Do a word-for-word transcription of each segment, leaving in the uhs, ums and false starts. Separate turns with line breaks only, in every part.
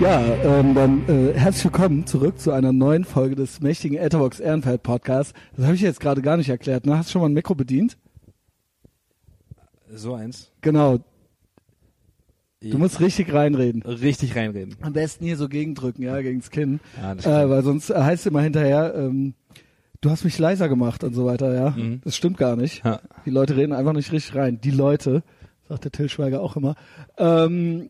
Ja, ähm, dann äh, herzlich willkommen zurück zu einer neuen Folge des mächtigen Etherbox Ehrenfeld Podcasts. Das habe ich jetzt gerade gar nicht erklärt, ne? Hast du schon mal ein Mikro bedient?
So eins.
Genau. Du musst richtig reinreden.
Richtig reinreden.
Am besten hier so gegendrücken, ja, gegens Kinn.
Ja, das
äh, weil sonst heißt es immer hinterher, ähm, du hast mich leiser gemacht und so weiter, ja.
Mhm.
Das stimmt gar nicht.
Ja.
Die Leute reden einfach nicht richtig rein. Die Leute, sagt der Till Schweiger auch immer. Ähm,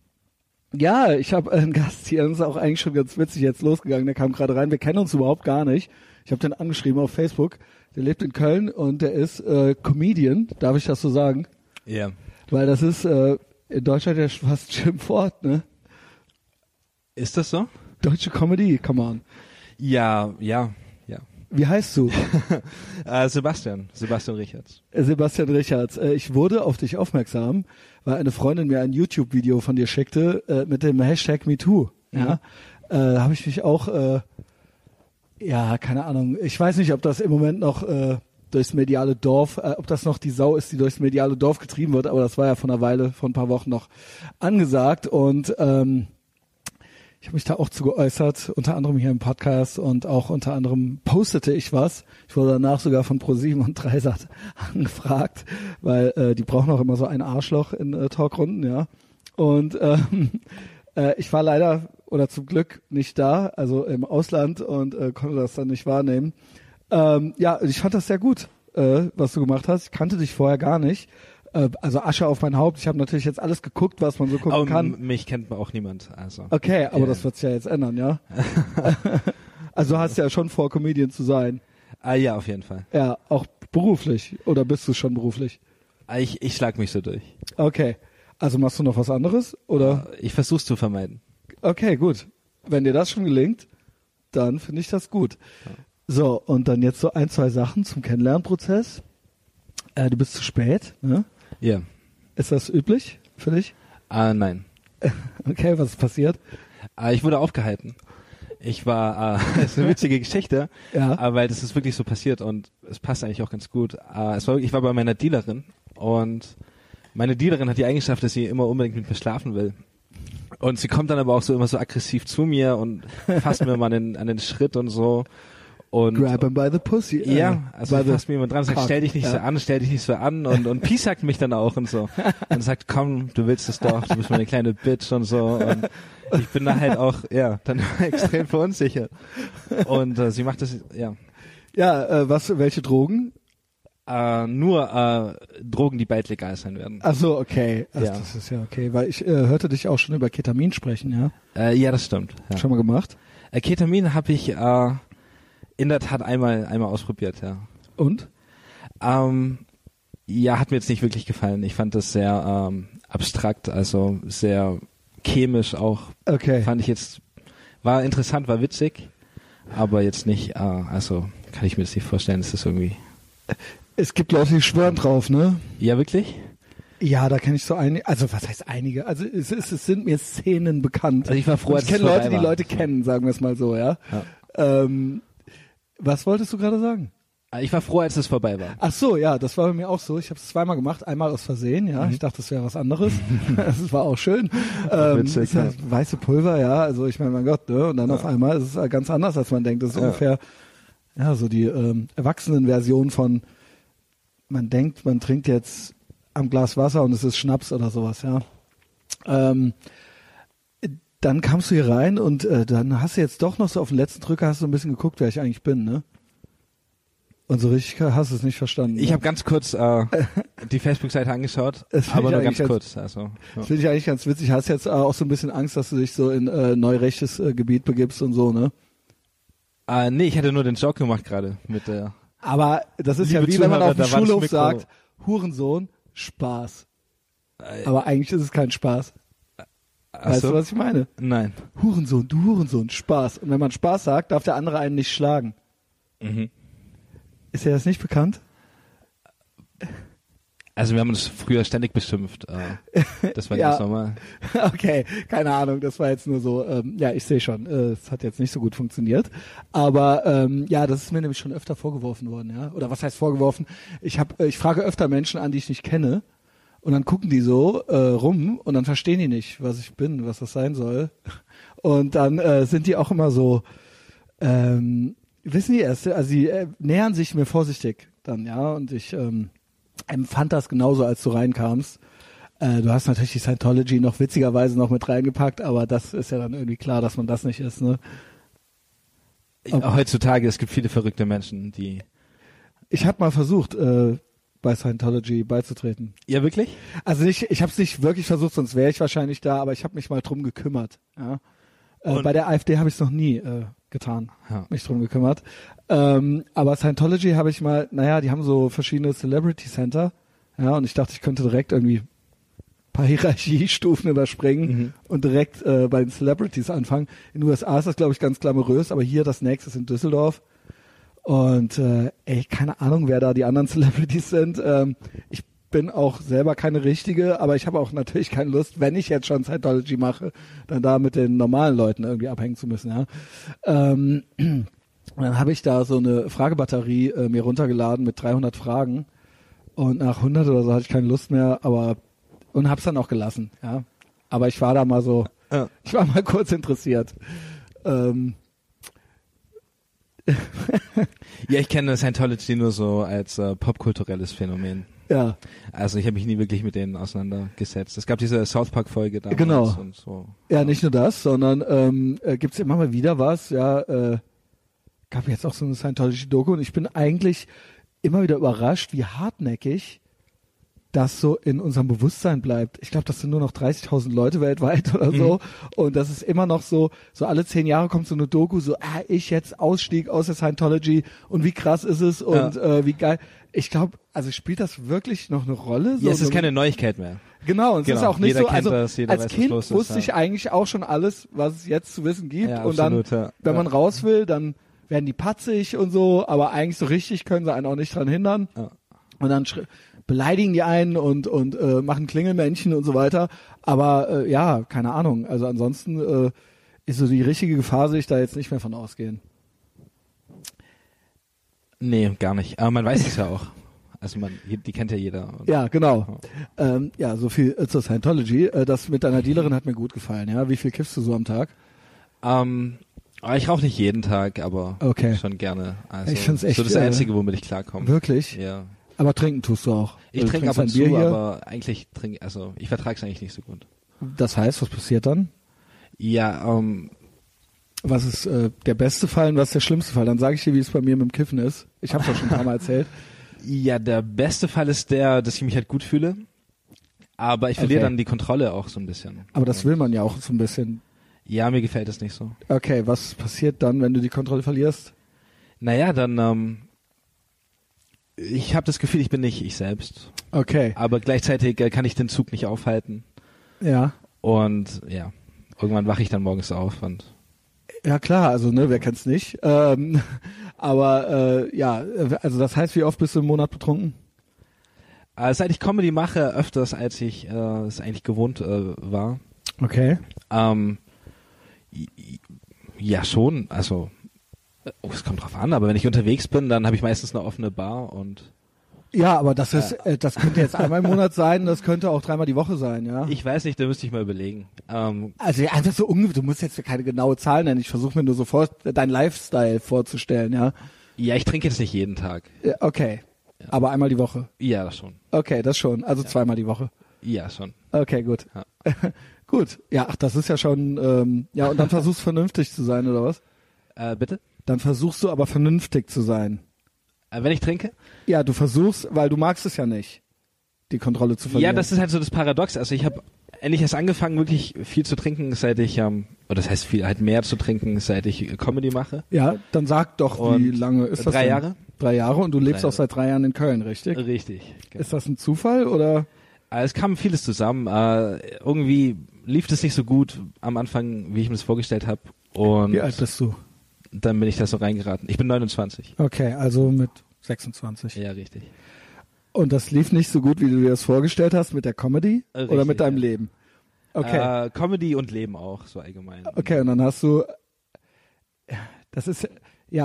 ja, ich habe einen Gast hier, das ist auch eigentlich schon ganz witzig jetzt losgegangen, der kam gerade rein. Wir kennen uns überhaupt gar nicht. Ich habe den angeschrieben auf Facebook. Der lebt in Köln und der ist äh, Comedian, darf ich das so sagen?
Ja. Yeah.
Weil das ist äh, in Deutschland ja fast Schimpfwort, ne?
Ist das so?
Deutsche Comedy, come on.
Ja, ja, ja.
Wie heißt du?
äh, Sebastian, Sebastian Richards.
Sebastian Richards. Äh, ich wurde auf dich aufmerksam, weil eine Freundin mir ein YouTube-Video von dir schickte äh, mit dem Hashtag MeToo. Ja, mhm. äh, habe ich mich auch, äh, ja, keine Ahnung. Ich weiß nicht, ob das im Moment noch äh, durchs mediale Dorf, äh, ob das noch die Sau ist, die durchs mediale Dorf getrieben wird, aber das war ja vor einer Weile, vor ein paar Wochen noch angesagt und ähm, ich habe mich da auch zu geäußert, unter anderem hier im Podcast und auch unter anderem postete ich was. Ich wurde danach sogar von ProSieben und Dreisat angefragt, weil äh, die brauchen auch immer so ein Arschloch in äh, Talkrunden, ja. Und ähm, äh, ich war leider oder zum Glück nicht da, also im Ausland und äh, konnte das dann nicht wahrnehmen. Ähm, ja, ich fand das sehr gut, äh, was du gemacht hast. Ich kannte dich vorher gar nicht. Äh, also Asche auf mein Haupt. Ich habe natürlich jetzt alles geguckt, was man so gucken
oh,
kann.
Mich kennt auch niemand. Also.
Okay, aber
yeah.
Das wird sich ja jetzt ändern, ja? Also du hast ja schon vor, Comedian zu sein.
Ah ja, auf jeden Fall.
Ja, auch beruflich. Oder bist du schon beruflich?
Ich, ich schlag mich so durch.
Okay. Also machst du noch was anderes? Oder?
Ich versuch's zu vermeiden.
Okay, gut. Wenn dir das schon gelingt, dann finde ich das gut. Ja. So, und dann jetzt so ein, zwei Sachen zum Kennenlernprozess. Äh, du bist zu spät, ne?
Ja. Yeah.
Ist das üblich für dich?
Ah, nein.
Okay, was ist passiert?
Ah, ich wurde aufgehalten. Ich war, äh, das ist eine witzige Geschichte,
ja.
äh, weil das ist wirklich so passiert und es passt eigentlich auch ganz gut. Äh, es war, ich war bei meiner Dealerin und meine Dealerin hat die Eigenschaft, dass sie immer unbedingt mit mir schlafen will. Und sie kommt dann aber auch so immer so aggressiv zu mir und fasst mir mal an den, an den Schritt und so. Und
grab him by the pussy.
Ja, also fasst mir jemand dran und sagt, stell dich nicht ja. so an, stell dich nicht so an und, und piesackt mich dann auch und so. Und sagt, komm, du willst es doch, du bist meine kleine Bitch und so. Und ich bin da halt auch, ja, dann extrem verunsichert. Und äh, sie macht das, ja.
Ja, äh, was, welche Drogen?
Äh, nur äh, Drogen, die bald legal sein werden.
Ach so, okay. Also
ja.
Das ist ja okay, weil ich äh, hörte dich auch schon über Ketamin sprechen, ja?
Äh, ja, das stimmt. Ja.
Schon mal gemacht?
Äh, Ketamin habe ich äh, in der Tat einmal einmal ausprobiert, ja.
Und?
Ähm, ja, hat mir jetzt nicht wirklich gefallen. Ich fand das sehr ähm, abstrakt, also sehr chemisch auch.
Okay.
Fand ich jetzt, war interessant, war witzig, aber jetzt nicht, äh, also kann ich mir das nicht vorstellen, dass das irgendwie...
Es gibt Leute, die schwören drauf, ne?
Ja, wirklich?
Ja, da kenne ich so einige, also was heißt einige? Also es, es, es sind mir Szenen bekannt.
Also ich war froh, als
ich kenne Leute, die
war.
Leute kennen, sagen wir es mal so, ja.
ja.
Ähm, was wolltest du gerade sagen?
Ich war froh, als es vorbei war.
Ach so, ja, das war bei mir auch so. Ich habe es zweimal gemacht, einmal aus Versehen, ja. Mhm. Ich dachte, das wäre was anderes. Das war auch schön. ähm, Witzig, ist halt ja. Weiße Pulver, ja. Also ich meine, mein Gott, ne? Und dann ja. auf einmal ist es halt ganz anders, als man denkt. Das ist ja. ungefähr, ja, so die ähm, Erwachsenenversion von, man denkt, man trinkt jetzt am Glas Wasser und es ist Schnaps oder sowas, ja. Ähm, dann kamst du hier rein und äh, dann hast du jetzt doch noch so auf den letzten Drücker hast du ein bisschen geguckt, wer ich eigentlich bin, ne? Und so richtig hast du es nicht verstanden.
Ich
ne?
habe ganz kurz äh, die Facebook-Seite angeschaut, aber nur ganz kurz. Also, ja.
Das finde ich eigentlich ganz witzig. Hast jetzt äh, auch so ein bisschen Angst, dass du dich so in äh, neurechtes äh, Gebiet begibst und so, ne?
Äh, nee, ich hatte nur den Joke gemacht gerade mit der...
Aber das ist
Liebe
ja wie
Zuhörer,
wenn man auf dem Schulhof
Mikro...
sagt, Hurensohn, Spaß. Äh, aber eigentlich ist es kein Spaß. Weißt
so?
du, was ich meine?
Nein.
Hurensohn, du Hurensohn, Spaß. Und wenn man Spaß sagt, darf der andere einen nicht schlagen.
Mhm.
Ist dir das nicht bekannt?
Also wir haben uns früher ständig beschimpft. Das war
ja.
ganz normal.
Okay, keine Ahnung, das war jetzt nur so, ähm, ja, ich sehe schon, äh, es hat jetzt nicht so gut funktioniert. Aber ähm, ja, das ist mir nämlich schon öfter vorgeworfen worden, ja. Oder was heißt vorgeworfen? Ich hab, äh, ich frage öfter Menschen an, die ich nicht kenne. Und dann gucken die so äh, rum und dann verstehen die nicht, was ich bin, was das sein soll. Und dann äh, sind die auch immer so, ähm, wissen die erst, also sie äh, nähern sich mir vorsichtig dann, ja. Und ich ähm, empfand das genauso, als du reinkamst. Äh, du hast natürlich die Scientology noch witzigerweise noch mit reingepackt, aber das ist ja dann irgendwie klar, dass man das nicht ist, ne?
Okay. Heutzutage, es gibt viele verrückte Menschen, die...
Ich habe mal versucht, äh, bei Scientology beizutreten.
Ja, wirklich?
Also nicht, ich habe es nicht wirklich versucht, sonst wäre ich wahrscheinlich da, aber ich habe mich mal drum gekümmert. Ja. Äh, bei der AfD habe ich es noch nie äh, getan,
ja.
mich drum gekümmert. Ähm, aber Scientology habe ich mal, naja, die haben so verschiedene Celebrity Center, ja, und ich dachte, ich könnte direkt irgendwie ein paar Hierarchiestufen überspringen mhm. und direkt äh, bei den Celebrities anfangen. In den U S A ist das, glaube ich, ganz glamourös, aber hier das nächste ist in Düsseldorf. Und äh, ey, keine Ahnung, wer da die anderen Celebrities sind. Ähm, ich bin auch selber keine richtige, aber ich habe auch natürlich keine Lust, wenn ich jetzt schon Scientology mache, dann da mit den normalen Leuten irgendwie abhängen zu müssen. Ja. Ähm, und dann habe ich da so eine Fragebatterie äh, mir runtergeladen mit dreihundert Fragen und nach hundert oder so hatte ich keine Lust mehr, aber und hab's dann auch gelassen. Ja. Aber ich war da mal so, ja. ich war mal kurz interessiert. Ähm,
ja, ich kenne Scientology nur so als äh, popkulturelles Phänomen.
Ja.
Also ich habe mich nie wirklich mit denen auseinandergesetzt. Es gab diese South Park Folge damals
genau.
und so.
Ja, nicht nur das, sondern ähm, äh, gibt's immer mal wieder was. Ja, äh, gab jetzt auch so eine Scientology-Doku und ich bin eigentlich immer wieder überrascht, wie hartnäckig das so in unserem Bewusstsein bleibt. Ich glaube, das sind nur noch dreißigtausend Leute weltweit oder so. Mhm. Und das ist immer noch so, so alle zehn Jahre kommt so eine Doku, so, ah, ich jetzt Ausstieg aus der Scientology und wie krass ist es und ja. äh, wie geil. Ich glaube, also spielt das wirklich noch eine Rolle? So
ja, es ist keine Neuigkeit mehr.
Genau, und es
genau.
ist auch nicht
jeder
so,
kennt
also
das, jeder
als
weiß,
Kind
was los
wusste
ist,
ich
ja.
eigentlich auch schon alles, was es jetzt zu wissen gibt.
Ja,
und
absolut,
dann,
ja.
wenn
ja.
man raus will, dann werden die patzig und so, aber eigentlich so richtig können sie einen auch nicht dran hindern.
Ja.
Und dann schri- beleidigen die einen und und äh, machen Klingelmännchen und so weiter. Aber äh, ja, keine Ahnung. Also ansonsten äh, ist so die richtige Gefahr, sehe ich da jetzt nicht mehr von ausgehen.
Nee, gar nicht. Aber man weiß es ja auch. Also man, die kennt ja jeder. Und
ja, genau. Ja, ähm, ja so viel äh, zur Scientology. Äh, das mit deiner Dealerin hat mir gut gefallen. Ja, wie viel kiffst du so am Tag?
Ähm, ich rauche nicht jeden Tag, aber
okay.
schon gerne. Also
ich find's echt,
so das Einzige, womit ich klarkomme.
Wirklich?
Ja.
Aber trinken tust du auch.
Ich
du
trinke ab und
Bier
zu,
hier.
aber eigentlich trinke, also ich vertrage es eigentlich nicht so gut.
Das heißt, was passiert dann?
Ja, ähm,
was ist äh, der beste Fall und was ist der schlimmste Fall? Dann sage ich dir, wie es bei mir mit dem Kiffen ist. Ich habe es ja schon ein paar Mal erzählt.
Ja, der beste Fall ist der, dass ich mich halt gut fühle, aber ich verliere
okay.
dann die Kontrolle auch so ein bisschen.
Aber das will man ja auch so ein bisschen.
Ja, mir gefällt das nicht so.
Okay, was passiert dann, wenn du die Kontrolle verlierst?
Naja, dann, ähm, ich habe das Gefühl, ich bin nicht ich selbst.
Okay.
Aber gleichzeitig äh, kann ich den Zug nicht aufhalten.
Ja.
Und ja, irgendwann wache ich dann morgens auf und
ja klar, also ne, wer kennt's nicht. Ähm, aber äh, ja, also das heißt, wie oft bist du im Monat betrunken?
Äh, seit ich Comedy mache, öfters als ich äh, es eigentlich gewohnt äh, war.
Okay.
Ähm, ja schon, also oh, es kommt drauf an, aber wenn ich unterwegs bin, dann habe ich meistens eine offene Bar und
ja, aber das ist, äh, das könnte jetzt einmal im Monat sein, das könnte auch dreimal die Woche sein, ja.
Ich weiß nicht, da müsste ich mal überlegen. Ähm,
also einfach so ungefähr, du musst jetzt keine genaue Zahl nennen, ich versuche mir nur so vor, dein Lifestyle vorzustellen, ja.
Ja, ich trinke jetzt nicht jeden Tag.
Ja, okay, ja. Aber einmal die Woche?
Ja, das schon.
Okay, das schon, also ja. Zweimal die Woche?
Ja, schon.
Okay, gut. Ja. Gut, ja, ach, das ist ja schon, ähm, ja, und dann versuchst vernünftig zu sein, oder was?
Äh, bitte?
Dann versuchst du aber vernünftig zu sein.
Äh, wenn ich trinke?
Ja, du versuchst, weil du magst es ja nicht, die Kontrolle zu verlieren.
Ja, das ist halt so das Paradox. Also ich habe endlich erst angefangen, wirklich viel zu trinken, seit ich, ähm, oder das heißt viel, halt mehr zu trinken, seit ich Comedy mache.
Ja, dann sag doch,
und
wie lange ist das
Drei
denn?
Jahre.
Drei Jahre und du lebst
drei
auch seit drei Jahren in Köln, richtig?
Richtig. Genau.
Ist das ein Zufall oder?
Äh, es kam vieles zusammen. Äh, irgendwie lief das nicht so gut am Anfang, wie ich mir das vorgestellt habe. Und
wie alt bist du?
Dann bin ich da so reingeraten. Ich bin neunundzwanzig.
Okay, also mit sechsundzwanzig.
Ja, richtig.
Und das lief nicht so gut, wie du dir das vorgestellt hast mit der Comedy
richtig,
oder mit deinem
ja.
Leben? Okay.
Äh, Comedy und Leben auch, so allgemein.
Okay, und dann hast du, das ist, ja,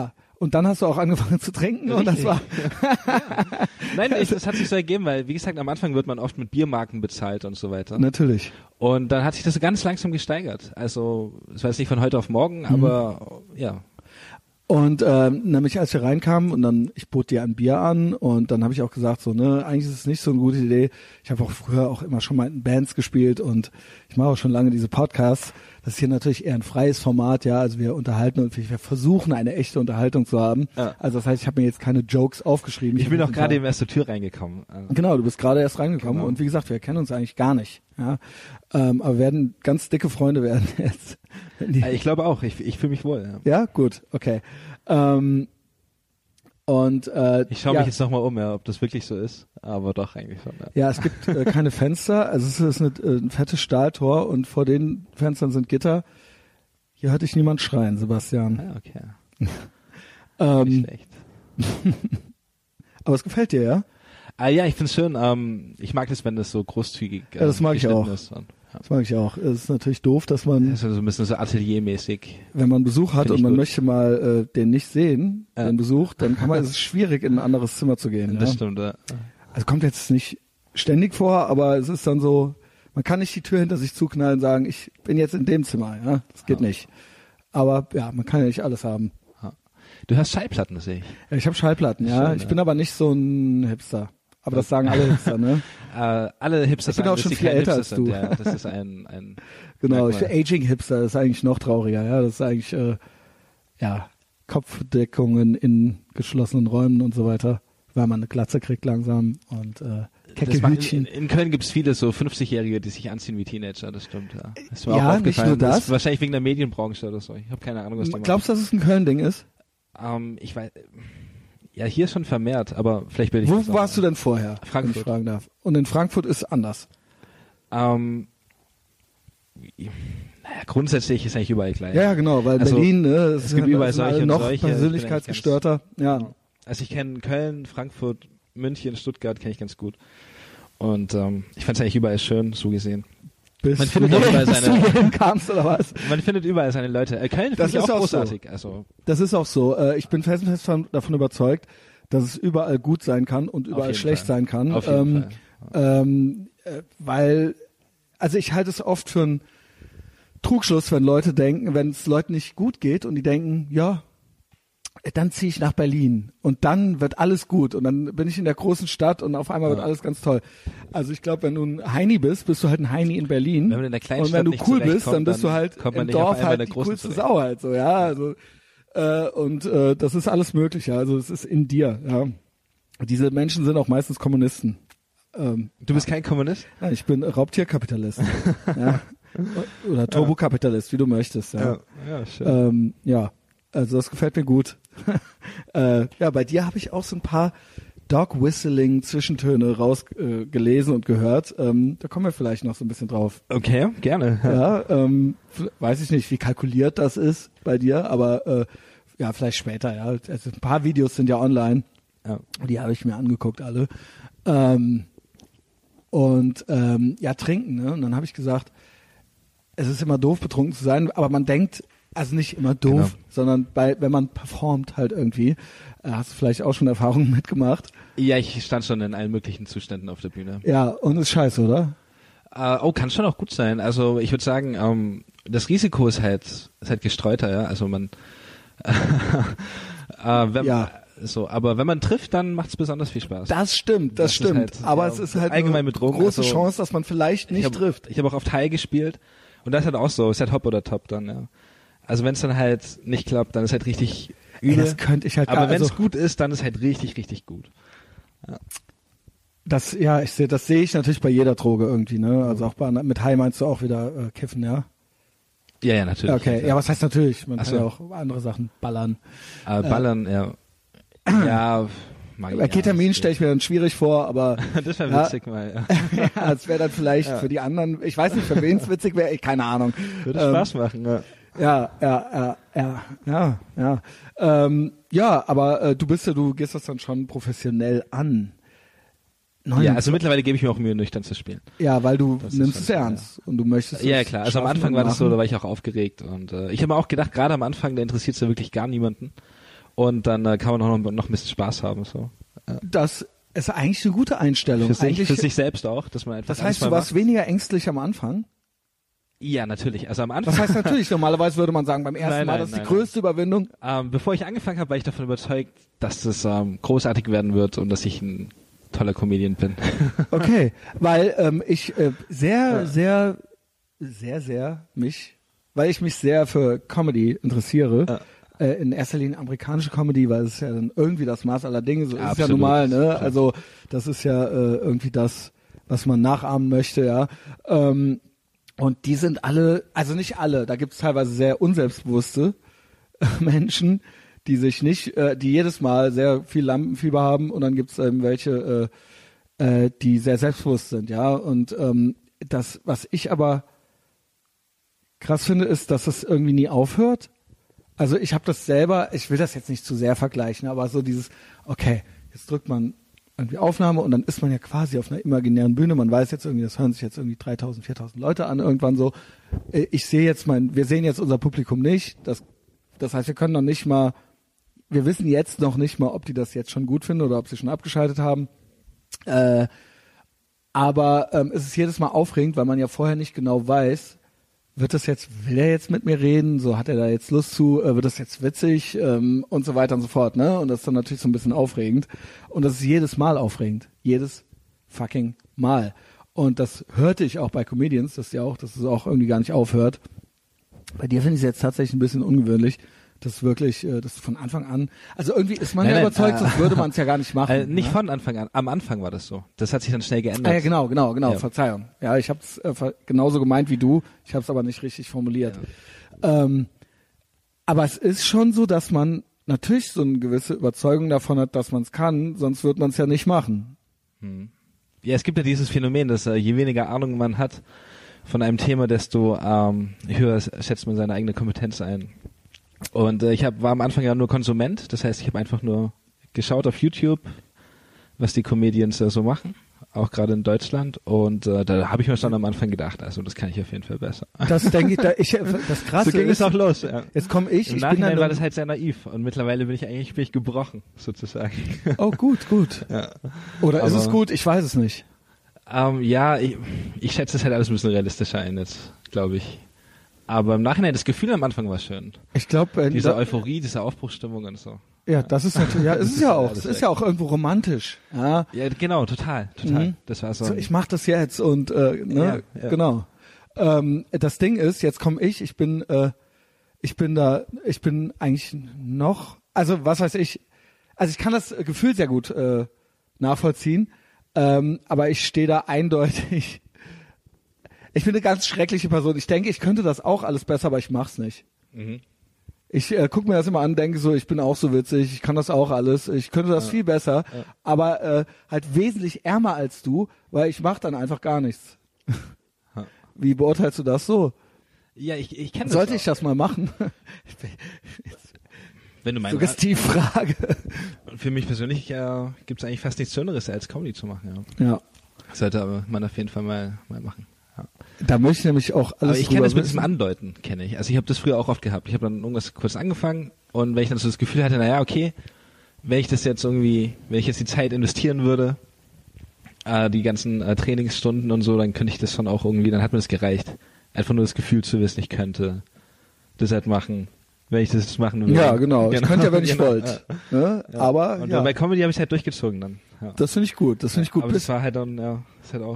und dann hast du auch angefangen zu trinken
Richtig.
und das war...
ja. Nein, ich, das hat sich so ergeben, weil, wie gesagt, am Anfang wird man oft mit Biermarken bezahlt und so weiter.
Natürlich.
Und dann hat sich das ganz langsam gesteigert. Also, es war jetzt nicht von heute auf morgen, mhm. aber ja.
Und ähm, nämlich als wir reinkamen und dann, ich bot dir ein Bier an und dann habe ich auch gesagt, so, ne, eigentlich ist es nicht so eine gute Idee. Ich habe auch früher auch immer schon mal in Bands gespielt und ich mache auch schon lange diese Podcasts. Das ist hier natürlich eher ein freies Format, ja, also wir unterhalten und wir versuchen eine echte Unterhaltung zu haben. Ja. Also das heißt, ich habe mir jetzt keine Jokes aufgeschrieben.
Ich, ich bin auch gerade eben erst zur Tür reingekommen. Also.
Genau, du bist gerade erst reingekommen
genau.
Und wie gesagt, wir kennen uns eigentlich gar nicht. Ja, ähm, aber werden ganz dicke Freunde werden jetzt.
Ich glaube auch, ich, ich fühle mich wohl. Ja,
ja? Gut, okay. Ähm, und äh,
ich schaue
ja.
mich jetzt nochmal um, ja, ob das wirklich so ist, aber doch eigentlich schon. Ja,
ja es gibt äh, keine Fenster, also es ist eine, äh, ein fettes Stahltor und vor den Fenstern sind Gitter. Hier hört dich niemand schreien, Sebastian.
Ah, okay.
ähm,
Nicht schlecht.
Aber es gefällt dir, ja?
Ah ja, ich find's schön. Ähm, ich mag das, wenn das so großzügig äh,
ja, das mag ich auch.
ist. Und, ja.
Das mag ich auch. Es ist natürlich doof, dass man...
Das ist so ein bisschen so ateliermäßig.
Wenn man Besuch hat und man
gut.
möchte mal äh, den nicht sehen,
ja.
den Besuch, dann kann man, es ist schwierig, in ein anderes Zimmer zu gehen.
Das
ja?
stimmt, ja.
Also kommt jetzt nicht ständig vor, aber es ist dann so, man kann nicht die Tür hinter sich zuknallen und sagen, ich bin jetzt in dem Zimmer. Ja, das geht ja. nicht. Aber ja, man kann ja nicht alles haben.
Du hast Schallplatten, sehe ich.
Ja, ich habe Schallplatten, ja.
Schön,
ich
ja.
bin aber nicht so ein Hipster. Aber das sagen alle Hipster, ne?
äh, alle Hipster
ich bin
sagen,
auch schon
dass
viel
keine
älter
Hipster
als du.
Sind. Ja, das ist ein, ein
genau,
Merkmal.
ich bin Aging Hipster, das ist eigentlich noch trauriger, ja. Das ist eigentlich, äh, ja, Kopfdeckungen in geschlossenen Räumen und so weiter, weil man eine Glatze kriegt langsam und äh, kecke Hütchen.
In, in Köln gibt's viele so fünfzigjährige, die sich anziehen wie Teenager, das stimmt, ja. Das ist mir
ja,
auch
nicht nur das.
das ist wahrscheinlich wegen der Medienbranche oder so. Ich habe keine Ahnung, was die machen.
Glaubst du, dass es ein Köln-Ding ist?
Ähm, ich weiß, ja, hier schon vermehrt, aber vielleicht bin ich...
Wo warst du denn vorher,
Frankfurt.
wenn ich fragen darf? Und in Frankfurt ist anders?
Ähm, naja, grundsätzlich ist eigentlich überall gleich.
Ja, ja genau, weil
also,
Berlin, ne,
es gibt überall
sind
solche und
noch
solche.
persönlichkeitsgestörter. Ja.
Also ich kenne Köln, Frankfurt, München, Stuttgart kenne ich ganz gut. Und ähm, ich fand es eigentlich überall schön, so gesehen.
Bis
man findet
du
überall seine,
du kamst, oder was?
Man findet überall seine Leute. Äh, Köln finde ich auch, auch großartig. So. Also
das ist auch so. Äh, ich bin felsenfest davon überzeugt, dass es überall gut sein kann und überall schlecht
Fall.
sein kann.
Auf jeden
ähm,
Fall. Ja.
Ähm, äh, weil, also ich halte es oft für einen Trugschluss, wenn Leute denken, wenn es Leuten nicht gut geht und die denken, ja, dann ziehe ich nach Berlin und dann wird alles gut und dann bin ich in der großen Stadt und auf einmal ja. wird alles ganz toll. Also ich glaube, wenn du ein Heini bist, bist du halt ein Heini in Berlin.
Wenn man in der kleinen
und wenn
Stadt
du cool bist, dann bist
dann
du halt
kommt man
im
nicht
Dorf
auf
halt
der
die
großen
coolste
zurecht.
Sau halt so, ja. Also äh, und äh, das ist alles Mögliche. Also es ist in dir. Ja. Diese Menschen sind auch meistens Kommunisten. Ähm,
du bist kein Kommunist?
Ja, ich bin Raubtierkapitalist. ja. Oder Turbokapitalist, wie du möchtest. Ja,
ja, ja schön.
Ähm, ja. Also das gefällt mir gut. äh, ja, bei dir habe ich auch so ein paar Dog-Whistling-Zwischentöne rausgelesen äh, gelesen und gehört. Ähm, da kommen wir vielleicht noch so ein bisschen drauf.
Okay, gerne.
Ja, ähm, weiß ich nicht, wie kalkuliert das ist bei dir, aber äh, ja, vielleicht später. Ja, also ein paar Videos sind ja online.
Ja.
Die habe ich mir angeguckt alle. Ähm, und ähm, ja, trinken. Ne? Und dann habe ich gesagt, es ist immer doof, betrunken zu sein, aber man denkt, also nicht immer doof, genau. sondern bei, wenn man performt halt irgendwie. Äh, hast du vielleicht auch schon Erfahrungen mitgemacht?
Ja, ich stand schon in allen möglichen Zuständen auf der Bühne.
Ja, und ist scheiße, oder?
Äh, oh, kann schon auch gut sein. Also ich würde sagen, ähm, das Risiko ist halt, ist halt gestreuter, ja. Also man äh, wenn,
ja.
so, aber wenn man trifft, dann macht es besonders viel Spaß.
Das stimmt, das, das stimmt.
Halt,
aber
ja,
es ist halt
allgemein
eine
mit Drogen,
große
also,
Chance, dass man vielleicht nicht
ich hab,
trifft.
Ich habe auch auf High gespielt und das ist halt auch so, ist halt Hop oder Top dann, ja. Also wenn es dann halt nicht klappt, dann ist halt richtig übel.
Ey, das könnte ich halt
aber wenn es
also,
gut ist, dann ist halt richtig, richtig gut. Ja.
Das, ja, ich sehe, das sehe ich natürlich bei jeder Droge irgendwie, ne? Also auch bei, mit High meinst du auch wieder äh, kiffen, ja?
Ja, ja, natürlich.
Okay, ja, ja was heißt natürlich? Man
Ach
kann
so.
ja auch andere Sachen ballern.
Äh, ballern, äh, ja. Ja, mag
Bei
ich
Ketamin
ja,
stelle ich mir dann schwierig vor, aber
das wäre
ja,
witzig mal, ja.
ja, das wäre dann vielleicht
Ja.
für die anderen, ich weiß nicht, für wen es witzig wäre, keine Ahnung.
Würde
Ähm,
Spaß machen, ja.
Ja, ja, ja, ja, ja, ja. Ähm, ja, aber äh, du bist ja, du gehst das dann schon professionell an.
Ja, also mittlerweile gebe ich mir auch Mühe, nüchtern zu spielen.
Ja, weil du
Das
nimmst
ist
es
schon,
ernst und du möchtest
Ja,
es
klar. Also am
schaffen
Anfang
und
war das so,
machen.
da war ich auch aufgeregt und äh, ich habe mir auch gedacht, gerade am Anfang, da interessiert es ja wirklich gar niemanden. und dann äh, kann man auch noch, noch ein bisschen Spaß haben. So. Ja.
Das ist eigentlich eine gute Einstellung.
Für sich,
eigentlich,
für sich selbst auch, dass man etwas
das heißt, du warst
macht.
weniger ängstlich am Anfang?
Ja, natürlich. Also am Anfang.
Das heißt natürlich, normalerweise würde man sagen, beim ersten
Nein,
Mal,
nein,
das ist
nein,
die größte
nein.
Überwindung.
Ähm, bevor ich angefangen habe, war ich davon überzeugt, dass das ähm, großartig werden wird und dass ich ein toller Comedian bin.
Okay, weil ähm, ich äh, sehr,
Ja.
sehr, sehr, sehr mich, weil ich mich sehr für Comedy interessiere,
Ja.
äh, in erster Linie amerikanische Comedy, weil es ist ja dann irgendwie das Maß aller Dinge, so ist es ja
Absolut,
normal, ne?
klar.
Also das ist ja äh, irgendwie das, was man nachahmen möchte, ja. Ähm, und die sind alle, also nicht alle, da gibt es teilweise sehr unselbstbewusste Menschen, die sich nicht, äh, die jedes Mal sehr viel Lampenfieber haben und dann gibt es ähm, welche, äh, äh, die sehr selbstbewusst sind, ja. Und ähm, das, was ich aber krass finde, ist, dass es irgendwie nie aufhört. Also ich habe das selber, ich will das jetzt nicht zu sehr vergleichen, aber so dieses, okay, jetzt drückt man irgendwie Aufnahme und dann ist man ja quasi auf einer imaginären Bühne. Man weiß jetzt irgendwie, das hören sich jetzt irgendwie dreitausend, viertausend Leute an irgendwann so. Äh, Ich sehe jetzt mein, wir sehen jetzt unser Publikum nicht. Das, das heißt, wir können noch nicht mal, wir wissen jetzt noch nicht mal, ob die das jetzt schon gut finden oder ob sie schon abgeschaltet haben. Äh, aber ähm, es ist jedes Mal aufregend, weil man ja vorher nicht genau weiß, wird das jetzt, will er jetzt mit mir reden? So, hat er da jetzt Lust zu? Äh, wird das jetzt witzig? Ähm, und so weiter und so fort, ne? Und das ist dann natürlich so ein bisschen aufregend. Und das ist jedes Mal aufregend. Jedes fucking Mal. Und das hörte ich auch bei Comedians, dass die auch, dass es auch irgendwie gar nicht aufhört. Bei dir finde ich es jetzt tatsächlich ein bisschen ungewöhnlich, dass wirklich, äh, das von Anfang an, also irgendwie ist man
Nein,
ja
nein,
überzeugt,
äh,
sonst würde man es ja gar nicht machen.
Äh, nicht
ne?
von Anfang an. Am Anfang war das so. Das hat sich dann schnell geändert.
Ah, ja, genau, genau, genau,
Ja.
Verzeihung. Ja, ich habe es äh, ver- genauso gemeint wie du, ich habe es aber nicht richtig formuliert. Ähm, aber es ist schon so, dass man natürlich so eine gewisse Überzeugung davon hat, dass man es kann, sonst wird man es ja nicht machen.
Ja, es gibt ja dieses Phänomen, dass äh, je weniger Ahnung man hat von einem Thema, desto ähm, höher schätzt man seine eigene Kompetenz ein. Und äh, ich hab, war am Anfang ja nur Konsument, das heißt, ich habe einfach nur geschaut auf YouTube, was die Comedians äh, so machen, auch gerade in Deutschland. Und äh, da habe ich mir schon am Anfang gedacht, also das kann ich auf jeden Fall besser.
Das denke ich, da, ich, das Krasse
So ging
ist,
es auch los. Ja.
jetzt komme ich,
Im
ich bin
Nachhinein
dann,
war das halt sehr naiv und mittlerweile bin ich eigentlich bin ich gebrochen, sozusagen.
oh gut, gut.
Ja.
Oder ist
Aber-
es gut? Ich weiß es nicht.
Ähm, ja, ich, ich schätze es halt alles ein bisschen realistischer ein jetzt, glaube ich. Aber im Nachhinein, das Gefühl am Anfang war schön.
Ich glaube,
Diese
da,
Euphorie, diese Aufbruchsstimmung und so.
ja, das ist natürlich, ja, ist es ja auch,
alles
es ist
weg.
ja auch irgendwo romantisch. Ja,
Ja, genau, total, total.
Mhm.
Das war so.
so, ich mach das jetzt und äh, ne,
Ja, ja.
genau. Ähm, das Ding ist, jetzt komme ich, ich bin, äh, ich bin da, ich bin eigentlich noch, also was weiß ich, also ich kann das Gefühl sehr gut äh, nachvollziehen, ähm, aber ich stehe da eindeutig. Ich bin eine ganz schreckliche Person. Ich denke, ich könnte das auch alles besser, aber ich mach's nicht.
Mhm.
Ich äh, gucke mir das immer an, denke so, ich bin auch so witzig, ich kann das auch alles, ich könnte das
Ja.
viel besser,
Ja.
aber äh, halt wesentlich ärmer als du, weil ich mache dann einfach gar nichts.
Ja.
Wie beurteilst du das so?
Ja, ich, ich kenne das.
Sollte
auch.
ich das mal machen?
Wenn du meinst.
Suggestivfrage.
Für mich persönlich äh, gibt es eigentlich fast nichts Schöneres, als Comedy zu machen. Ja.
Ja,
Sollte aber man auf jeden Fall mal, mal machen. Ja.
da möchte ich nämlich auch alles
Aber ich kenne
drüber
das mit
wissen.
diesem Andeuten, kenne ich. Also ich habe das früher auch oft gehabt. Ich habe dann irgendwas kurz angefangen und wenn ich dann so das Gefühl hatte, naja, okay, wenn ich das jetzt irgendwie, wenn ich jetzt die Zeit investieren würde, äh, die ganzen äh, Trainingsstunden und so, dann könnte ich das schon auch irgendwie, dann hat mir das gereicht. Einfach nur das Gefühl zu wissen, ich könnte das halt machen, wenn ich das machen würde.
Ja, genau. Ich könnte ja, wenn ich
Genau,
wollte. Ne?
ja.
Aber
Und
ja,
bei Comedy habe ich halt durchgezogen dann. Ja.
das finde ich gut. Das finde ich gut.
Aber
Bis,
das war halt dann, ja, ist halt auch,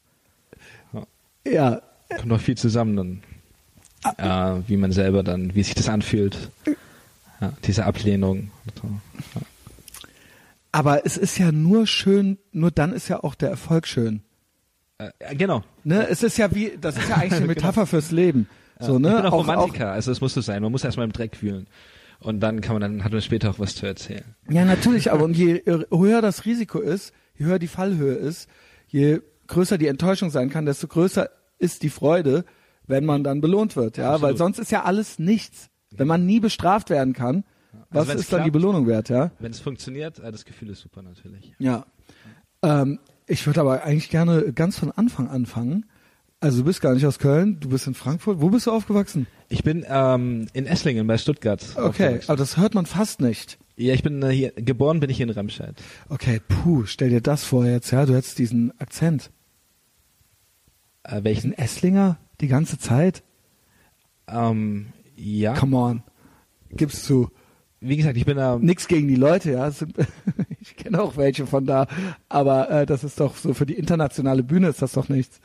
ja,
kommt noch viel zusammen dann. Äh, wie man selber dann, wie sich das anfühlt. Ja, diese Ablehnung. Und so. Ja.
aber es ist ja nur schön, nur dann ist ja auch der Erfolg schön.
Äh, ja, genau.
Ne, es ist ja wie, das ist ja eigentlich eine Metapher fürs Leben. So,
Ja.
ne?
Ich bin auch,
Auch-
Romantiker, also das muss so sein. Man muss erstmal im Dreck wühlen. Und dann kann man dann, hat man später auch was zu erzählen.
Ja, natürlich, aber und je höher das Risiko ist, je höher die Fallhöhe ist, je größer die Enttäuschung sein kann, desto größer ist die Freude, wenn man dann belohnt wird, ja,
Absolut.
weil sonst ist ja alles nichts. Wenn man nie bestraft werden kann, was
Also wenn's
ist dann die
klappt,
Belohnung wert, ja?
Wenn es funktioniert, äh, das Gefühl ist super natürlich.
Ja. Ähm, ich würde aber eigentlich gerne ganz von Anfang anfangen, Also du bist gar nicht aus Köln, du bist in Frankfurt. Wo bist du aufgewachsen?
Ich bin ähm, in Esslingen bei Stuttgart.
Okay, aber das hört man fast nicht.
Ja, ich bin äh, hier, geboren bin ich hier in Remscheid.
Okay, puh, stell dir das vor jetzt, ja, du hättest diesen Akzent.
Äh, welchen?
Diesen Esslinger die ganze Zeit?
Ähm, ja.
Come on, gib's zu.
Wie gesagt, ich bin da... Ähm,
Nix gegen die Leute, ja. Es sind, ich kenne auch welche von da, aber äh, das ist doch so, für die internationale Bühne ist das doch nichts.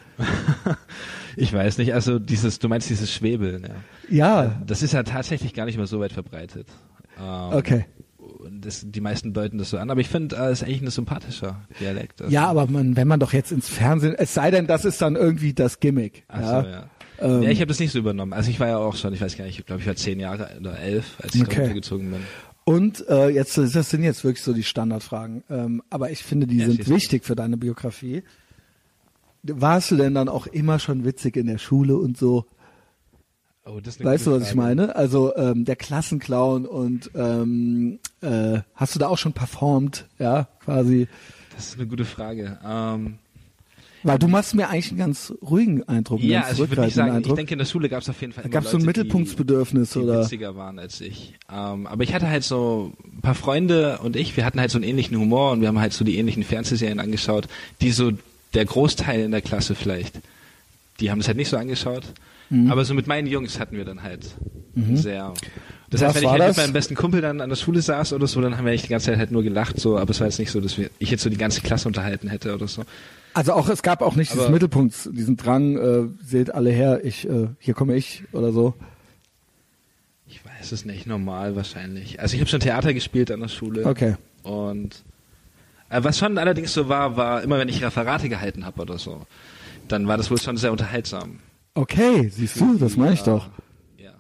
Ich weiß nicht, also dieses, du meinst dieses Schwebeln, ja.
Ja.
Das ist ja tatsächlich gar nicht mehr so weit verbreitet. Ähm,
okay.
Und das, die meisten deuten das so an, aber ich finde, es äh, ist eigentlich ein sympathischer Dialekt. Also.
Ja, aber man, wenn man doch jetzt ins Fernsehen, es sei denn, das ist dann irgendwie das Gimmick.
Ach
ja.
so, ja. Ähm, ja, ich habe das nicht so übernommen. Also ich war ja auch schon, ich weiß gar nicht, ich glaube, ich war zehn Jahre oder elf, als ich
okay.
da gezogen bin.
Und äh, jetzt, das sind jetzt wirklich so die Standardfragen. Ähm, aber ich finde, die
ja,
sind wichtig für deine Biografie. Warst du denn dann auch immer schon witzig in der Schule und so?
Oh, das ist eine
weißt du, was
Frage.
ich meine? Also ähm, der Klassenclown und ähm, äh, hast du da auch schon performt, ja, quasi?
Das ist eine gute Frage. Ähm,
Weil du machst mir eigentlich einen ganz ruhigen Eindruck.
Ja,
ganz
also ich würde nicht sagen,
Eindruck.
ich denke, in der Schule gab es auf jeden Fall immer
Gab es so ein
Leute,
Mittelpunktsbedürfnis
die, die
oder?
witziger waren als ich. Ähm, aber ich hatte halt so ein paar Freunde und ich, wir hatten halt so einen ähnlichen Humor und wir haben halt so die ähnlichen Fernsehserien angeschaut, die so der Großteil in der Klasse vielleicht, die haben das halt nicht so angeschaut. Mhm. Aber so mit meinen Jungs hatten wir dann halt mhm. sehr... Das
Was
heißt, wenn ich
war
halt
das?
mit meinem besten Kumpel dann an der Schule saß oder so, dann haben wir echt die ganze Zeit halt nur gelacht, so, aber es war jetzt nicht so, dass wir, ich jetzt so die ganze Klasse unterhalten hätte oder so.
Also auch, es gab auch nicht
Aber
dieses Mittelpunkt, diesen Drang, äh, seht alle her, ich, äh, hier komme ich oder so.
Ich weiß es nicht, normal wahrscheinlich. Also ich habe schon Theater gespielt an der Schule.
Okay.
Und äh, was schon allerdings so war, war immer, wenn ich Referate gehalten habe oder so, dann war das wohl schon sehr unterhaltsam.
Okay, siehst du, das meine ich
ja,
doch.
Ja.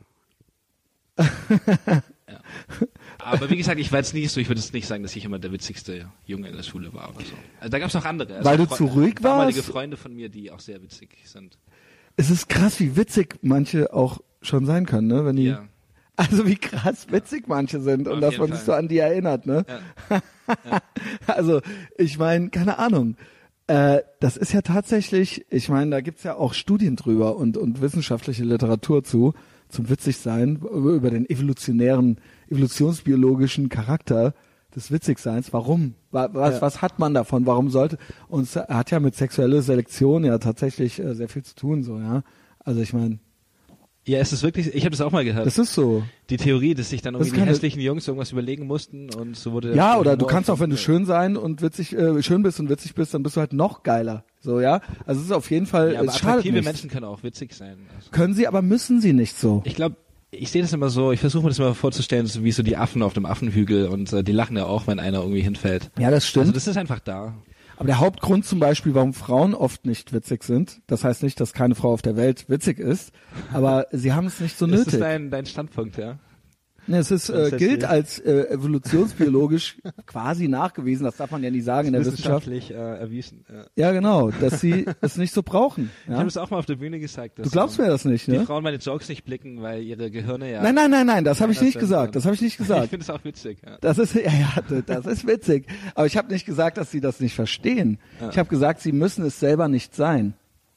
ja. Aber wie gesagt, ich war jetzt nicht so, ich würde jetzt nicht sagen, dass ich immer der witzigste Junge in der Schule war oder so. Also da gab es noch andere. Also
Weil du
Fre-
zu ruhig warst?
Damalige Freunde von mir, die auch sehr witzig sind.
Es ist krass, wie witzig manche auch schon sein können, ne? Wenn die,
Ja.
Also wie krass witzig manche sind und
Auf
dass
jeden
man
Fall.
sich so an die erinnert, ne?
Ja. Ja.
Also ich meine, keine Ahnung. Äh, das ist ja tatsächlich, ich meine, da gibt's ja auch Studien drüber und, und wissenschaftliche Literatur zu, zum Witzigsein, über den evolutionären, evolutionsbiologischen Charakter des Witzigseins. Warum? Was, was,
Ja.
was hat man davon? Warum sollte? Und es hat ja mit sexueller Selektion ja tatsächlich äh, sehr viel zu tun, so, ja. Also ich meine,
Ja, es ist wirklich, ich habe das auch mal gehört.
das ist so.
Die Theorie, dass sich dann
Das
irgendwie
ist
die
keine-
hässlichen Jungs irgendwas überlegen mussten und so wurde
Ja,
der
oder du
Humor
kannst auch, wenn du
erfunden.
schön sein und witzig, äh, schön bist und witzig bist, dann bist du halt noch geiler. So, ja. Also es ist auf jeden Fall,
Ja, aber
es schadet
attraktive
nicht.
Menschen können auch witzig sein. Also
Können sie, aber müssen sie nicht so.
ich glaube, ich sehe das immer so, ich versuche mir das mal vorzustellen, so wie so die Affen auf dem Affenhügel und äh, die lachen ja auch, wenn einer irgendwie hinfällt.
Ja, das stimmt.
Also das ist einfach da.
Aber der Hauptgrund zum Beispiel, warum Frauen oft nicht witzig sind, das heißt nicht, dass keine Frau auf der Welt witzig ist, aber sie haben es nicht so
Das
nötig.
ist dein, dein Standpunkt, ja?
Nee, es ist, äh,
Grundsätzlich.
gilt als äh, evolutionsbiologisch quasi nachgewiesen, das darf man ja nie sagen in der Wissenschaft.
Wissenschaftlich äh, erwiesen. Ja.
Ja, genau, dass sie es nicht so brauchen.
Ich
Ja?
habe es auch mal auf der Bühne gesagt, dass
Du glaubst
ähm,
mir das nicht,
die
ne?
Frauen meine Jokes nicht blicken, weil ihre Gehirne ja...
Nein, nein, nein, nein, das habe ich
das
nicht
denn
gesagt.
dann?
Das habe ich nicht
Ich
gesagt.
finde es auch witzig. Ja.
Das ist ja, ja, das ist witzig. Aber ich habe nicht gesagt, dass sie das nicht verstehen.
Ja.
Ich habe gesagt, sie müssen es selber nicht sein.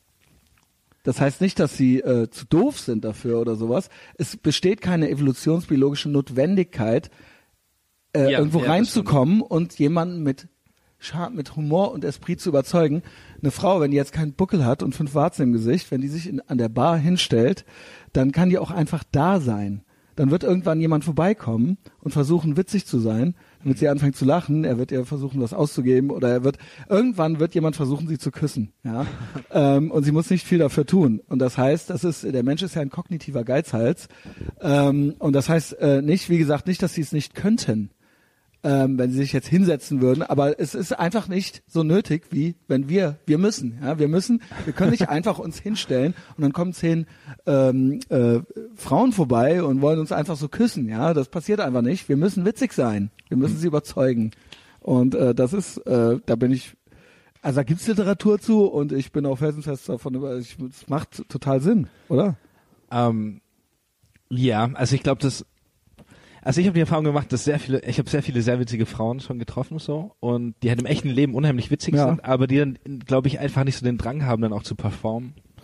Das heißt nicht, dass sie äh, zu doof sind dafür oder sowas. Es besteht keine evolutionsbiologische Notwendigkeit, äh,
Ja,
irgendwo
ja, das
reinzukommen und jemanden mit Scha- mit Humor und Esprit zu überzeugen. Eine Frau, wenn die jetzt keinen Buckel hat und fünf Warzen im Gesicht, wenn die sich in, an der Bar hinstellt, dann kann die auch einfach da sein. Dann wird irgendwann jemand vorbeikommen und versuchen, witzig zu sein, damit sie anfängt zu lachen. Er wird ihr versuchen, was auszugeben, oder er wird, irgendwann wird jemand versuchen, sie zu küssen, ja. ähm, und sie muss nicht viel dafür tun. Und das heißt, das ist, der Mensch ist ja ein kognitiver Geizhals. Ähm, und das heißt, äh, nicht, wie gesagt, nicht, dass sie es nicht könnten, ähm, wenn sie sich jetzt hinsetzen würden, aber es ist einfach nicht so nötig, wie wenn wir, wir müssen, ja, wir müssen, wir können nicht einfach uns hinstellen und dann kommen zehn ähm, äh, Frauen vorbei und wollen uns einfach so küssen, ja, das passiert einfach nicht. Wir müssen witzig sein, wir müssen sie überzeugen und äh, das ist, äh, da bin ich, also da gibt's Literatur zu und ich bin auch felsenfest davon über, es macht total Sinn, oder?
Ähm, ja, also ich glaube, das... Also ich habe die Erfahrung gemacht, dass sehr viele, ich habe sehr viele sehr witzige Frauen schon getroffen so und die halt im echten Leben unheimlich witzig
Ja.
sind, aber die dann, glaube ich, einfach nicht so den Drang haben, dann auch zu performen.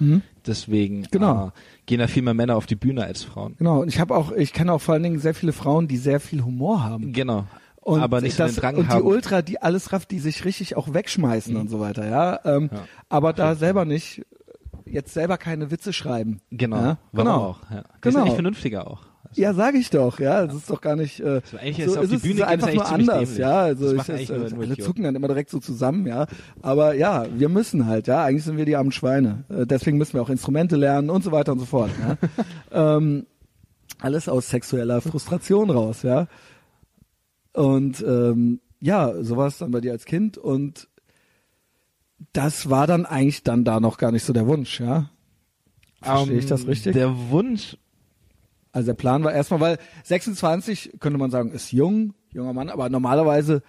Mhm.
Deswegen
Genau.
äh, gehen da viel mehr Männer auf die Bühne als Frauen.
Genau. Und ich habe auch, ich kenne auch vor allen Dingen sehr viele Frauen, die sehr viel Humor haben.
Genau.
Und
aber nicht so
das,
den Drang
und
haben.
die Ultra, die alles rafft, die sich richtig auch wegschmeißen
Mhm.
und so weiter, ja. Ähm,
Ja.
aber da selber nicht, jetzt selber keine Witze schreiben.
Genau.
Ja?
Warum
Genau.
auch? Ja. Die
Genau.
sind eigentlich vernünftiger auch. Also,
Ja, sage ich doch, ja. Das ist doch gar nicht. Äh,
also eigentlich
so
ist auf die
es,
Bühne
es
gehen,
einfach
ist
nur
eigentlich ziemlich
anders,
dämlich.
ja. Also
Das
ich,
machen
es,
eigentlich nur-
es,
nur
alle
Idioten.
zucken dann immer direkt so zusammen, ja. Aber ja, wir müssen halt, ja. Eigentlich sind wir die armen Schweine. Äh, deswegen müssen wir auch Instrumente lernen und so weiter und so fort. Ja? ähm, alles aus sexueller Frustration raus, ja. Und ähm, ja, sowas dann bei dir als Kind und das war dann eigentlich dann da noch gar nicht so der Wunsch, ja. Verstehe ich das
Ähm,
richtig?
Der Wunsch,
Also der Plan war erstmal, weil sechsundzwanzig, könnte man sagen, ist jung, junger Mann, aber normalerweise,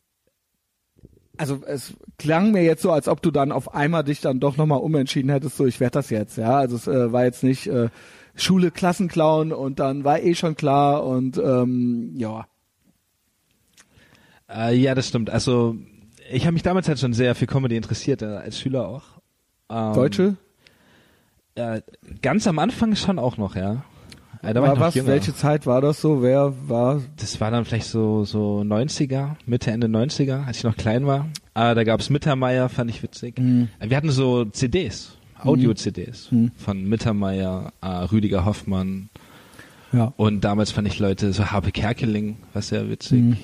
also es klang mir jetzt so, als ob du dann auf einmal dich dann doch nochmal umentschieden hättest, so ich werde das jetzt, ja. Also es äh, war jetzt nicht äh, Schule, Klassenclown und dann war eh schon klar und ähm, ja.
äh, ja, das stimmt. Also ich habe mich damals halt schon sehr für Comedy interessiert, äh, als Schüler auch. Ähm,
Deutsche?
Äh, ganz am Anfang schon auch noch, ja. Äh, da war,
war
ich noch
was?
jünger.
Welche Zeit war das so? Wer war?
Das war dann vielleicht so so neunziger, Mitte, Ende neunziger, als ich noch klein war. Äh, da gab's Mittermeier, fand ich witzig.
Mhm.
Äh, Wir hatten so C Ds, Audio-C Ds
Mhm.
von Mittermeier, äh, Rüdiger Hoffmann
Ja.
und damals fand ich Leute, so Harpe Kerkeling, war sehr witzig.
Mhm.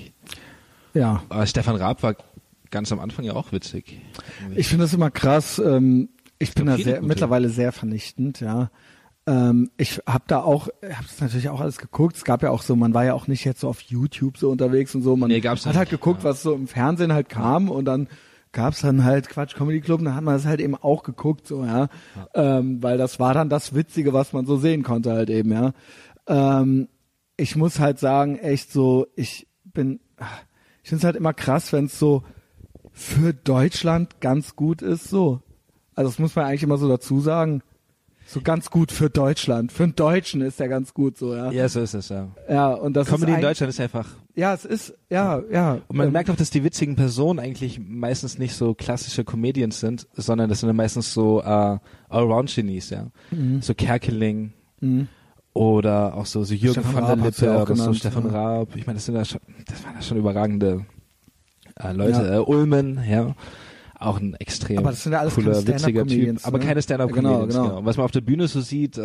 Ja.
Aber Stefan Raab war ganz am Anfang ja auch witzig.
Ich finde das immer krass. Ähm, ich bin
glaub,
da
viele
sehr,
gute.
mittlerweile sehr vernichtend, ja. Ähm, ich habe da auch, habe das natürlich auch alles geguckt. Es gab ja auch so, man war ja auch nicht jetzt so auf YouTube so unterwegs und so. Man
Nee, gab's
hat
nicht,
halt geguckt,
ja.
was so im Fernsehen halt kam und dann gab's dann halt Quatsch Comedy Club und dann hat man das halt eben auch geguckt, so, ja. ja. Ähm, weil das war dann das Witzige, was man so sehen konnte halt eben, ja. Ähm, ich muss halt sagen, echt so, ich bin, ich finde es halt immer krass, wenn es so für Deutschland ganz gut ist, so. Also das muss man eigentlich immer so dazu sagen. So ganz gut für Deutschland. Für einen Deutschen ist der ganz gut so, ja.
Ja, so ist es, ja.
Ja, und das
Comedy
ist
in
ein-
Deutschland ist einfach.
Ja, es ist, ja, ja.
Und man
ähm,
merkt auch, dass die witzigen Personen eigentlich meistens nicht so klassische Comedians sind, sondern das sind dann meistens so äh, Allround-Genies, ja.
Mhm.
So Kerkeling
Mhm.
oder auch so, so Jürgen
Stefan
von
Raab
der
hat's ja
Lippe
auch
oder so
genannt,
Stefan
ja.
Raab. Ich meine, das sind ja schon, das waren ja schon überragende äh, Leute.
Ja.
Äh, Ullman, ja. Auch ein extrem
Aber das sind ja alles
cooler,
keine
witziger Typ.
Stand-up-Comedians,
Aber
ne?
keine Stand-up-Comedians,
Genau, genau.
genau. Und was man auf der Bühne so sieht, äh,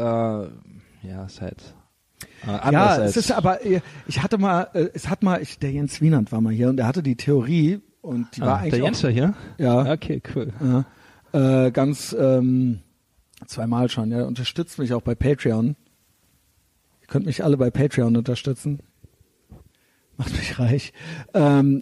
ja, ist halt äh, anders
Ja,
als,
es ist aber, äh, ich hatte mal, äh, es hat mal, ich, der Jens Wienand war mal hier und der hatte die Theorie und die war
ah,
eigentlich
der
auch,
Jens war hier?
ja,
Okay, cool.
ja, äh, ganz ähm, zweimal schon, ja, unterstützt mich auch bei Patreon. Ihr könnt mich alle bei Patreon unterstützen. Macht mich reich. Ähm,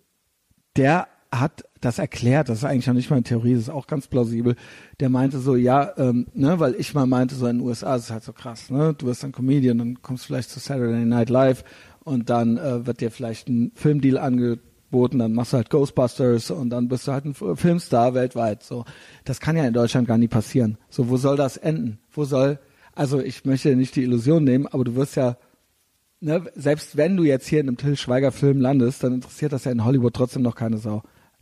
der hat das erklärt, das ist eigentlich noch nicht mal eine Theorie, das ist auch ganz plausibel. Der meinte so, ja, ähm, ne, weil ich mal meinte, so in den U S A ist es halt so krass, ne, du wirst dann Comedian, dann kommst du vielleicht zu Saturday Night Live und dann äh, wird dir vielleicht ein Filmdeal angeboten, dann machst du halt Ghostbusters und dann bist du halt ein F- Filmstar weltweit, so. Das kann ja in Deutschland gar nie passieren. So, wo soll das enden? Wo soll, also ich möchte nicht die Illusion nehmen, aber du wirst ja, ne, selbst wenn du jetzt hier in einem Till Schweiger Film landest, dann interessiert das ja in Hollywood trotzdem noch keine Sau.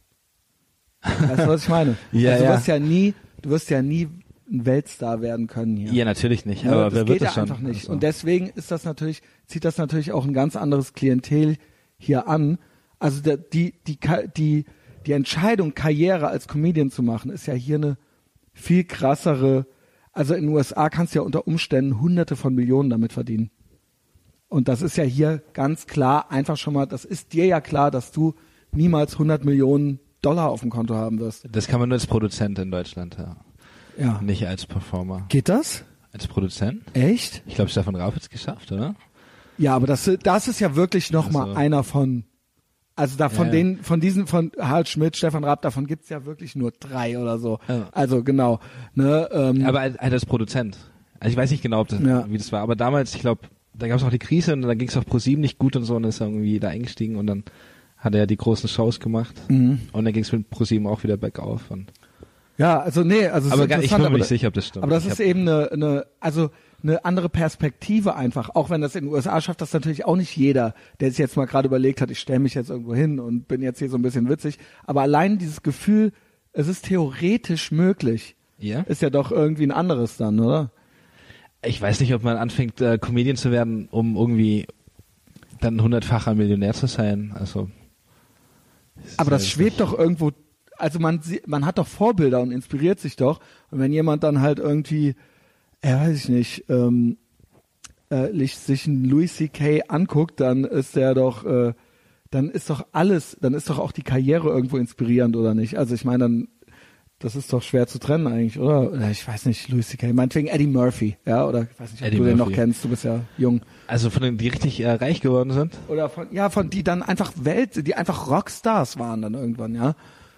Weißt du, was ich meine?
Ja,
also du
ja.
wirst ja nie, du wirst ja nie ein Weltstar werden können hier.
Ja, natürlich nicht.
Ja,
Aber
das
wer
geht
wird
ja
das schon?
einfach nicht.
Also.
Und deswegen ist das natürlich, zieht das natürlich auch ein ganz anderes Klientel hier an. Also der, die, die, Ka- die, die Entscheidung, Karriere als Comedian zu machen, ist ja hier eine viel krassere. Also in den U S A kannst du ja unter Umständen Hunderte von Millionen damit verdienen. Und das ist ja hier ganz klar, einfach schon mal, das ist dir ja klar, dass du niemals hundert Millionen Dollar auf dem Konto haben wirst.
Das kann man nur als Produzent in Deutschland, ja.
Ja.
Nicht als Performer.
Geht das?
Als Produzent?
Echt?
Ich glaube, Stefan Raab hat es geschafft, oder?
Ja, aber das, das ist ja wirklich nochmal
Also-
einer von, also da von
Ja, ja.
denen, von diesen, von Harald Schmidt, Stefan Raab, davon gibt's ja wirklich nur drei oder so.
Ja.
Also genau. Ne, ähm,
Aber halt als Produzent. Also ich weiß nicht genau, ob das,
Ja.
wie das war, aber damals, ich glaube, da gab es auch die Krise und dann ging es auch ProSieben nicht gut und so und ist irgendwie da eingestiegen und dann hat er ja die großen Shows gemacht
mhm.
und dann ging es mit ProSieben auch wieder bergauf. Und
ja, also nee, also es
aber
ist
gar, ich
interessant,
bin mir
aber,
nicht sicher, ob das stimmt.
aber das
ich
ist
hab,
eben eine, eine, also eine andere Perspektive einfach. Auch wenn das in den U S A schafft, das natürlich auch nicht jeder, der sich jetzt mal gerade überlegt hat, ich stelle mich jetzt irgendwo hin und bin jetzt hier so ein bisschen witzig. Aber allein dieses Gefühl, es ist theoretisch möglich.
Ja?
ist ja doch irgendwie ein anderes dann, oder?
Ich weiß nicht, ob man anfängt, äh, Comedian zu werden, um irgendwie dann hundertfacher Millionär zu sein. Also.
Aber das schwebt doch irgendwo, also man, man hat doch Vorbilder und inspiriert sich doch. Und wenn jemand dann halt irgendwie, ja, weiß ich nicht, ähm, äh, sich einen Louis C K anguckt, dann ist der doch, äh, dann ist doch alles, dann ist doch auch die Karriere irgendwo inspirierend, oder nicht? Also ich meine, dann, das ist doch schwer zu trennen eigentlich, oder? Oder ich weiß nicht, Louis C K, meinetwegen Eddie Murphy, ja, oder ich weiß nicht, ob
Eddie
du den noch
Murphy.
kennst, du bist ja jung.
Also von denen, die richtig äh, reich geworden sind?
Oder von, ja, von die dann einfach Welt, die einfach Rockstars waren dann irgendwann, ja.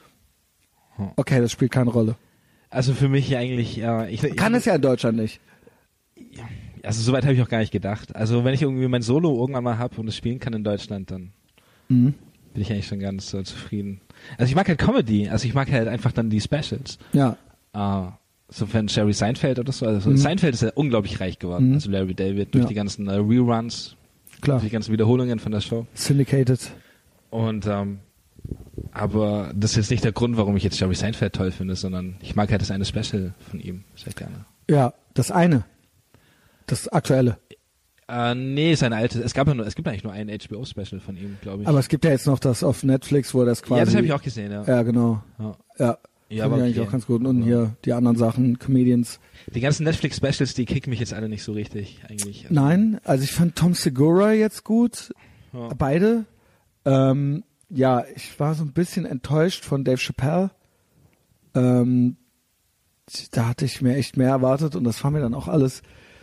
Okay, das spielt keine Rolle.
Also für mich eigentlich, äh, ich,
Kann
ich,
es ja in Deutschland nicht.
Also soweit habe ich auch gar nicht gedacht. Also wenn ich irgendwie mein Solo irgendwann mal habe und es spielen kann in Deutschland, dann
Mhm.
bin ich eigentlich schon ganz äh, zufrieden. Also ich mag halt Comedy, also ich mag halt einfach dann die Specials.
Ja.
Äh, so von Jerry Seinfeld oder so. Also
Mhm.
Seinfeld ist ja unglaublich reich geworden.
Mhm.
Also Larry David durch
Ja.
die ganzen äh, Reruns,
Klar.
durch die ganzen Wiederholungen von der Show.
Syndicated.
Und ähm, aber das ist jetzt nicht der Grund, warum ich jetzt Jerry Seinfeld toll finde, sondern ich mag halt das eine Special von ihm sehr gerne.
Ja, das eine. Das aktuelle.
Äh, nee, sein altes. Es gab ja nur, es gibt eigentlich nur ein H B O-Special von ihm, glaube ich.
Aber es gibt ja jetzt noch das auf Netflix, wo das quasi.
ja, das habe ich auch gesehen, ja.
Ja, genau.
Ja.
Ja.
Ja,
Fand
aber
ich eigentlich
okay.
auch ganz gut. Und hier die anderen Sachen, Comedians.
Die ganzen Netflix-Specials, die kicken mich jetzt alle nicht so richtig, eigentlich. Also,
Nein, also ich fand Tom Segura jetzt gut.
Ja.
Beide. Ähm, ja, ich war so ein bisschen enttäuscht von Dave Chappelle. Ähm, da hatte ich mir echt mehr erwartet und das war mir dann auch alles.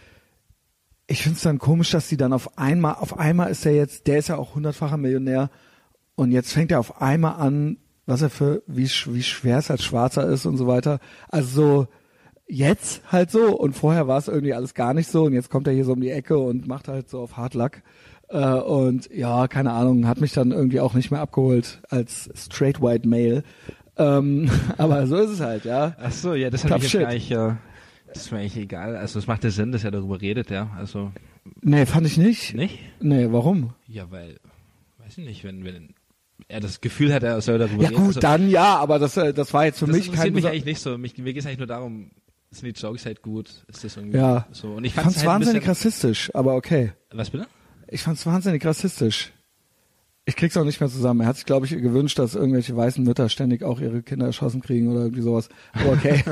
Ich finde es dann komisch, dass die dann auf einmal, auf einmal ist er jetzt, der ist ja auch hundertfacher Millionär und jetzt fängt er auf einmal an, was er für, wie, sch- wie schwer es als Schwarzer ist und so weiter. Also so, jetzt halt so und vorher war es irgendwie alles gar nicht so und jetzt kommt er hier so um die Ecke und macht halt so auf Hard Luck. Äh, und ja, keine Ahnung, hat mich dann irgendwie auch nicht mehr abgeholt als straight white male. Ähm, aber so ist es halt, ja.
Ach so, ja, das habe
Tough
ich jetzt
shit.
gar nicht, äh, das ist mir eigentlich egal. Also es macht ja Sinn, dass er darüber redet, ja. Also,
Nee, fand ich nicht.
nicht?
Nee, warum?
Ja, weil, weiß ich nicht, wenn, wenn er das Gefühl hat, er soll darüber
Ja
reden.
gut,
also,
dann ja, aber das, äh, das war jetzt für
das
mich
interessiert
kein
mich
beso-
eigentlich nicht so. Mich, mir geht es eigentlich nur darum, sind die Jokes halt gut? Ist das irgendwie
Ja.
so? Und ich
Ich
fand's
fand's
halt ein
wahnsinnig
bisschen,
rassistisch, aber okay.
Was bitte?
Ich fand's wahnsinnig rassistisch. Ich krieg's auch nicht mehr zusammen. Er hat sich, glaube ich, gewünscht, dass irgendwelche weißen Mütter ständig auch ihre Kinder erschossen kriegen oder irgendwie sowas. Aber okay.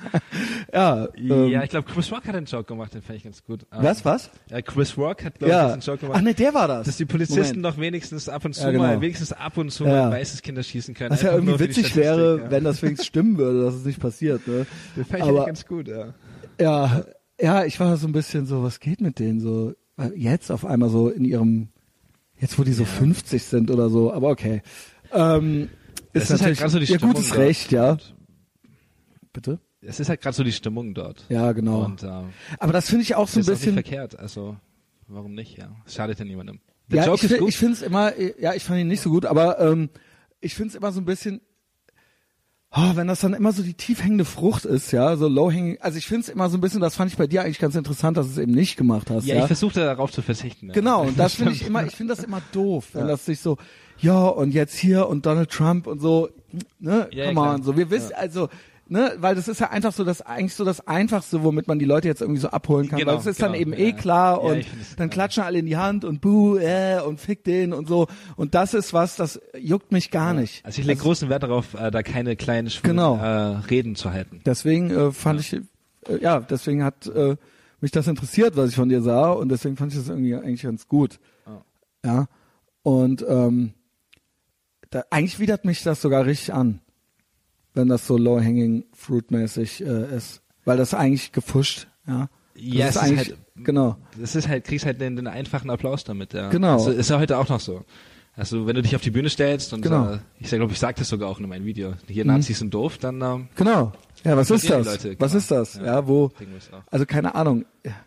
ja. Ähm,
ja, ich glaube, Chris Rock hat einen Joke gemacht, den fand ich ganz gut. Ähm,
was, was?
Ja, Chris Rock hat, glaube
Ja.
ich, einen Joke gemacht.
Ach ne, der war das.
Dass die Polizisten
Moment.
doch wenigstens ab und zu
Ja, genau.
mal, wenigstens ab und zu
Ja.
mal ein weißes Kinder schießen können.
Was ja
Einfach nur
irgendwie
für die
witzig
Statistik,
wäre,
ja.
wenn das wenigstens stimmen würde, dass es nicht passiert. Ne?
Das fand ich
Aber-
eigentlich ganz gut, ja.
Ja, ja, ich war so ein bisschen so, was geht mit denen so? Weil jetzt auf einmal so in ihrem, jetzt wo die so
Ja.
fünfzig sind oder so, aber okay. Ähm,
Das
ist
ist halt
natürlich
gerade so die
ihr
Stimmung
gutes
dort.
Recht, ja.
Und
Bitte?
Es ist halt gerade so die Stimmung dort.
Ja, genau.
Und äh,
Aber das finde ich auch so ein
das ist auch nicht
bisschen.
verkehrt. Also, warum nicht, ja. Es schadet ja niemandem. Der
Ja,
Joke
ich,
ist
fi-
gut.
ich finde es immer, ja, ich fand ihn nicht so gut, aber ähm, ich finde es immer so ein bisschen, oh, wenn das dann immer so die tief hängende Frucht ist, ja, so low hanging, also ich finde es immer so ein bisschen, das fand ich bei dir eigentlich ganz interessant, dass du es eben nicht gemacht hast,
ja,
ja.
ich versuchte darauf zu verzichten. Ja.
Genau, und das finde ich immer, ich finde das immer doof, wenn
Ja.
das sich so, ja, und jetzt hier und Donald Trump und so, ne,
Ja,
come
klar.
on, so, wir wissen, also, ne, weil das ist ja einfach so das, eigentlich so das Einfachste, womit man die Leute jetzt irgendwie so abholen kann,
Genau,
weil es ist dann
genau,
eben
ja.
eh klar
Ja,
und
ich find's
dann
klar.
klatschen alle in die Hand und buh, äh, und fick den und so, und das ist was, das juckt mich gar nicht.
Also ich lege großen Wert darauf, äh, da keine kleinen schwulen
Genau.
äh, Reden zu halten.
Deswegen äh, fand ich, äh, ja, deswegen hat äh, mich das interessiert, was ich von dir sah, und deswegen fand ich das irgendwie eigentlich ganz gut.
Oh.
Ja, und ähm, da, eigentlich widert mich das sogar richtig an, wenn das so low-hanging fruit-mäßig äh, ist, weil das eigentlich gefuscht, ja. Das
Ja,
ist
es ist
eigentlich,
halt-
genau.
Das ist halt, kriegst halt den, den einfachen Applaus damit, ja.
Genau.
Also ist ja heute auch noch so. Also wenn du dich auf die Bühne stellst und
Genau.
äh, ich glaube, ich sagte das sogar auch in meinem Video, hier
Mhm.
Nazis sind doof, dann ähm,
Genau. Ja, was ist
applaudieren
das?
die Leute,
Was
genau.
ist das?
Ja,
Ja, wo,
denken wir es auch.
also keine Ahnung.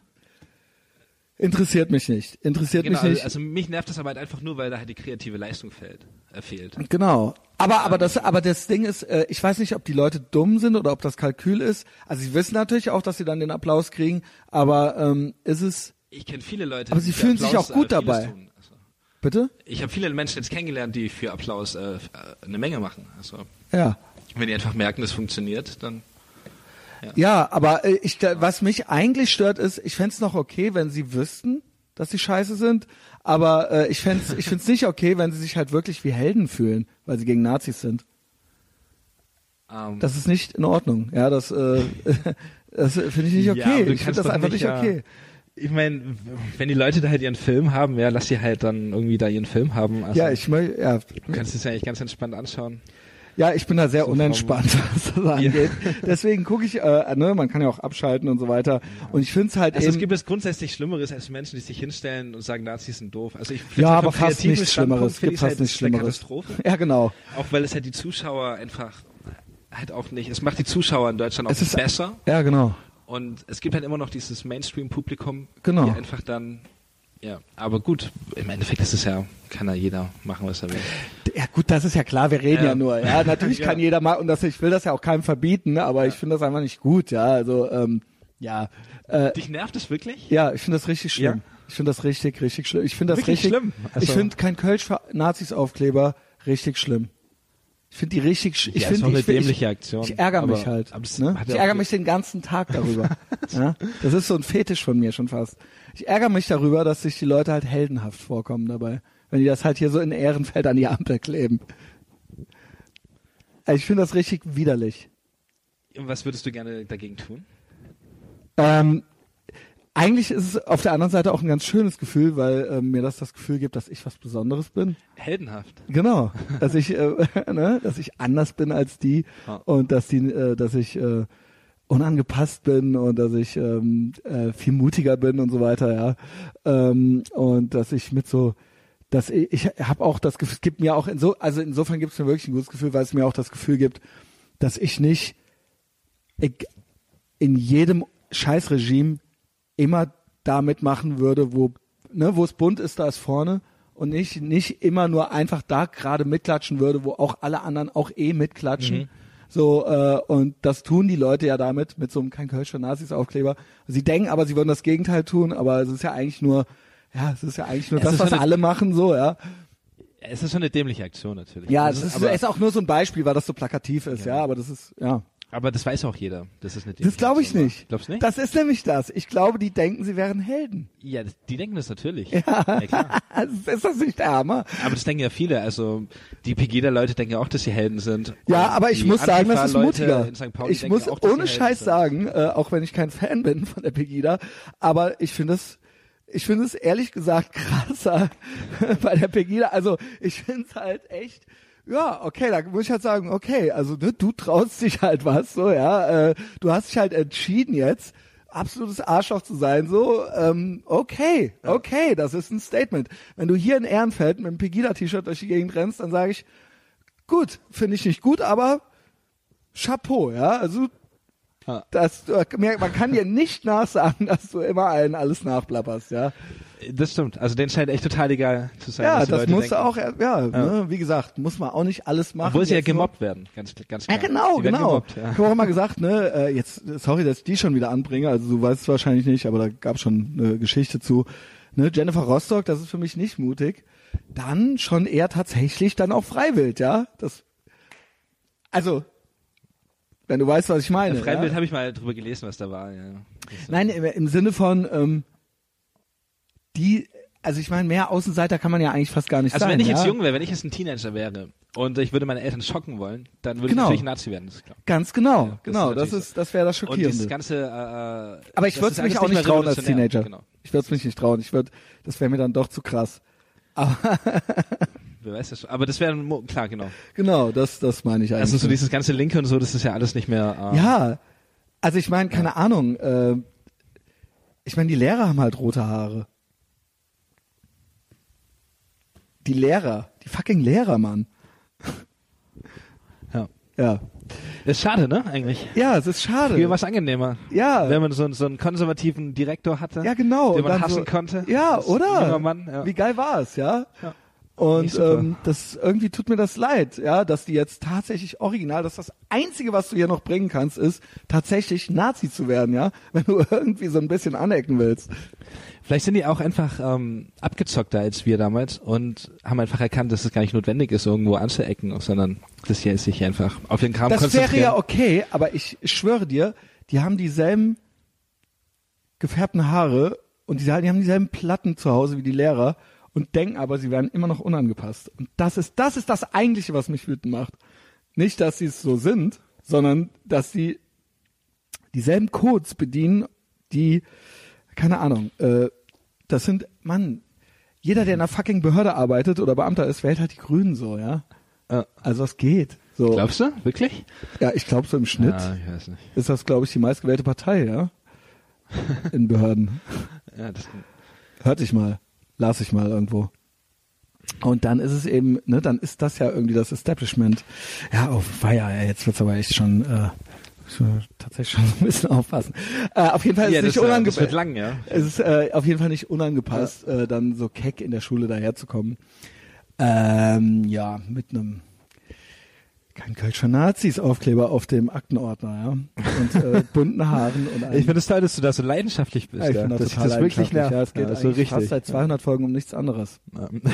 Interessiert mich nicht. Interessiert
Genau,
mich nicht.
also mich nervt das aber halt einfach nur, weil da halt die kreative Leistung fehlt. Äh, fehlt.
Genau. Aber, aber das, aber das Ding ist, äh, ich weiß nicht, ob die Leute dumm sind oder ob das Kalkül ist. Also sie wissen natürlich auch, dass sie dann den Applaus kriegen, aber ähm, ist es,
Ich kenne viele Leute,
Aber sie
die für
fühlen sich
Applaus,
auch gut
äh, vieles
dabei.
tun. Also,
bitte?
ich habe viele Menschen jetzt kennengelernt, die für Applaus äh, f- äh, eine Menge machen. Also
Ja.
wenn die einfach merken, das funktioniert, dann Ja,
ja aber äh, ich, was mich eigentlich stört ist, ich fänd's noch okay, wenn sie wüssten, dass sie scheiße sind, aber äh, ich fänd's, ich find's nicht okay, wenn sie sich halt wirklich wie Helden fühlen, weil sie gegen Nazis sind.
Um,
das ist nicht in Ordnung. Ja, das, äh, das finde ich nicht okay.
Ja,
ich finde das einfach nicht okay.
Ja, ich meine, wenn die Leute da halt ihren Film haben, ja, lass sie halt dann irgendwie da ihren Film haben. Also,
ja, ich möchte, ja.
Du kannst es ja eigentlich ganz entspannt anschauen.
Ja, ich bin da sehr
so
unentspannt, was das angeht. Ja. Deswegen gucke ich, äh, ne, man kann ja auch abschalten und so weiter. Und ich finde es halt
also
eben...
es gibt es grundsätzlich Schlimmeres als Menschen, die sich hinstellen und sagen, Nazis sind doof. Also ich
ja,
halt
aber fast nichts Schlimmeres. Es gibt fast
halt,
nichts Schlimmeres.
Katastrophe.
Ja, genau.
Auch weil es halt die Zuschauer einfach halt auch nicht... Es macht die Zuschauer in Deutschland auch
es ist,
besser.
Ja, genau.
Und es gibt halt immer noch dieses Mainstream-Publikum,
genau.
die einfach dann... Ja, aber gut, im Endeffekt ist es ja, kann ja jeder machen, was er will.
Ja gut, das ist ja klar, wir reden ja, ja nur. Ja, natürlich
ja.
kann jeder machen und das, ich will das ja auch keinem verbieten, aber ja. ich finde das einfach nicht gut, ja, also ähm, ja. Äh,
Dich nervt das wirklich?
Ja, ich finde das richtig schlimm. Ja? Ich finde das richtig, richtig schlimm. Ich finde das
wirklich
richtig
schlimm. Also
ich finde kein Kölsch für Nazis Aufkleber richtig schlimm. Ich finde die richtig, ich
ja,
finde
eine
ich,
dämliche
ich,
Aktion.
Ich ärgere
aber,
mich halt.
Aber
ne? Ich ärgere mich den ganzen Tag darüber. ja? Das ist so ein Fetisch von mir schon fast. Ich ärgere mich darüber, dass sich die Leute halt heldenhaft vorkommen dabei, wenn die das halt hier so in Ehrenfeld an die Ampel kleben. Also ich finde das richtig widerlich.
Und was würdest du gerne dagegen tun?
Ähm, Eigentlich ist es auf der anderen Seite auch ein ganz schönes Gefühl, weil äh, mir das das Gefühl gibt, dass ich was Besonderes bin.
Heldenhaft.
Genau, dass ich, äh, ne, dass ich anders bin als die
ah.
und dass die, äh, dass ich äh, unangepasst bin und dass ich ähm, äh, viel mutiger bin und so weiter, ja. Ähm, und dass ich mit so, dass ich, ich habe auch das Gefühl, es gibt mir auch in so, also insofern gibt es mir wirklich ein gutes Gefühl, weil es mir auch das Gefühl gibt, dass ich nicht ich, in jedem Scheißregime immer da mitmachen würde, wo, ne, wo es bunt ist, da ist vorne und nicht, nicht immer nur einfach da gerade mitklatschen würde, wo auch alle anderen auch eh mitklatschen.
Mhm.
So, äh, und das tun die Leute ja damit, mit so einem kein Kölsch für Nazis Aufkleber. Sie denken aber, sie würden das Gegenteil tun, aber es ist ja eigentlich nur, ja, es ist ja eigentlich nur
es
das, was alle machen, so, ja.
Es ist schon eine dämliche Aktion natürlich.
Ja,
das
es ist,
aber,
ist auch nur so ein Beispiel, weil das so plakativ ist, ja, ja aber das ist, ja.
Aber das weiß auch jeder. Das ist eine
Das glaube ich nicht.
Glaubst du nicht?
Das ist nämlich das. Ich glaube, die denken, sie wären Helden.
Ja, das, die denken das natürlich.
Ja,
ja klar.
Ist das nicht der Hammer?
Aber das denken ja viele. Also die Pegida-Leute denken ja auch, dass sie Helden sind.
Ja,
und
aber ich muss sagen, das ist mutiger.
In Sankt Pauli
ich muss
auch, dass
ohne Scheiß sagen, äh, auch wenn ich kein Fan bin von der Pegida, aber ich finde es Ich finde es ehrlich gesagt krasser bei der Pegida. Also ich finde es halt echt, ja, okay, da muss ich halt sagen, okay, also ne, du traust dich halt was, so, ja, äh, du hast dich halt entschieden jetzt, absolutes Arschloch zu sein, so, ähm, okay, okay, das ist ein Statement. Wenn du hier in Ehrenfeld mit einem Pegida-T-Shirt durch die Gegend rennst, dann sage ich, gut, finde ich nicht gut, aber Chapeau, ja, also das, man kann dir nicht nachsagen, dass du immer allen alles nachplapperst, ja.
Das stimmt. Also denen scheint echt total egal zu sein.
Ja,
was die
das
Leute
muss
denken.
auch, ja, ja. Ne, wie gesagt, muss man auch nicht alles machen.
Obwohl sie ja
jetzt nur-
gemobbt werden, ganz, ganz klar.
Ja, genau,
sie werden
genau.
Gemobbt, ja.
Ich habe auch immer gesagt, ne, äh, jetzt, sorry, dass ich die schon wieder anbringe, also du weißt es wahrscheinlich nicht, aber da gab es schon eine Geschichte zu. Ne, Jennifer Rostock, das ist für mich nicht mutig. Dann schon eher tatsächlich dann auch Freiwild, ja. Das, also, wenn du weißt, was ich meine.
Ja, Freiwild
ja?
habe ich mal drüber gelesen, was da war. Ja. Das,
Nein, im, im Sinne von, ähm, die, also ich meine, mehr Außenseiter kann man ja eigentlich fast gar nicht
also
sein.
wenn ich
ja?
jetzt jung wäre, wenn ich jetzt ein Teenager wäre und ich würde meine Eltern schocken wollen, dann würde
Genau.
ich natürlich Nazi werden, das ist klar.
Ganz genau,
Ja, das
genau,
ist
das
natürlich
ist, das wäre das
Und
Schockierende.
das ganze, äh,
Aber ich
das
würde
ist
es mich
alles
auch nicht
mehr
trauen als
revolutionär.
Teenager.
Genau.
Ich würde es mich nicht trauen. Ich würde, das wäre mir dann doch zu krass. Aber
Wer weiß das schon. Aber das wäre, klar, genau.
genau, das, das meine ich eigentlich.
Also so dieses ganze Linke und so, das ist ja alles nicht mehr... Äh,
ja, also ich meine, keine Ahnung. Äh, ich meine, die Lehrer haben halt rote Haare. Die Lehrer, die fucking Lehrer, Mann.
Ja.
Ja,
Ist schade, ne, eigentlich.
ja, es ist schade.
Früher war es angenehmer.
Ja.
Wenn man so, einen- so einen konservativen Direktor hatte.
Ja, genau.
Den
Und
man
dann
hassen
so,
konnte.
Ja,
Das
oder?
junger Mann, ja.
Wie geil war es, ja?
Ja.
Und
Nicht super.
ähm, das irgendwie tut mir das leid, ja, dass die jetzt tatsächlich original, dass das Einzige, was du hier noch bringen kannst, ist tatsächlich Nazi zu werden, ja, wenn du irgendwie so ein bisschen anecken willst.
Vielleicht sind die auch einfach ähm, abgezockter als wir damals und haben einfach erkannt, dass es gar nicht notwendig ist, irgendwo anzuecken, sondern das hier ist sich einfach auf den Kram
Das
konzentrieren.
wäre ja okay, aber ich schwöre dir, die haben dieselben gefärbten Haare und die, die haben dieselben Platten zu Hause wie die Lehrer und denken aber, sie werden immer noch unangepasst. Und das ist, das ist das Eigentliche, was mich wütend macht. Nicht, dass sie es so sind, sondern dass sie dieselben Codes bedienen, die, keine Ahnung, äh, das sind, Mann, jeder, der in einer fucking Behörde arbeitet oder Beamter ist, wählt halt die Grünen so, ja.
Ja.
Also es geht. So.
Glaubst du? Wirklich?
Ja, ich glaube so im Schnitt
Ja, ich weiß nicht.
ist das, glaube ich, die meistgewählte Partei, ja. In Behörden.
Ja, das
Hörte ich mal, las ich mal irgendwo. Und dann ist es eben, ne, dann ist das ja irgendwie das Establishment. Ja, oh, war ja, jetzt wird's aber echt schon, äh, schon tatsächlich schon ein bisschen aufpassen. Äh, auf jeden Fall ist
ja,
es nicht
das,
unangepasst.
Das wird lang, ja.
Es ist äh, auf jeden Fall nicht unangepasst, ja. äh, dann so keck in der Schule daherzukommen. Ähm, ja, mit einem kein Kölscher Nazis Aufkleber auf dem Aktenordner, ja. Und äh, bunten Haaren und
Ich finde es toll, dass du da so leidenschaftlich bist.
Ja, ich
ja.
finde das,
das
total
das wirklich
leidenschaftlich.
nervt.
Ja, es geht
ja,
eigentlich
so richtig.
fast seit zweihundert Folgen um nichts anderes.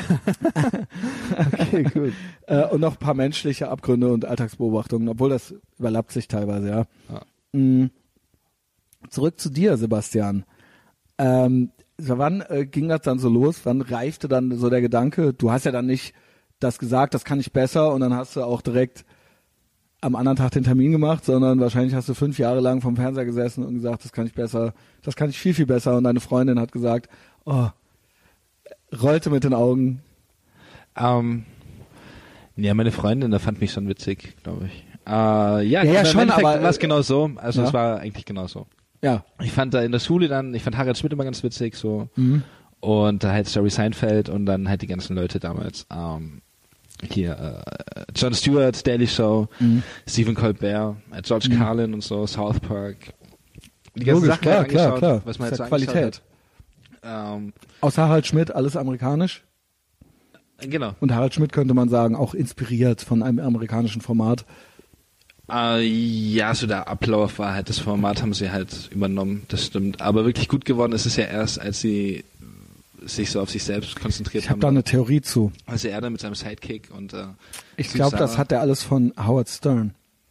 Okay, gut.
Äh, und noch ein paar menschliche Abgründe und Alltagsbeobachtungen, obwohl das überlappt sich teilweise, ja.
Ja.
Mhm. Zurück zu dir, Sebastian. Ähm, wann äh, ging das dann so los? Wann reifte dann so der Gedanke? Du hast ja dann nicht das gesagt, das kann ich besser, und dann hast du auch direkt am anderen Tag den Termin gemacht, sondern wahrscheinlich hast du fünf Jahre lang vom Fernseher gesessen und gesagt, das kann ich besser, das kann ich viel, viel besser. Und deine Freundin hat gesagt, oh, rollte mit den Augen.
Ähm, ja, meine Freundin, da fand mich schon witzig, glaube ich. Äh, ja,
ja, ja schon, aber
war es genau so. Also
ja.
es war eigentlich genau so.
Ja.
Ich fand da in der Schule dann, ich fand Harald Schmidt immer ganz witzig, so.
Mhm.
Und da halt Jerry Seinfeld und dann halt die ganzen Leute damals. Ähm, hier, äh, Jon Stewart, Daily Show,
Mhm.
Stephen Colbert, äh, George
Mhm.
Carlin und so, South Park. Die ganzen
Logisch,
Sachen
klar,
halt
klar,
angeschaut,
klar.
was man
Ist
halt
ja
so
Qualität.
Ähm,
Außer Harald Schmidt, alles amerikanisch.
genau.
Und Harald Schmidt könnte man sagen, auch inspiriert von einem amerikanischen Format.
Äh, ja, so der Ablauf war halt, das Format haben sie halt übernommen, das stimmt. Aber wirklich gut geworden ist es ja erst, als sie sich so auf sich selbst konzentriert
Ich
haben.
habe da eine Theorie zu.
Also er dann mit seinem Sidekick und äh,
Ich glaube, das hat er alles von Howard Stern.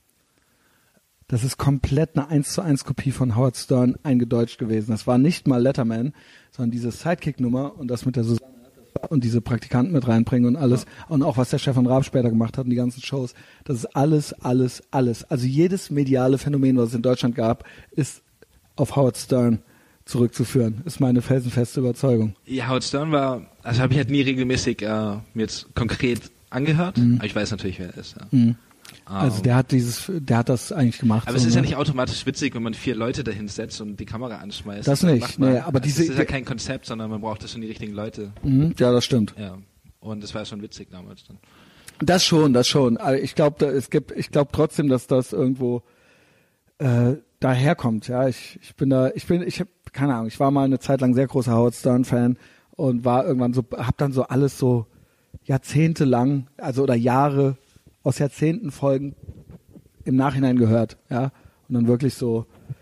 Das ist komplett eine eins zu eins Kopie von Howard Stern eingedeutscht gewesen. Das war nicht mal Letterman, sondern diese Sidekick-Nummer und das mit der Susanne und diese Praktikanten mit reinbringen und alles. Ja. Und auch was der Stefan Raab später gemacht hat und die ganzen Shows. Das ist alles, alles, alles. Also jedes mediale Phänomen, was es in Deutschland gab, ist auf Howard Stern zurückzuführen. Ist meine felsenfeste Überzeugung.
Ja, Howard Stern war, also habe ich halt nie regelmäßig äh, mir jetzt konkret angehört,
Mhm.
aber ich weiß natürlich, wer er ist. Ja.
Mhm. Also
Ähm,
der hat dieses, der hat das eigentlich gemacht.
aber
so,
es ist ja
ne?
nicht automatisch witzig, wenn man vier Leute dahin setzt und die Kamera anschmeißt.
Das
Dann
nicht,
macht man,
nee, aber
also
diese-
es ist ja kein Konzept, sondern man braucht da schon die richtigen Leute.
Mhm, ja, das stimmt.
Ja. Und das war schon witzig damals dann.
Das schon, das schon. Aber ich glaube, es gibt, ich glaube trotzdem, dass das irgendwo äh, daherkommt. Ja, ich, ich bin da, ich bin, ich habe keine Ahnung. Ich war mal eine Zeit lang sehr großer Howard Stern Fan und war irgendwann so, hab dann so alles so jahrzehntelang, also oder Jahre aus Jahrzehnten Folgen im Nachhinein gehört. Ja, und dann wirklich so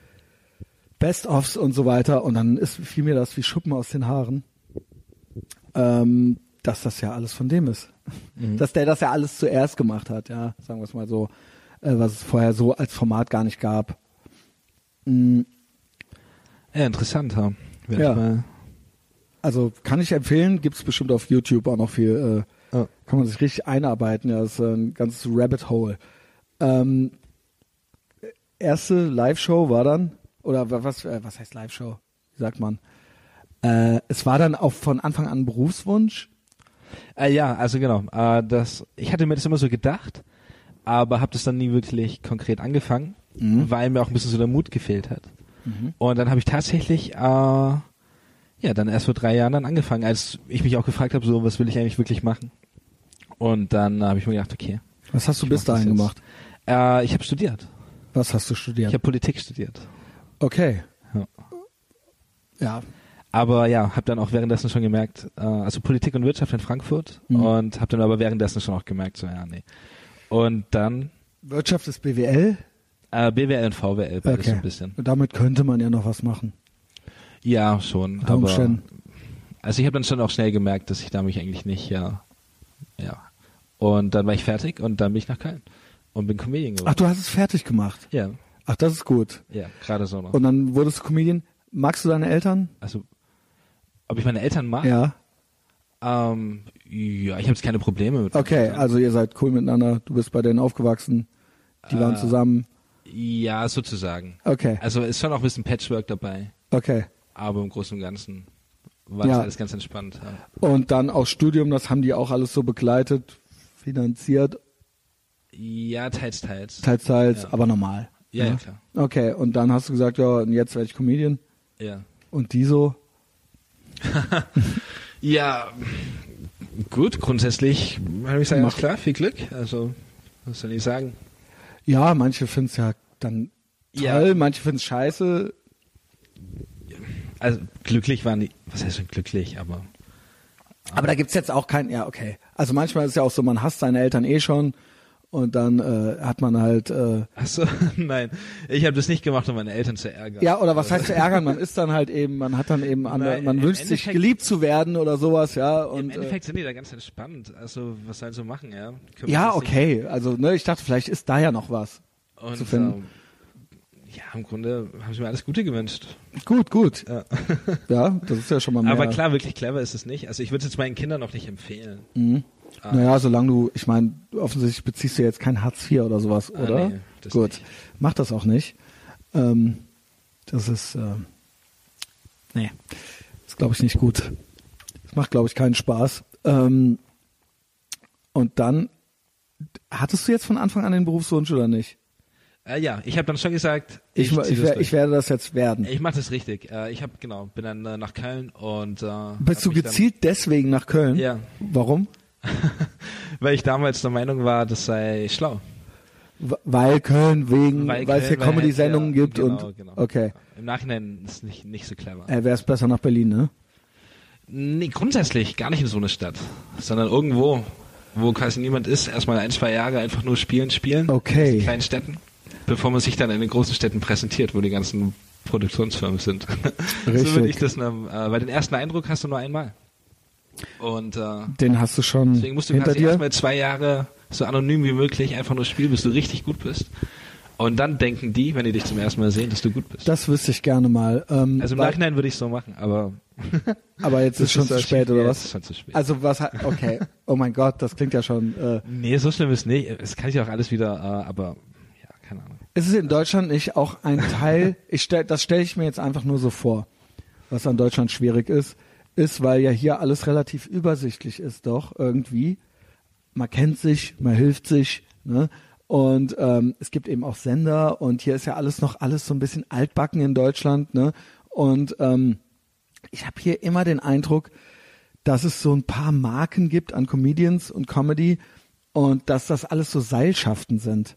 Best-ofs und so weiter. Und dann ist fiel mir das wie Schuppen aus den Haaren. Ähm, dass das ja alles von dem ist. Mhm. Dass der das ja alles zuerst gemacht hat, ja, sagen wir es mal so, äh, was es vorher so als Format gar nicht gab. Mhm.
Ja, interessant, ja. Werd
Ja.
ich mal,
Also kann ich empfehlen, gibt's bestimmt auf YouTube auch noch viel, äh,
Ja.
kann man sich richtig einarbeiten, ja, das ist ein ganzes Rabbit Hole. Ähm, erste Live-Show war dann, oder wa- was, äh, was heißt Live-Show? Wie sagt man? Äh, es war dann auch von Anfang an ein Berufswunsch.
Äh, ja, also genau. Äh, das, ich hatte mir das immer so gedacht, aber habe das dann nie wirklich konkret angefangen,
Mhm.
weil mir auch ein bisschen so der Mut gefehlt hat.
Mhm.
Und dann habe ich tatsächlich, äh, ja, dann erst vor drei Jahren dann angefangen, als ich mich auch gefragt habe, so, was will ich eigentlich wirklich machen? Und dann äh, habe ich mir gedacht, okay.
Was hast du
ich
bis
mach das
dahin
jetzt.
gemacht?
Äh, ich habe studiert.
Was hast du studiert?
Ich habe Politik studiert.
Okay.
Ja.
Ja.
Aber ja, habe dann auch währenddessen schon gemerkt, äh, also Politik und Wirtschaft in Frankfurt
Mhm.
und habe dann aber währenddessen schon auch gemerkt, so ja, nee. Und dann
Wirtschaft ist B W L.
äh, B W L und V W L, beides so
Okay.
ein bisschen.
Und damit könnte man ja noch was machen.
Ja, schon.
Unter
Aber
Umständen.
also ich habe dann schon auch schnell gemerkt, dass ich da mich eigentlich nicht, ja, ja. Und dann war ich fertig und dann bin ich nach Köln und bin Comedian geworden.
Ach, du hast es fertig gemacht.
Ja.
Ach, das ist gut.
Ja, gerade so noch.
Und dann wurdest du Comedian. Magst du deine Eltern?
Also, ob ich meine Eltern mag?
Ja.
Ähm, ja, ich habe jetzt keine Probleme mit.
Okay, also ihr seid cool miteinander. Du bist bei denen aufgewachsen. Die waren
Äh,
zusammen.
Ja, sozusagen.
Okay,
Also ist schon auch ein bisschen Patchwork dabei,
okay.
aber im Großen und Ganzen war
Ja.
das alles ganz entspannt. Ja,
Und dann auch Studium, das haben die auch alles so begleitet, finanziert,
ja teils, teils.
teils, teils,
Ja.
aber normal.
Ja, ja, klar.
Okay, und dann hast du gesagt, ja, und jetzt werde ich Comedian.
Ja.
Und die so?
Ja, gut, grundsätzlich habe ich sagen,
Mach.
alles klar, viel Glück. Also, was soll ich sagen?
Ja, manche finden es ja dann toll,
Ja.
manche finden es scheiße.
Also, glücklich waren die, was heißt schon glücklich, aber
Aber da gibt's jetzt auch kein, ja, okay. Also manchmal ist es ja auch so, man hasst seine Eltern eh schon und dann äh, hat man halt, äh,
ach so, nein, ich habe das nicht gemacht, um meine Eltern zu ärgern.
ja, oder was heißt zu ärgern? Man ist dann halt eben, man hat dann eben, andere,
Nein,
man
im
wünscht sich
Endeffekt-
geliebt zu werden oder sowas, ja.
Im
Und, äh,
Endeffekt sind die da ganz entspannt. Also, was sollen sie machen, ja? Können wir
ja,
das nicht-
okay. Also, ne, ich dachte, vielleicht ist da ja noch was.
Und,
zu finden.
ähm, ja, im Grunde haben sie mir alles Gute gewünscht.
Gut, gut.
Ja.
Ja, das ist ja schon mal mehr.
Aber klar, wirklich clever ist es nicht. Also ich würde es jetzt meinen Kindern noch nicht empfehlen.
Mhm.
Ah.
Naja, solange du, ich meine, offensichtlich beziehst du jetzt kein Hartz vier oder sowas,
Ah,
oder?
nee, das
Gut,
nicht.
mach das auch nicht. Ähm, das ist, äh, nee, das glaube ich nicht gut. Das macht, glaube ich, keinen Spaß. Ähm, und dann, hattest du jetzt von Anfang an den Berufswunsch oder nicht?
Äh, ja, ich habe dann schon gesagt,
Ich,
ich,
ich,
zieh
ich,
das
wer-
durch.
ich werde das jetzt werden.
Ich mache das richtig. Äh, ich habe genau, bin dann äh, nach Köln und äh,
Bist
hab
du
mich
gezielt deswegen nach Köln?
Ja.
Warum?
Dann, weil ich damals der Meinung war, das sei schlau.
W- Weil Köln, wegen, weil,
Weil
es hier
Köln, weil
Comedy-Sendungen
halt, ja,
gibt
genau,
und,
genau.
okay.
Im Nachhinein ist es nicht nicht so clever.
Äh, Wäre es besser nach Berlin, ne?
Nee, grundsätzlich gar nicht in so eine Stadt, sondern irgendwo, wo quasi niemand ist, erstmal ein, zwei Jahre einfach nur spielen, spielen.
Okay.
In kleinen Städten, bevor man sich dann in den großen Städten präsentiert, wo die ganzen Produktionsfirmen sind. So
Richtig.
würde ich das nehmen, äh, weil den ersten Eindruck hast du nur einmal. Und äh,
Den hast du schon
deswegen musst du
hinter
quasi
dir.
erstmal zwei Jahre so anonym wie möglich einfach nur spielen, bis du richtig gut bist. Und dann denken die, wenn die dich zum ersten Mal sehen, dass du gut bist.
Das wüsste ich gerne mal. Ähm,
Also im
weil,
Nachhinein würde ich es so machen, aber
aber jetzt ist schon zu
das
spät, oder
ja,
was?
Das ist schon zu spät.
Also was, hat- okay. Oh mein Gott, das klingt ja schon. Äh,
Nee, so schlimm ist nicht. Es kann ich auch alles wieder, äh, aber ja, keine Ahnung.
ist es in Deutschland nicht auch ein Teil, ich stell, das stelle ich mir jetzt einfach nur so vor, was an Deutschland schwierig ist, ist, weil ja hier alles relativ übersichtlich ist doch irgendwie. Man kennt sich, man hilft sich, ne? Und ähm, es gibt eben auch Sender und hier ist ja alles noch alles so ein bisschen altbacken in Deutschland, ne? Und ähm, ich habe hier immer den Eindruck, dass es so ein paar Marken gibt an Comedians und Comedy und dass das alles so Seilschaften sind.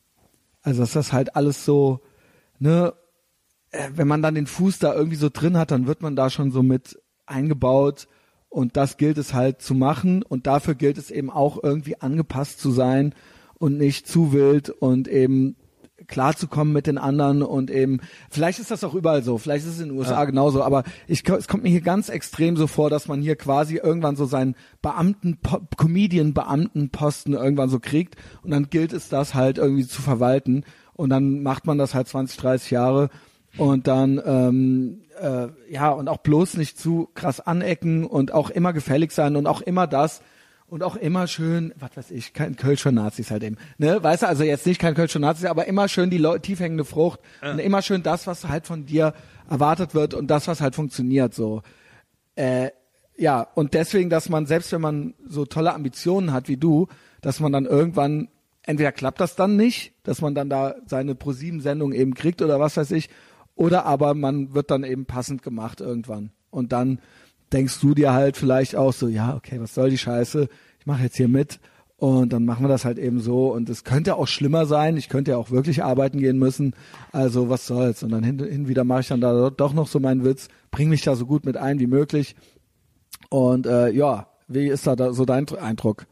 Also dass das halt alles so, ne, äh, wenn man dann den Fuß da irgendwie so drin hat, dann wird man da schon so mit eingebaut und das gilt es halt zu machen und dafür gilt es eben auch irgendwie angepasst zu sein und nicht zu wild und eben klarzukommen mit den anderen und eben, vielleicht ist das auch überall so, vielleicht ist es in den U S A
Ja.
genauso, aber ich, es kommt mir hier ganz extrem so vor, dass man hier quasi irgendwann so seinen Beamten, Comedian-Beamtenposten irgendwann so kriegt und dann gilt es das halt irgendwie zu verwalten und dann macht man das halt zwanzig, dreißig Jahre und dann, ähm, äh, ja, und auch bloß nicht zu krass anecken und auch immer gefällig sein und auch immer das, und auch immer schön, was weiß ich, kein Kölscher Nazis halt eben, ne, weißt du, also jetzt nicht kein Kölscher Nazis, aber immer schön die Leu- tief hängende Frucht
Ja.
und immer schön das, was halt von dir erwartet wird und das, was halt funktioniert, so. Äh, ja, und deswegen, dass man, selbst wenn man so tolle Ambitionen hat wie du, dass man dann irgendwann, entweder klappt das dann nicht, dass man dann da seine ProSieben-Sendung eben kriegt oder was weiß ich, oder aber man wird dann eben passend gemacht irgendwann. Und dann denkst du dir halt vielleicht auch so, ja, okay, was soll die Scheiße? Ich mache jetzt hier mit und dann machen wir das halt eben so und es könnte auch schlimmer sein, ich könnte ja auch wirklich arbeiten gehen müssen, also was soll's? Und dann hin, hin wieder mache ich dann da doch noch so meinen Witz, bring mich da so gut mit ein wie möglich und äh, ja, wie ist da, da so dein Eindruck?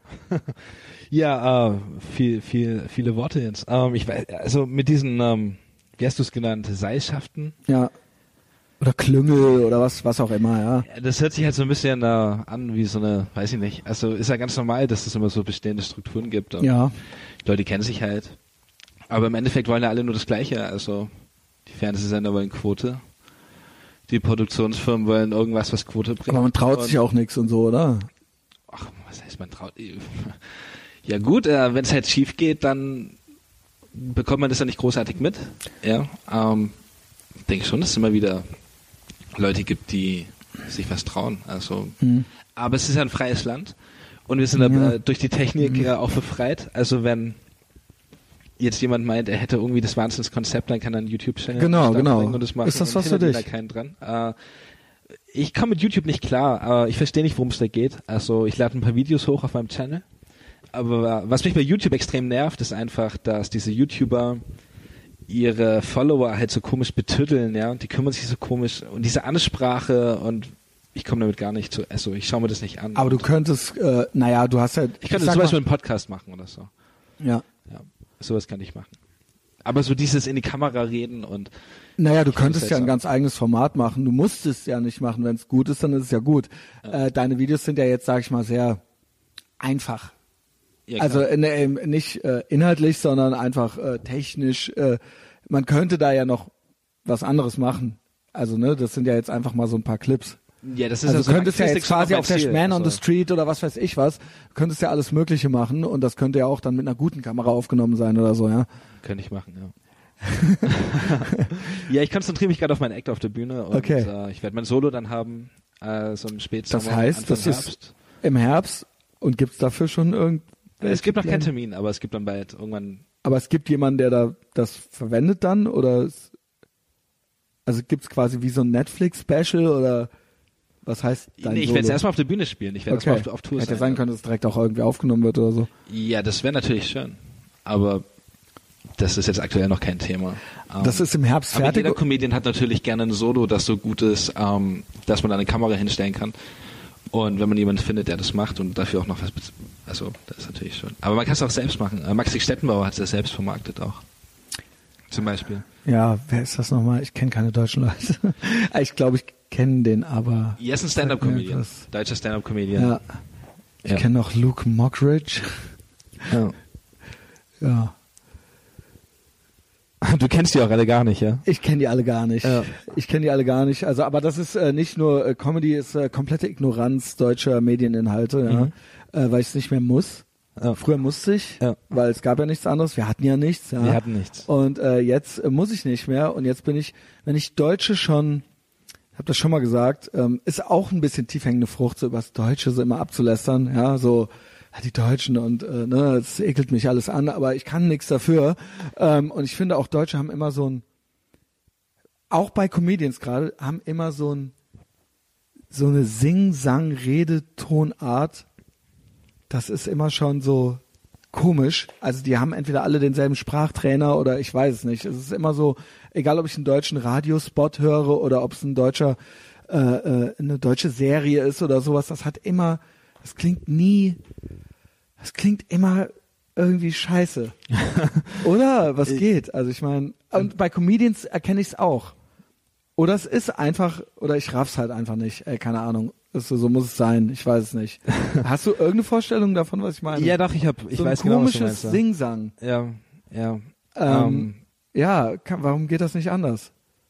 Ja, äh, viel, viel, viele Worte jetzt. Ähm, ich weiß, also mit diesen, ähm, wie hast du es genannt, Seilschaften?
Ja. Oder Klüngel oder was, was auch immer, ja.
Ja, das hört sich halt so ein bisschen äh, an wie so eine, weiß ich nicht. Also ist ja ganz normal, dass es immer so bestehende Strukturen gibt. Und
Ja.
die Leute kennen sich halt. Aber im Endeffekt wollen ja alle nur das Gleiche. Also die Fernsehsender wollen Quote, die Produktionsfirmen wollen irgendwas, was Quote bringt.
Aber man traut
und
sich auch nichts und so, oder?
Ach, was heißt man traut? Ja gut, äh, wenn es halt schief geht, dann bekommt man das ja nicht großartig mit. Ja, ähm, denke schon, dass es immer wieder Leute gibt, die sich was trauen. Also, mhm. aber es ist ja ein freies Land und wir sind ja. äh, durch die Technik mhm. ja auch befreit. Also wenn jetzt jemand meint, er hätte irgendwie das Wahnsinnskonzept, dann kann er einen YouTube-Channel
genau, genau.
und das machen.
Ist das was für dich?
Da keinen dran. Äh, ich komme mit YouTube nicht klar, aber ich verstehe nicht, worum es da geht. Also ich lade ein paar Videos hoch auf meinem Channel. Aber was mich bei YouTube extrem nervt, ist einfach, dass diese YouTuber ihre Follower halt so komisch betüddeln, ja, und die kümmern sich so komisch und diese Ansprache und ich komme damit gar nicht zu, also ich schaue mir das nicht an.
Aber du könntest, äh, naja, du hast ja...
Ich könnte zum Beispiel einen Podcast machen oder so.
Ja.
Ja, sowas kann ich machen. Aber so dieses in die Kamera reden und...
Naja, du könntest ja ein ganz eigenes Format machen. Du musst es ja nicht machen. Wenn es gut ist, dann ist es ja gut. Ja. Äh, deine Videos sind ja jetzt, sag ich mal, sehr einfach. Ja, also äh, nicht äh, inhaltlich, sondern einfach äh, technisch. Äh, man könnte da ja noch was anderes machen. Also ne, das sind ja jetzt einfach mal so ein paar Clips.
Ja, das ist
also
also
du könntest ja jetzt quasi auf der
Ziel,
Man
also.
on the Street oder was weiß ich was, du könntest ja alles Mögliche machen und das könnte ja auch dann mit einer guten Kamera aufgenommen sein oder so, ja.
Könnte ich machen, ja. Ja, ich konzentriere mich gerade auf meinen Act auf der Bühne und
okay.
äh, ich werde mein Solo dann haben, äh, so im Spätsommer,
das heißt,
Anfang
das
Herbst.
Ist im Herbst und gibt's dafür schon irgend
Es gibt noch keinen Termin, aber es gibt dann bald irgendwann.
Aber es gibt jemanden, der da das verwendet dann oder es, also gibt's quasi wie so ein Netflix-Special oder was heißt dein
Nee, ich
Solo?
werde es erstmal auf der Bühne spielen. Ich werde
okay.
erstmal auf, auf Tour
Hätte
sein.
sein können, dass es direkt auch irgendwie aufgenommen wird oder so.
Ja, das wäre natürlich schön. Aber das ist jetzt aktuell noch kein Thema.
Das ähm, ist im Herbst
aber
fertig.
Jeder Comedian hat natürlich gerne ein Solo, das so gut ist, ähm, dass man da eine Kamera hinstellen kann. Und wenn man jemanden findet, der das macht und dafür auch noch was, also das ist natürlich schön. Aber man kann es auch selbst machen. Äh, Maxi Stettenbauer hat es ja selbst vermarktet auch. Zum Beispiel.
Ja, wer ist das nochmal? Ich kenne keine deutschen Leute. Ich glaube, ich kenne den, aber...
Ja, ist ein Stand-Up-Comedian. Deutscher Stand-Up-Comedian.
Ja. Ich
ja.
kenne noch Luke Mockridge.
Ja.
Ja.
Du kennst die auch alle gar nicht, ja?
Ich kenne die alle gar nicht.
Ja.
Ich kenne die alle gar nicht. Also, aber das ist äh, nicht nur äh, Comedy, ist äh, komplette Ignoranz deutscher Medieninhalte, ja,
mhm.
äh, weil ich es nicht mehr muss. Ja. Früher musste ich,
ja.
weil es gab ja nichts anderes. Wir hatten ja nichts. Ja.
Wir hatten nichts.
Und äh, jetzt äh, muss ich nicht mehr. Und jetzt bin ich, wenn ich Deutsche schon, ich habe das schon mal gesagt, ähm, ist auch ein bisschen tiefhängende Frucht, so über das Deutsche so immer abzulästern. Ja, so ja, die Deutschen und äh, ne, es ekelt mich alles an, aber ich kann nichts dafür. Ähm, und ich finde auch Deutsche haben immer so ein, auch bei Comedians gerade, haben immer so ein so eine Sing-Sang-Redetonart. Das ist immer schon so komisch. Also die haben entweder alle denselben Sprachtrainer oder ich weiß es nicht. Es ist immer so, egal ob ich einen deutschen Radiospot höre oder ob es ein deutscher äh, äh, eine deutsche Serie ist oder sowas, das hat immer, das klingt nie, das klingt immer irgendwie scheiße. Oder? Was geht? Also ich meine, und bei Comedians erkenne ich es auch. Oder es ist einfach, oder ich raff's halt einfach nicht. Ey, keine Ahnung. Ist so, so muss es sein. Ich weiß es nicht. Hast du irgendeine Vorstellung davon, was ich meine?
Ja, doch, ich hab, ich
so
weiß
ein
genau, was du
komisches
meinst.
Sing-Sang.
Ja, ja.
Ähm,
ähm,
ja, kann, warum geht das nicht anders?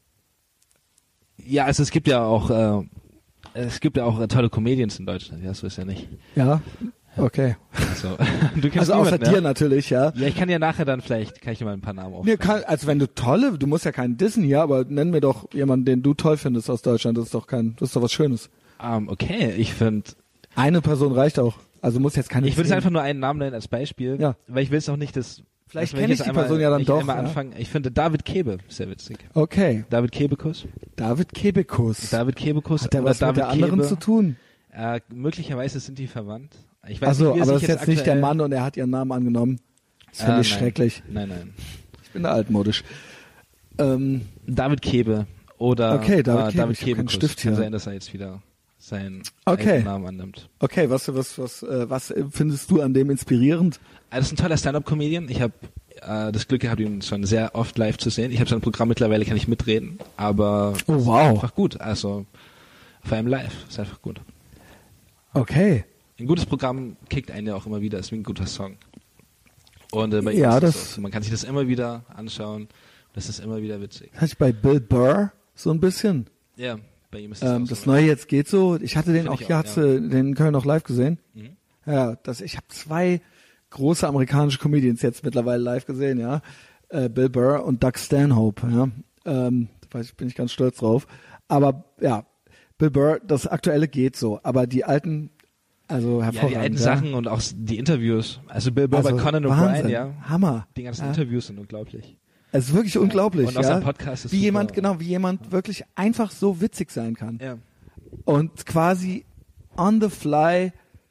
Ja, also es gibt ja auch, äh, es gibt ja auch äh, tolle Comedians in Deutschland. Ja, so ist ja nicht.
Ja, okay.
Also, du kennst
Also außer
niemanden,
dir
ja?
natürlich, ja.
Ja, ich kann dir nachher dann vielleicht, kann ich dir mal ein paar Namen
Nee,
aufschreiben.
kann, also wenn du tolle, du musst ja keinen dissen hier, aber nenn mir doch jemanden, den du toll findest aus Deutschland. Das ist doch kein, das ist doch was Schönes.
Um, okay, ich finde,
Eine Person reicht auch. Also muss jetzt keine.
ich würde
zehn.
jetzt einfach nur einen Namen nennen als Beispiel,
Ja.
weil ich will es auch nicht, dass
Vielleicht
wenn
kenne ich
jetzt
die
einmal,
Person ja dann
wenn ich
doch,
einmal
ja.
anfangen. Ich finde David Kebe sehr witzig.
Okay.
David Kebekus.
David Kebekus.
David Kebekus.
Hat der
oder
was
David
mit der anderen
Kebe.
zu tun?
Äh, möglicherweise sind die verwandt. Ich weiß
Achso,
nicht, wie er
aber das
sich
ist jetzt nicht der
aktuell-
Mann und er hat ihren Namen angenommen. Das finde
Ah,
ich
nein.
schrecklich.
Nein, nein.
Ich bin da altmodisch. Ähm,
David Kebe oder
Okay, David
äh,
Kebe.
David
Ich hab keinen
Kebekus.
Stift
Kann
hier.
sein, dass er jetzt wieder seinen
Okay.
alten Namen annimmt.
okay, was, was, was, äh, was findest du an dem inspirierend?
Er ist ein toller Stand-Up-Comedian. Ich habe äh, das Glück gehabt, ihn schon sehr oft live zu sehen. Ich habe sein Programm mittlerweile, kann ich mitreden, aber
Oh,
es ist
wow.
einfach gut. Also vor allem live ist einfach gut.
Okay.
Ein gutes Programm kickt einen ja auch immer wieder, ist wie ein guter Song. Und äh, bei ihm
Ja,
ist das,
das-
so. Man kann sich das immer wieder anschauen. Das ist immer wieder witzig.
Das hatte ich bei Bill Burr so ein bisschen.
Ja, bei ihm ist das
Ähm,
auch
das
so.
Neue jetzt geht so. Ich hatte den
Find
auch,
ich
hier
auch,
hast du den in Köln noch live gesehen.
Mhm.
Ja, das, ich habe zwei große amerikanische Comedians jetzt mittlerweile live gesehen, ja. Äh, Bill Burr und Doug Stanhope, ja. Ähm, da weiß ich- bin ich ganz stolz drauf. Aber ja, Bill Burr, das Aktuelle geht so. Aber die alten, also
Ja,
hervorragend.
die alten
ja.
Sachen und auch die Interviews. Also Bill Burr
Also
bei Conan
Wahnsinn.
O'Brien, ja.
Hammer.
Die ganzen
Ja.
Interviews sind unglaublich.
Es ist wirklich unglaublich,
Und auch
ja.
sein Podcast ist
wie
super.
jemand, genau, wie jemand wirklich einfach so witzig sein kann.
Ja.
Und quasi on the fly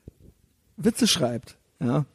Witze schreibt, ja.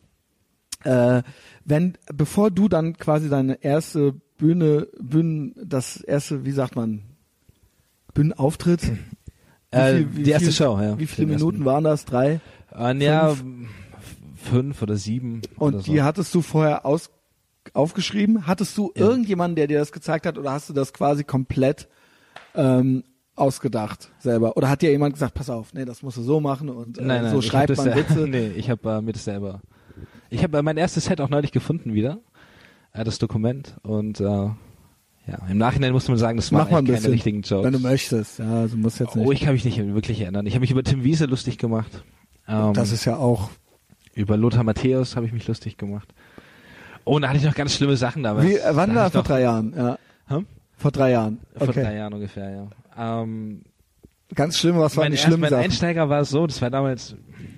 Äh, wenn, bevor du dann quasi deine erste Bühne, Bühnen, das erste, wie sagt man, Bühnenauftritt? Wie
Äh,
viel- wie
die erste
viel-
Show, ja.
Wie viele
Den
Minuten
ersten.
waren das? Drei?
Äh, ja,
Fünf?
fünf oder sieben.
Und
oder so.
die hattest du vorher aus, aufgeschrieben? Hattest du
Ja.
irgendjemanden, der dir das gezeigt hat, oder hast du das quasi komplett ähm, ausgedacht selber? Oder hat dir jemand gesagt, pass auf, nee, das musst du so machen und äh,
Nein, nein,
so
ich
schreibt
hab das
man
ja-
Witze?
Nee, ich habe äh, mir das selber. Ich habe äh, mein erstes Set auch neulich gefunden wieder, äh, das Dokument. Und äh, ja, im Nachhinein muss man sagen, das
Mach
waren
mal ein
eigentlich keine
bisschen,
richtigen Jokes.
wenn du möchtest. Ja, also musst jetzt nicht.
Oh, ich kann mich nicht wirklich erinnern. Ich habe mich über Tim Wiese lustig gemacht. Ähm,
das ist ja auch.
über Lothar Matthäus habe ich mich lustig gemacht. Oh, und da hatte ich noch ganz schlimme Sachen damals.
Wie, äh, wann
da
war
hatte
vor
ich
drei Jahren? Ja.
noch, Hä?
Vor drei Jahren.
Vor
Okay.
drei Jahren ungefähr, ja. Ähm,
Ganz schlimm, was waren
mein
die
erst,
schlimmen
mein
Sachen?
Einsteiger war so, das war damals,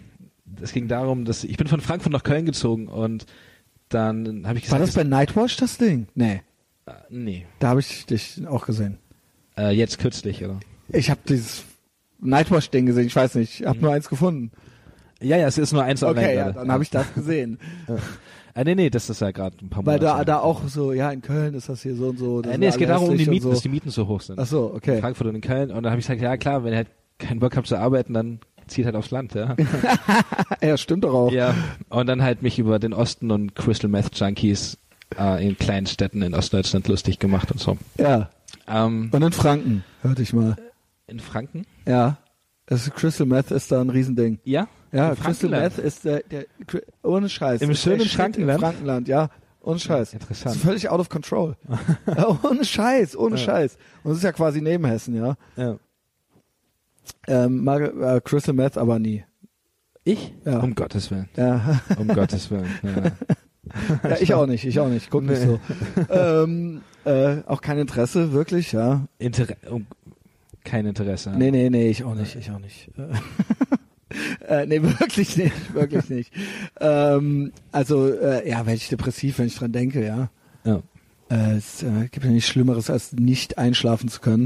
es ging darum, dass ich bin von Frankfurt nach Köln gezogen und dann habe ich
War
gesagt,
das bei Nightwatch das Ding? Nee,
äh, nee,
da habe ich dich auch gesehen.
äh, jetzt kürzlich, oder?
Ich habe dieses Nightwatch-Ding gesehen, ich weiß nicht, ich habe nur eins gefunden.
Ja, ja, es ist nur eins online
Okay, ja,
gerade.
dann habe ich das gesehen.
Äh, nee, nee, das ist ja gerade ein paar
Weil
Monate.
da, da auch so, ja, in Köln ist das hier so und so. das
Äh,
sind
nee, es
alle
geht darum um die
hässlich und
Mieten,
so.
dass die Mieten so hoch sind.
Ach so,
In
okay.
Frankfurt und in Köln. Und dann habe ich gesagt, ja klar, wenn ihr halt keinen Bock habt zu arbeiten, dann zieht halt aufs Land, ja.
Ja, stimmt doch auch.
Ja, und dann halt mich über den Osten und Crystal Meth Junkies äh, in kleinen Städten in Ostdeutschland lustig gemacht und so.
Ja.
Ähm,
Und in Franken, hörte ich mal.
in Franken?
Ja. Das ist, Crystal Meth ist da ein Riesending.
Ja?
Ja,
Im
Crystal
Frankenland?
Meth ist der, der, ohne Scheiß.
Im
ist der
schönen
Shit
Frankenland?
Im Frankenland, ja. Ohne Scheiß.
Interessant.
Das ist völlig out of control. Ja, ohne Scheiß, ohne
Ja.
Scheiß. Und es ist ja quasi neben Hessen, ja.
Ja.
Ähm, mag, äh, Crystal Meth aber nie.
Ich?
Ja.
Um Gottes Willen.
Ja.
Um Gottes Willen. Ja.
Ja, ich auch nicht, ich auch nicht. Guck nicht so. Ähm, äh, auch kein Interesse, wirklich, ja.
Inter um, kein Interesse.
Nee, nee, nee, ich auch nicht, ich auch nicht. äh, nee, wirklich nicht, wirklich nicht. Ähm, also, äh, ja, werde ich depressiv, wenn ich dran denke, ja.
Ja.
Äh, es äh, gibt ja nichts Schlimmeres, als nicht einschlafen zu können.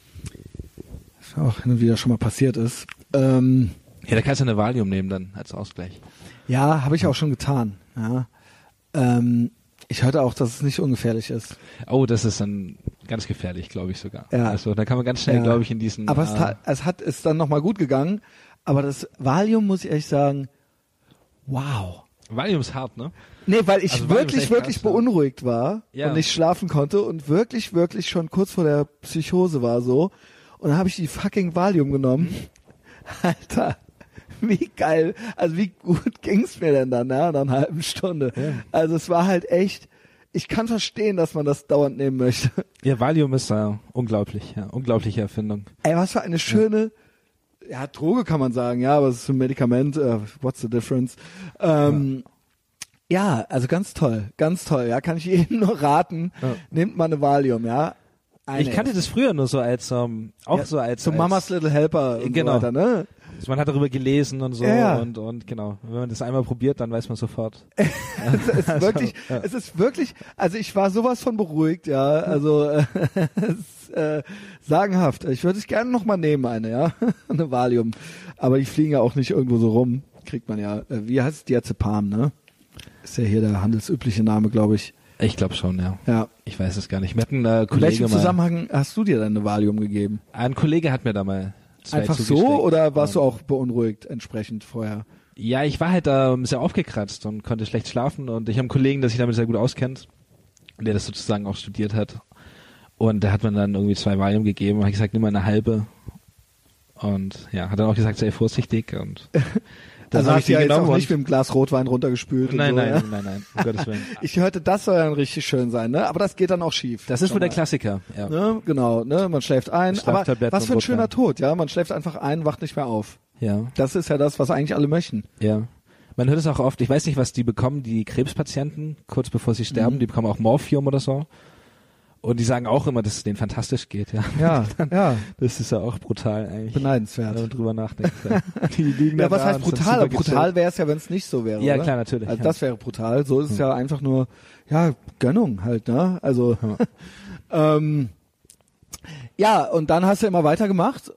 Was auch hin und wieder schon mal passiert ist. Ähm,
Ja, da kannst du eine Valium nehmen dann als Ausgleich.
ja, habe ich auch schon getan, ja. Ähm, ich hörte auch, dass es nicht ungefährlich ist.
Oh, das ist dann ganz gefährlich, glaube ich sogar.
Ja.
Also da kann man ganz schnell,
Ja.
glaube ich, in diesen.
Aber es,
äh,
ta- es hat es dann nochmal gut gegangen. Aber das Valium, muss ich ehrlich sagen, wow.
Valium ist hart, ne?
Nee, weil ich
Also Valium ist
wirklich,
echt
wirklich
krass, ja.
beunruhigt war
Ja.
und nicht schlafen konnte und wirklich, wirklich schon kurz vor der Psychose war so. Und dann habe ich die fucking Valium genommen. Alter, wie geil. Also wie gut ging's mir denn dann, ja, nach einer halben Stunde.
Ja.
Also es war halt echt, ich kann verstehen, dass man das dauernd nehmen möchte.
Ja, Valium ist äh, unglaublich, ja, unglaubliche Erfindung.
Ey, was für eine schöne, ja, Droge kann man sagen, ja, aber es ist ein Medikament, uh, what's the difference? Ähm, ja. also ganz toll, ganz toll, ja, kann ich jedem nur raten,
Ja.
nehmt mal eine Valium, ja. Eine
Ich kannte das früher nur so als, ähm, auch
ja,
so als.
so
als,
Mamas Little Helper und
Genau.
so weiter, ne?
Man hat darüber gelesen und so
Ja, ja.
und und genau. Wenn man das einmal probiert, dann weiß man sofort.
es ist wirklich,
ja.
es ist wirklich, also ich war sowas von beruhigt, ja, also äh, es ist, äh, sagenhaft. Ich würde es gerne noch mal nehmen, eine, ja, eine Valium. Aber die fliegen ja auch nicht irgendwo so rum, kriegt man ja. Äh, wie heißt es? Diazepam, ne? Ist ja hier der handelsübliche Name, glaube ich.
Ich glaube schon, ja.
Ja.
Ich weiß es gar nicht. Mir hat ein äh,
In
Kollege
welchem
mal,
Zusammenhang hast du dir deine Valium gegeben?
ein Kollege hat mir da mal zwei
Einfach so
zugesteckt.
oder warst du
Und-
auch beunruhigt entsprechend vorher?
Ja, ich war halt ähm, sehr aufgekratzt und konnte schlecht schlafen und ich habe einen Kollegen, der sich damit sehr gut auskennt, der das sozusagen auch studiert hat. Und der hat mir dann irgendwie zwei Valium gegeben und hat gesagt, nimm mal eine halbe. Und ja, hat dann auch gesagt, sei vorsichtig und Das
also
habe
hast
ich
du ja
die
jetzt
genommen
auch
und
nicht mit dem Glas Rotwein runtergespült.
nein,
und so,
nein,
ja?
nein, nein, um Gottes Willen.
Ich hörte, das soll dann richtig schön sein, ne? Aber das geht dann auch schief.
Das ist
Schon
wohl der
mal.
Klassiker. Ja.
Ne? Genau, ne? Man schläft ein. Aber
Schlaftabletten
was für ein
und
schöner
Rotwein.
Tod, ja? Man schläft einfach ein, wacht nicht mehr auf.
Ja,
Das ist ja das, was eigentlich alle möchten.
ja. Man hört es auch oft, ich weiß nicht, was die bekommen, die Krebspatienten, kurz bevor sie sterben,
Mhm.
die bekommen auch Morphium oder so. Und die sagen auch immer, dass es denen fantastisch geht, ja.
Ja, ja,
Das ist ja auch brutal eigentlich.
beneidenswert.
Wenn man drüber nachdenkt. Ja. Die liegen
Ja,
dann
was
da
heißt
und sind
brutal?
super
Brutal
gechillt.
wäre es ja, wenn es nicht so wäre,
Ja,
oder?
klar, natürlich.
Also
ja.
das wäre brutal. So ist es ja einfach nur, ja, Gönnung halt, ne? Also,
Ja.
ähm, ja, und dann hast du immer weitergemacht.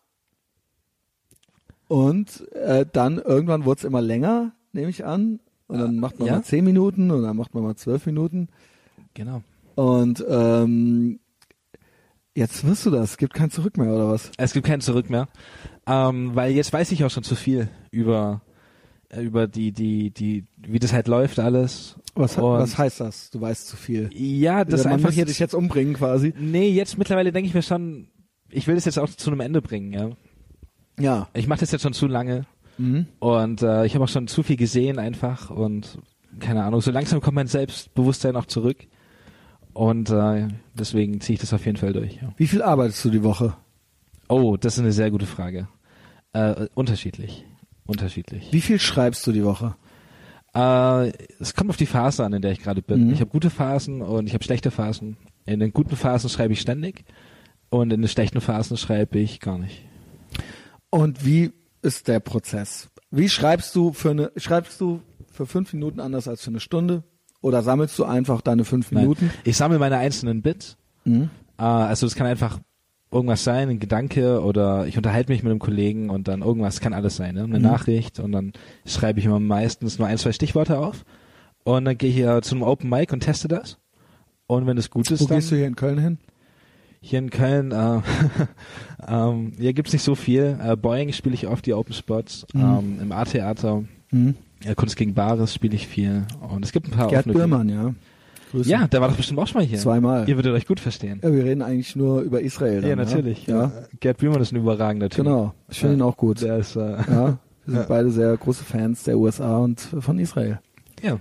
Und äh, dann irgendwann wurde es immer länger, nehme ich an. Und dann macht man
ja?
mal zehn Minuten und dann macht man mal zwölf Minuten.
Genau.
Und ähm, jetzt wirst du das. Es gibt kein Zurück mehr, oder was?
Es gibt kein Zurück mehr. Ähm, weil jetzt weiß ich auch schon zu viel über äh, über die, die, die, wie das halt läuft alles.
Was,
Und
was heißt das? Du weißt zu viel.
Ja, das
Das man
einfach
muss hier dich jetzt umbringen quasi.
Nee, jetzt mittlerweile denke ich mir schon, ich will das jetzt auch zu einem Ende bringen, ja.
Ja.
Ich mache das jetzt schon zu lange
Mhm.
und äh, ich habe auch schon zu viel gesehen einfach und keine Ahnung, so langsam kommt mein Selbstbewusstsein auch zurück und äh, deswegen ziehe ich das auf jeden Fall durch. Ja.
Wie viel arbeitest du die Woche?
Oh, das ist eine sehr gute Frage. Äh, unterschiedlich, unterschiedlich.
Wie viel schreibst du die Woche?
Äh, es kommt auf die Phase an, in der ich gerade bin.
Mhm.
Ich habe gute Phasen und ich habe schlechte Phasen. In den guten Phasen schreibe ich ständig und in den schlechten Phasen schreibe ich gar nicht.
Und wie ist der Prozess? Wie schreibst du für eine, schreibst du für fünf Minuten anders als für eine Stunde? Oder sammelst du einfach deine fünf Minuten?
Nein. Ich sammle meine einzelnen Bits.
Mhm.
Äh, also es kann einfach irgendwas sein, ein Gedanke oder ich unterhalte mich mit einem Kollegen und dann irgendwas, kann alles sein, ne? Eine
Mhm.
Nachricht und dann schreibe ich immer meistens nur ein, zwei Stichworte auf und dann gehe ich hier zu einem Open Mic und teste das. Und wenn es gut ist,
Wo
dann
gehst du hier in Köln hin?
hier in Köln, äh, ähm, hier gibt's nicht so viel. Äh, Boeing spiele ich oft, die Open Spots.
Mhm.
Ähm, Im A-Theater,
Mhm.
ja, Kunst gegen Bares spiele ich viel. Und es gibt ein paar
Gerd
offene
Bührmann, ja. Grüße.
Ja, der war doch bestimmt auch schon mal hier.
Zweimal.
Ihr würdet euch gut verstehen.
Ja, wir reden eigentlich nur über Israel. Dann,
Ja, natürlich.
Ja,
Gerd Bührmann ist ein überragender Typ.
genau. Ich finde
Ja.
ihn auch gut.
Der ist, äh,
Ja, wir sind
Ja.
beide sehr große Fans der U S A und von Israel.
ja.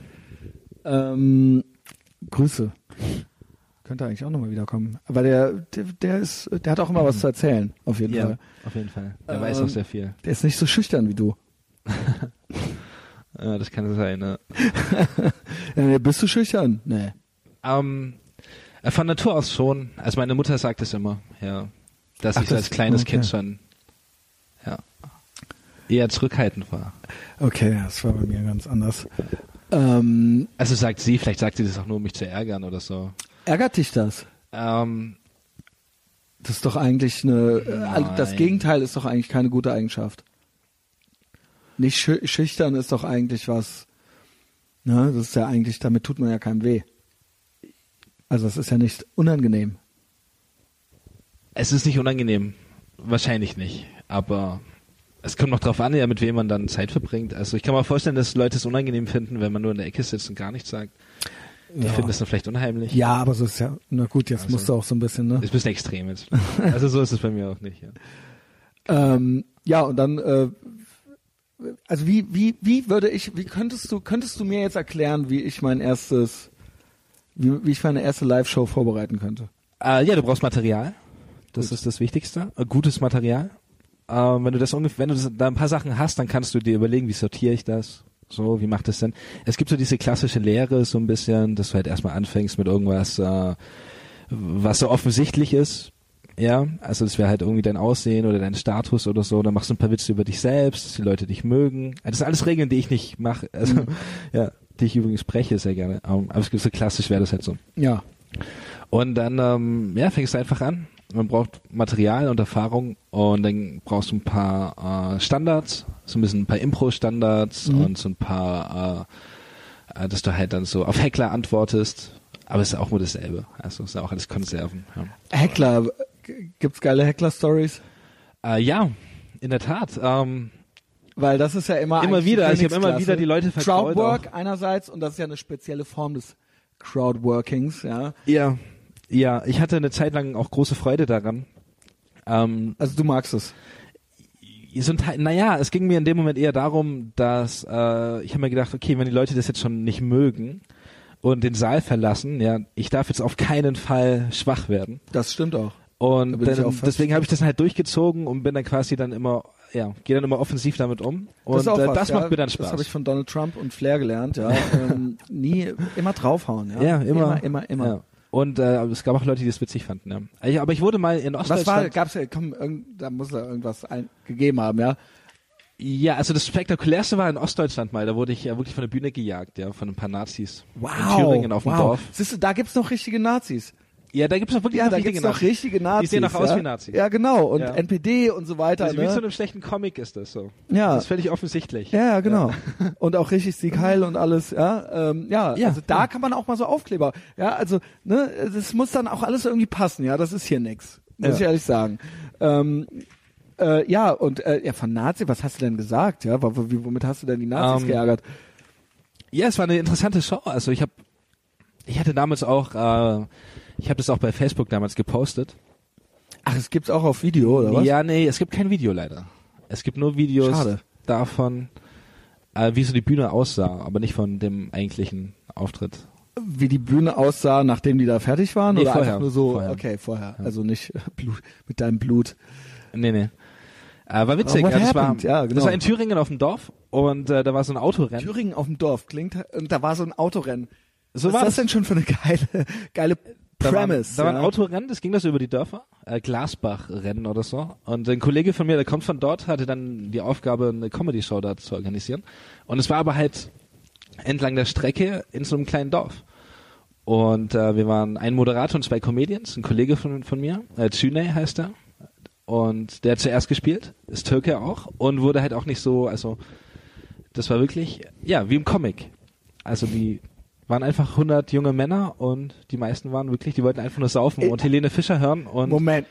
Ähm, Grüße. Könnte eigentlich auch nochmal wiederkommen. Aber der, der, der ist, der hat auch immer was zu erzählen, auf jeden
Ja,
Fall.
auf jeden Fall. Der
Ähm,
weiß auch sehr viel.
Der ist nicht so schüchtern wie du.
Ja, das kann sein, ne?
Ja, bist du schüchtern? Nee.
Ähm, äh, von Natur aus schon. Also meine Mutter sagt es immer, ja. Dass
Ach,
ich so
das-
als kleines
okay.
Kind schon, ja, eher zurückhaltend war.
Okay, das war bei mir ganz anders. Ähm,
Also sagt sie, vielleicht sagt sie das auch nur, um mich zu ärgern oder so.
ärgert dich das?
Ähm,
Das ist doch eigentlich eine, äh, also das
Nein.
Gegenteil ist doch eigentlich keine gute Eigenschaft. Nicht schü schüchtern ist doch eigentlich was, ne, das ist ja eigentlich, damit tut man ja keinem weh. Also das ist ja nicht unangenehm.
es ist nicht unangenehm. Wahrscheinlich nicht. Aber es kommt noch drauf an, ja, mit wem man dann Zeit verbringt. Also ich kann mir vorstellen, dass Leute es unangenehm finden, wenn man nur in der Ecke sitzt und gar nichts sagt. Die
Ja.
finden das dann vielleicht unheimlich.
Ja, aber so ist ja, na gut, jetzt
Also-
musst du auch so ein bisschen, ne?
Ist ein bisschen extrem jetzt. Also so ist es bei mir auch nicht, ja.
Ähm, ja, und dann, äh, also wie, wie, wie würde ich, wie könntest du, könntest du mir jetzt erklären, wie ich mein erstes, wie, wie ich meine erste Live-Show vorbereiten könnte?
Äh, ja, du brauchst Material. Das
Gut.
ist das Wichtigste. Äh, gutes Material. Äh, wenn du das ungefähr, wenn du das, da ein paar Sachen hast, dann kannst du dir überlegen, wie sortiere ich das? So, wie macht das denn? Es gibt so diese klassische Lehre, so ein bisschen, dass du halt erstmal anfängst mit irgendwas, äh, was so offensichtlich ist. Ja, also das wäre halt irgendwie dein Aussehen oder dein Status oder so. Dann machst du ein paar Witze über dich selbst, dass die Leute dich mögen. Das sind alles Regeln, die ich nicht mache. Also,
Mhm.
ja, die ich übrigens breche sehr gerne. Um, aber es gibt so klassisch wäre das halt so.
Ja.
Und dann, ähm, ja, fängst du einfach an. Man braucht Material und Erfahrung und dann brauchst du ein paar äh, Standards, so ein bisschen ein paar Impro-Standards
Mhm.
und so ein paar, äh, äh, dass du halt dann so auf Heckler antwortest. Aber es ist auch nur dasselbe. Also es ist auch alles Konserven. Ja,
Heckler, g- gibt's geile Heckler-Stories?
äh, ja in der Tat. Ähm,
Weil das ist ja immer
Immer
eigentlich die
wieder, also ich habe immer
Königsklasse.
wieder die Leute verkrault
Crowdwork einerseits und das ist ja eine spezielle Form des Crowdworkings, ja.
ja, ja, ich hatte eine Zeit lang auch große Freude daran. Ähm,
Also du magst es.
so ein Teil, naja, es ging mir in dem Moment eher darum, dass äh, ich habe mir gedacht, okay, wenn die Leute das jetzt schon nicht mögen und den Saal verlassen, ja, ich darf jetzt auf keinen Fall schwach werden.
Das stimmt auch.
Und
Da bin ich
dann,
auch fest-
deswegen habe ich das halt durchgezogen und bin dann quasi dann immer, ja, gehe dann immer offensiv damit um. Und
ist auch
äh,
was,
das
ja.
macht mir dann Spaß.
Das habe ich von Donald Trump und Flair gelernt, ja. ähm, nie, immer draufhauen, ja.
Ja, immer.
Immer, immer, immer.
Ja. Und äh, es gab auch Leute, die das witzig fanden, ja. Ich, aber ich wurde mal in
Was war,
Ostdeutschland...
gab's ja, komm, irgend, da muss da irgendwas ein, gegeben haben, ja.
Ja, also das Spektakulärste war in Ostdeutschland mal. Da wurde ich ja wirklich von der Bühne gejagt, ja, von ein paar Nazis.
Wow.
In Thüringen auf dem
wow.
Dorf.
Siehst du, da gibt's noch richtige Nazis.
Ja, da gibt's noch wirklich
Ja,
noch
da
richtige
gibt's noch
Nazis.
richtige Nazis.
Die sehen auch aus
ja?
wie Nazis.
Ja, genau. Und
Ja.
N P D und so weiter,
Also
ne?
wie so in einem schlechten Comic ist das so.
Ja.
Das ist völlig offensichtlich.
Ja, ja, genau. Und auch richtig Sieg Heil und alles, ja. Ähm, ja,
Ja,
also da
ja.
kann man auch mal so Aufkleber. Ja, also, ne, das muss dann auch alles irgendwie passen, ja. Das ist hier nix. Muss
Ja.
ich ehrlich sagen. Ähm, äh, ja, und äh, ja, von Nazi, was hast du denn gesagt? Ja, w- w- womit hast du denn die Nazis
Ähm,
geärgert?
Ja, es war eine interessante Show. Also ich habe, ich hatte damals auch, äh, ich habe das auch bei Facebook damals gepostet.
Ach, es gibt's auch auf Video, oder was?
Ja, nee, es gibt kein Video leider. Es gibt nur Videos
Schade.
davon, äh, wie so die Bühne aussah, aber nicht von dem eigentlichen Auftritt.
Wie die Bühne aussah, nachdem die da fertig waren?
Nee,
oder
vorher.
einfach nur so,
Vorher.
okay, vorher. Also nicht äh, Blut, mit deinem Blut.
Nee, nee. Äh, war witzig.
Oh, what
ja, das, war,
happened? Ja, genau.
das war in Thüringen auf dem Dorf und äh, da war so ein Autorennen.
Thüringen auf dem Dorf klingt, und da war so ein Autorennen.
So
Was
war
ist das
das.
denn schon für eine geile, geile
Da war,
Premise?
da war ein
ja?
Autorennen, das ging das über die Dörfer, äh, Glasbach-Rennen oder so. Und ein Kollege von mir, der kommt von dort, hatte dann die Aufgabe, eine Comedy-Show da zu organisieren. Und es war aber halt entlang der Strecke in so einem kleinen Dorf. Und äh, wir waren ein Moderator und zwei Comedians, ein Kollege von, von mir, äh, Cüney heißt er. Und der hat zuerst gespielt, ist Türke auch und wurde halt auch nicht so, also das war wirklich, ja, wie im Comic. Also die waren einfach hundert junge Männer und die meisten waren wirklich, die wollten einfach nur saufen
Äh,
und Helene Fischer hören und
Moment.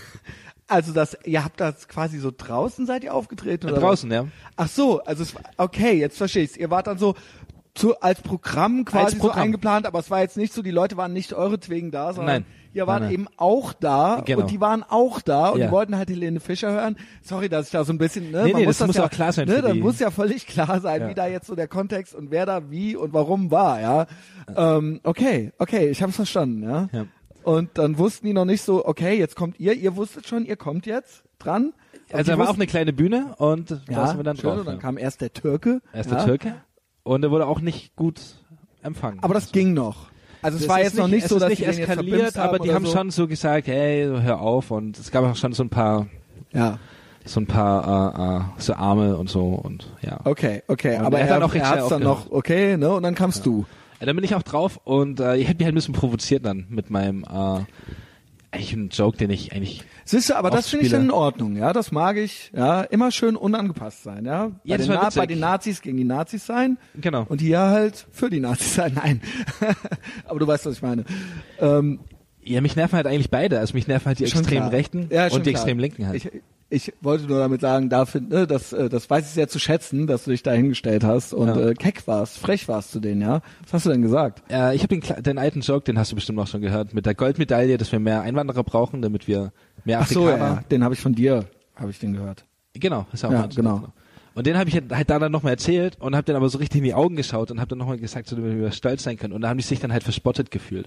Also das, ihr habt das quasi so draußen seid ihr aufgetreten?
äh,
Oder
draußen,
was?
ja.
Ach so, also es war, okay, jetzt verstehe ich's. Ihr wart dann so zu, als Programm quasi
Als Programm.
so eingeplant, aber es war jetzt nicht so, die Leute waren nicht euretwegen da, sondern
Nein.
ihr wart
Nein, nein.
eben auch da
Genau.
und die waren auch da und
Ja.
die wollten halt Helene Fischer hören. Sorry, dass ich da so ein bisschen, ne,
Nee,
man
nee,
muss
das muss
ja
auch klar sein
ne,
für
dann
die-
muss ja völlig klar sein,
Ja.
wie da jetzt so der Kontext und wer da wie und warum war, ja. Ähm, okay, okay, ich habe es verstanden, ja.
Ja.
Und dann wussten die noch nicht so, okay, jetzt kommt ihr, ihr wusstet schon, ihr kommt jetzt dran. Und
Also
die
da war auch
wussten-
eine kleine Bühne und da
ja,
sind wir dann
schön,
drauf.
und dann
ja.
kam erst der Türke.
Er ist
ja.
der Türke und er wurde auch nicht gut empfangen.
Aber das ging noch. Also es
Das
war
ist
jetzt noch nicht
es
so,
ist
dass
nicht
die den jetzt
eskaliert,
verbimst
aber die
oder
haben
so.
schon so gesagt, hey, hör auf und es gab auch schon so ein paar
Ja,
so ein paar äh, äh, so Arme und so und ja.
okay, okay.
Und
aber
er
er,
hat dann auch recht
er hat's
schnell
dann
aufgehört.
noch, okay, ne? Und dann kamst du.
Ja, dann bin ich auch drauf und äh, ich hätte mich halt ein bisschen provoziert dann mit meinem äh, eigentlich ein Joke, den ich eigentlich
Siehst du, aber das finde ich dann in
Aufspiele.
Ordnung, ja, das mag ich, ja, immer schön unangepasst sein, ja. Bei,
Ja, das
den,
war
Na-
witzig.
bei den Nazis gegen die Nazis sein
genau.
und hier halt für die Nazis sein, nein. Aber du weißt, was ich meine. Ähm,
Ja, mich nerven halt eigentlich beide. Also mich nerven halt die
Schon
extremen
klar.
Rechten
Ja, schon
und die
klar.
extremen Linken halt.
Ich, ich wollte nur damit sagen, da find, ne, das, äh, das weiß ich sehr zu schätzen, dass du dich da hingestellt hast und
Ja.
äh, keck warst, frech warst zu denen, ja. Was hast du denn gesagt?
Äh, ich habe den, kle- den alten Joke, den hast du bestimmt auch schon gehört, mit der Goldmedaille, dass wir mehr Einwanderer brauchen, damit wir mehr
Ach so,
Afrikaner...
ja, den habe ich von dir, habe ich den gehört.
Genau, ist auch
Ja,
mein Joke,
genau.
Und den habe ich halt, halt da dann nochmal erzählt und habe dann aber so richtig in die Augen geschaut und habe dann nochmal gesagt, so, damit wir stolz sein können. Und da haben die sich dann halt verspottet gefühlt.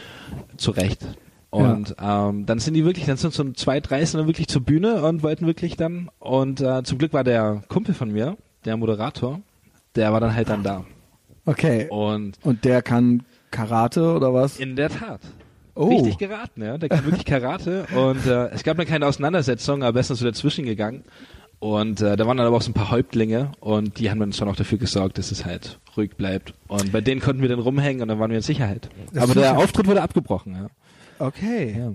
Zu Recht. Und ähm, dann sind die wirklich, dann sind so zwei, drei sind dann wirklich zur Bühne und wollten wirklich dann, und äh, zum Glück war der Kumpel von mir, der Moderator, der war dann halt dann da.
Okay.
Und
Und der kann Karate oder was?
in der Tat.
Oh.
Richtig geraten, ja. Der kann wirklich Karate. Und äh, es gab dann keine Auseinandersetzung, aber er ist dann so dazwischen gegangen. Und äh, da waren dann aber auch so ein paar Häuptlinge und die haben dann schon auch dafür gesorgt, dass es halt ruhig bleibt. Und bei denen konnten wir dann rumhängen und dann waren wir in Sicherheit.
Das
aber
finde
der
ich-
Auftritt wurde abgebrochen, ja.
Okay.
Ja,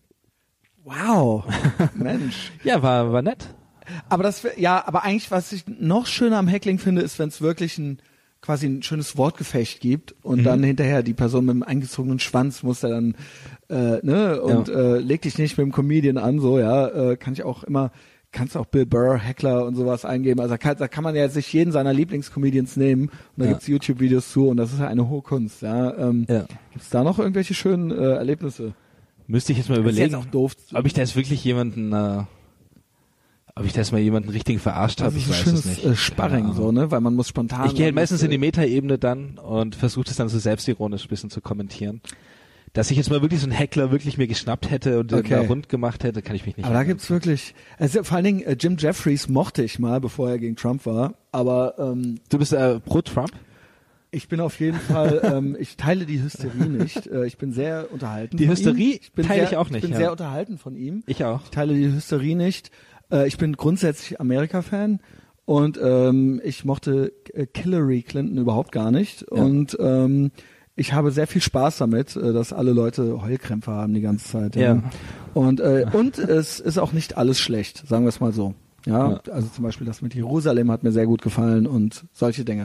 Wow. Mensch.
ja war, war nett.
Aber das, wär- ja, aber eigentlich, was ich noch schöner am Heckling finde, ist, wenn es wirklich ein, quasi ein schönes Wortgefecht gibt und
Mhm.
dann hinterher die Person mit dem eingezogenen Schwanz muss er dann, äh, ne, und
Ja.
äh, leg dich nicht mit dem Comedian an, so, ja, äh, kann ich auch immer, kannst auch Bill Burr, Heckler und sowas eingeben. Also da kann, da kann man ja sich jeden seiner Lieblingscomedians nehmen und da
Ja.
gibt's YouTube-Videos zu und das ist ja eine hohe Kunst, ja. Ähm,
Ja.
Gibt's da noch irgendwelche schönen äh, Erlebnisse?
Müsste ich jetzt mal
Das ist
überlegen,
jetzt auch doof.
ob ich da jetzt wirklich jemanden, äh, Ob ich das mal jemanden richtigen verarscht habe,
Das
ich
ist ein
weiß
schönes
es nicht.
äh, Sparring, so, ne? Weil man muss spontan.
Ich gehe halt
man
meistens
muss,
in die Metaebene dann und versuche das dann so selbstironisch ein bisschen zu kommentieren. Dass ich jetzt mal wirklich so einen Heckler wirklich mir geschnappt hätte und
Okay.
den da rund gemacht hätte, kann ich mich nicht
Aber da
erinnern.
gibt's wirklich, also vor allen Dingen äh, Jim Jeffries mochte ich mal, bevor er gegen Trump war, aber ähm,
Du bist äh, pro Trump?
ich bin auf jeden Fall, ähm, ich teile die Hysterie nicht. Äh, ich bin sehr unterhalten.
Die
von
Hysterie
ihm. Ich bin
teile
sehr,
ich auch nicht,
Ich bin
ja.
sehr unterhalten von ihm.
Ich auch.
Ich teile die Hysterie nicht. Äh, ich bin grundsätzlich Amerika-Fan und ähm, ich mochte äh, Hillary Clinton überhaupt gar nicht.
Ja.
Und ähm, ich habe sehr viel Spaß damit, äh, dass alle Leute Heulkrämpfe haben die ganze Zeit.
Ja.
Und äh, und es ist auch nicht alles schlecht, sagen wir es mal so. Ja,
Ja.
also zum Beispiel das mit Jerusalem hat mir sehr gut gefallen und solche Dinge.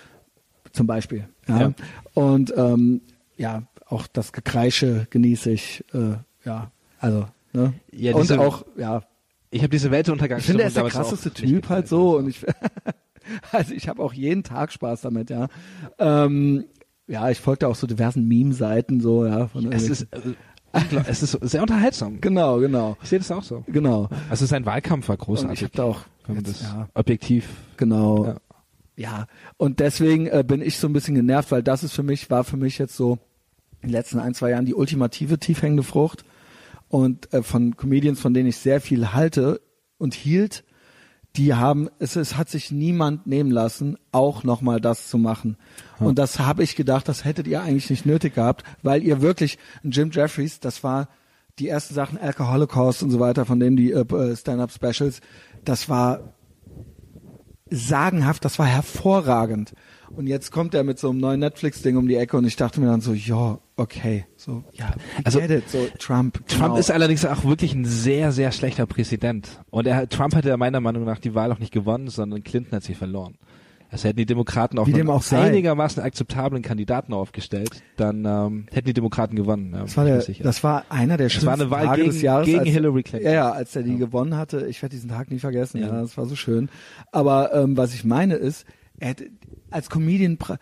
Zum Beispiel. Ja.
Ja.
Und ähm, ja, auch das Gekreische genieße ich. Äh, ja, also. Ne?
Ja,
und
diese-
auch, ja.
Ich habe diese
Ich
Weltuntergangsstimmung
finde, er ist der
damals auch
krasseste
nicht
Typ halt
geteilt.
so und ich, also ich habe auch jeden Tag Spaß damit, ja. Ähm, ja, ich folgte auch so diversen Meme-Seiten so, ja. Von
Es
irgendwelchen-
ist, äh, unglaublich- es ist sehr unterhaltsam.
genau, genau,
Ich sehe das auch so.
genau.
Also sein Wahlkampf war
Und
großartig.
ich habe da auch,
wenn man
jetzt,
das
ja,
objektiv.
genau.
Ja.
Ja, und deswegen äh, bin ich so ein bisschen genervt, weil das ist für mich, war für mich jetzt so in den letzten ein, zwei Jahren die ultimative tiefhängende Frucht. Und äh, von Comedians, von denen ich sehr viel halte und hielt, die haben, es, es hat sich niemand nehmen lassen, auch nochmal das zu machen.
Ja.
Und das habe ich gedacht, das hättet ihr eigentlich nicht nötig gehabt, weil ihr wirklich, Jim Jeffries, das war die ersten Sachen, Alcoholocaust und so weiter, von denen die äh, Stand-Up-Specials, das war sagenhaft, das war hervorragend. Und jetzt kommt er mit so einem neuen Netflix-Ding um die Ecke und ich dachte mir dann so, ja, okay, so, ja,
Also,
get it, so Trump.
Trump
genau.
ist allerdings auch wirklich ein sehr, sehr schlechter Präsident. Und er, Trump hatte ja meiner Meinung nach die Wahl auch nicht gewonnen, sondern Clinton hat sie verloren. Also hätten die Demokraten auch
Wie
noch
dem auch sei.
einigermaßen akzeptablen Kandidaten aufgestellt, dann ähm, hätten die Demokraten gewonnen. Ja,
Das war,
bin
der,
mir sicher.
das war einer der
Das war
schönsten
eine Wahl
Tage
gegen,
des Jahres.
gegen
als,
Hillary Clinton.
Ja, ja, als er die
Ja.
gewonnen hatte. Ich werde diesen Tag nie vergessen. Ja,
Ja.
das war so schön. Aber ähm, was ich meine ist, er hätte als Comedian, pra-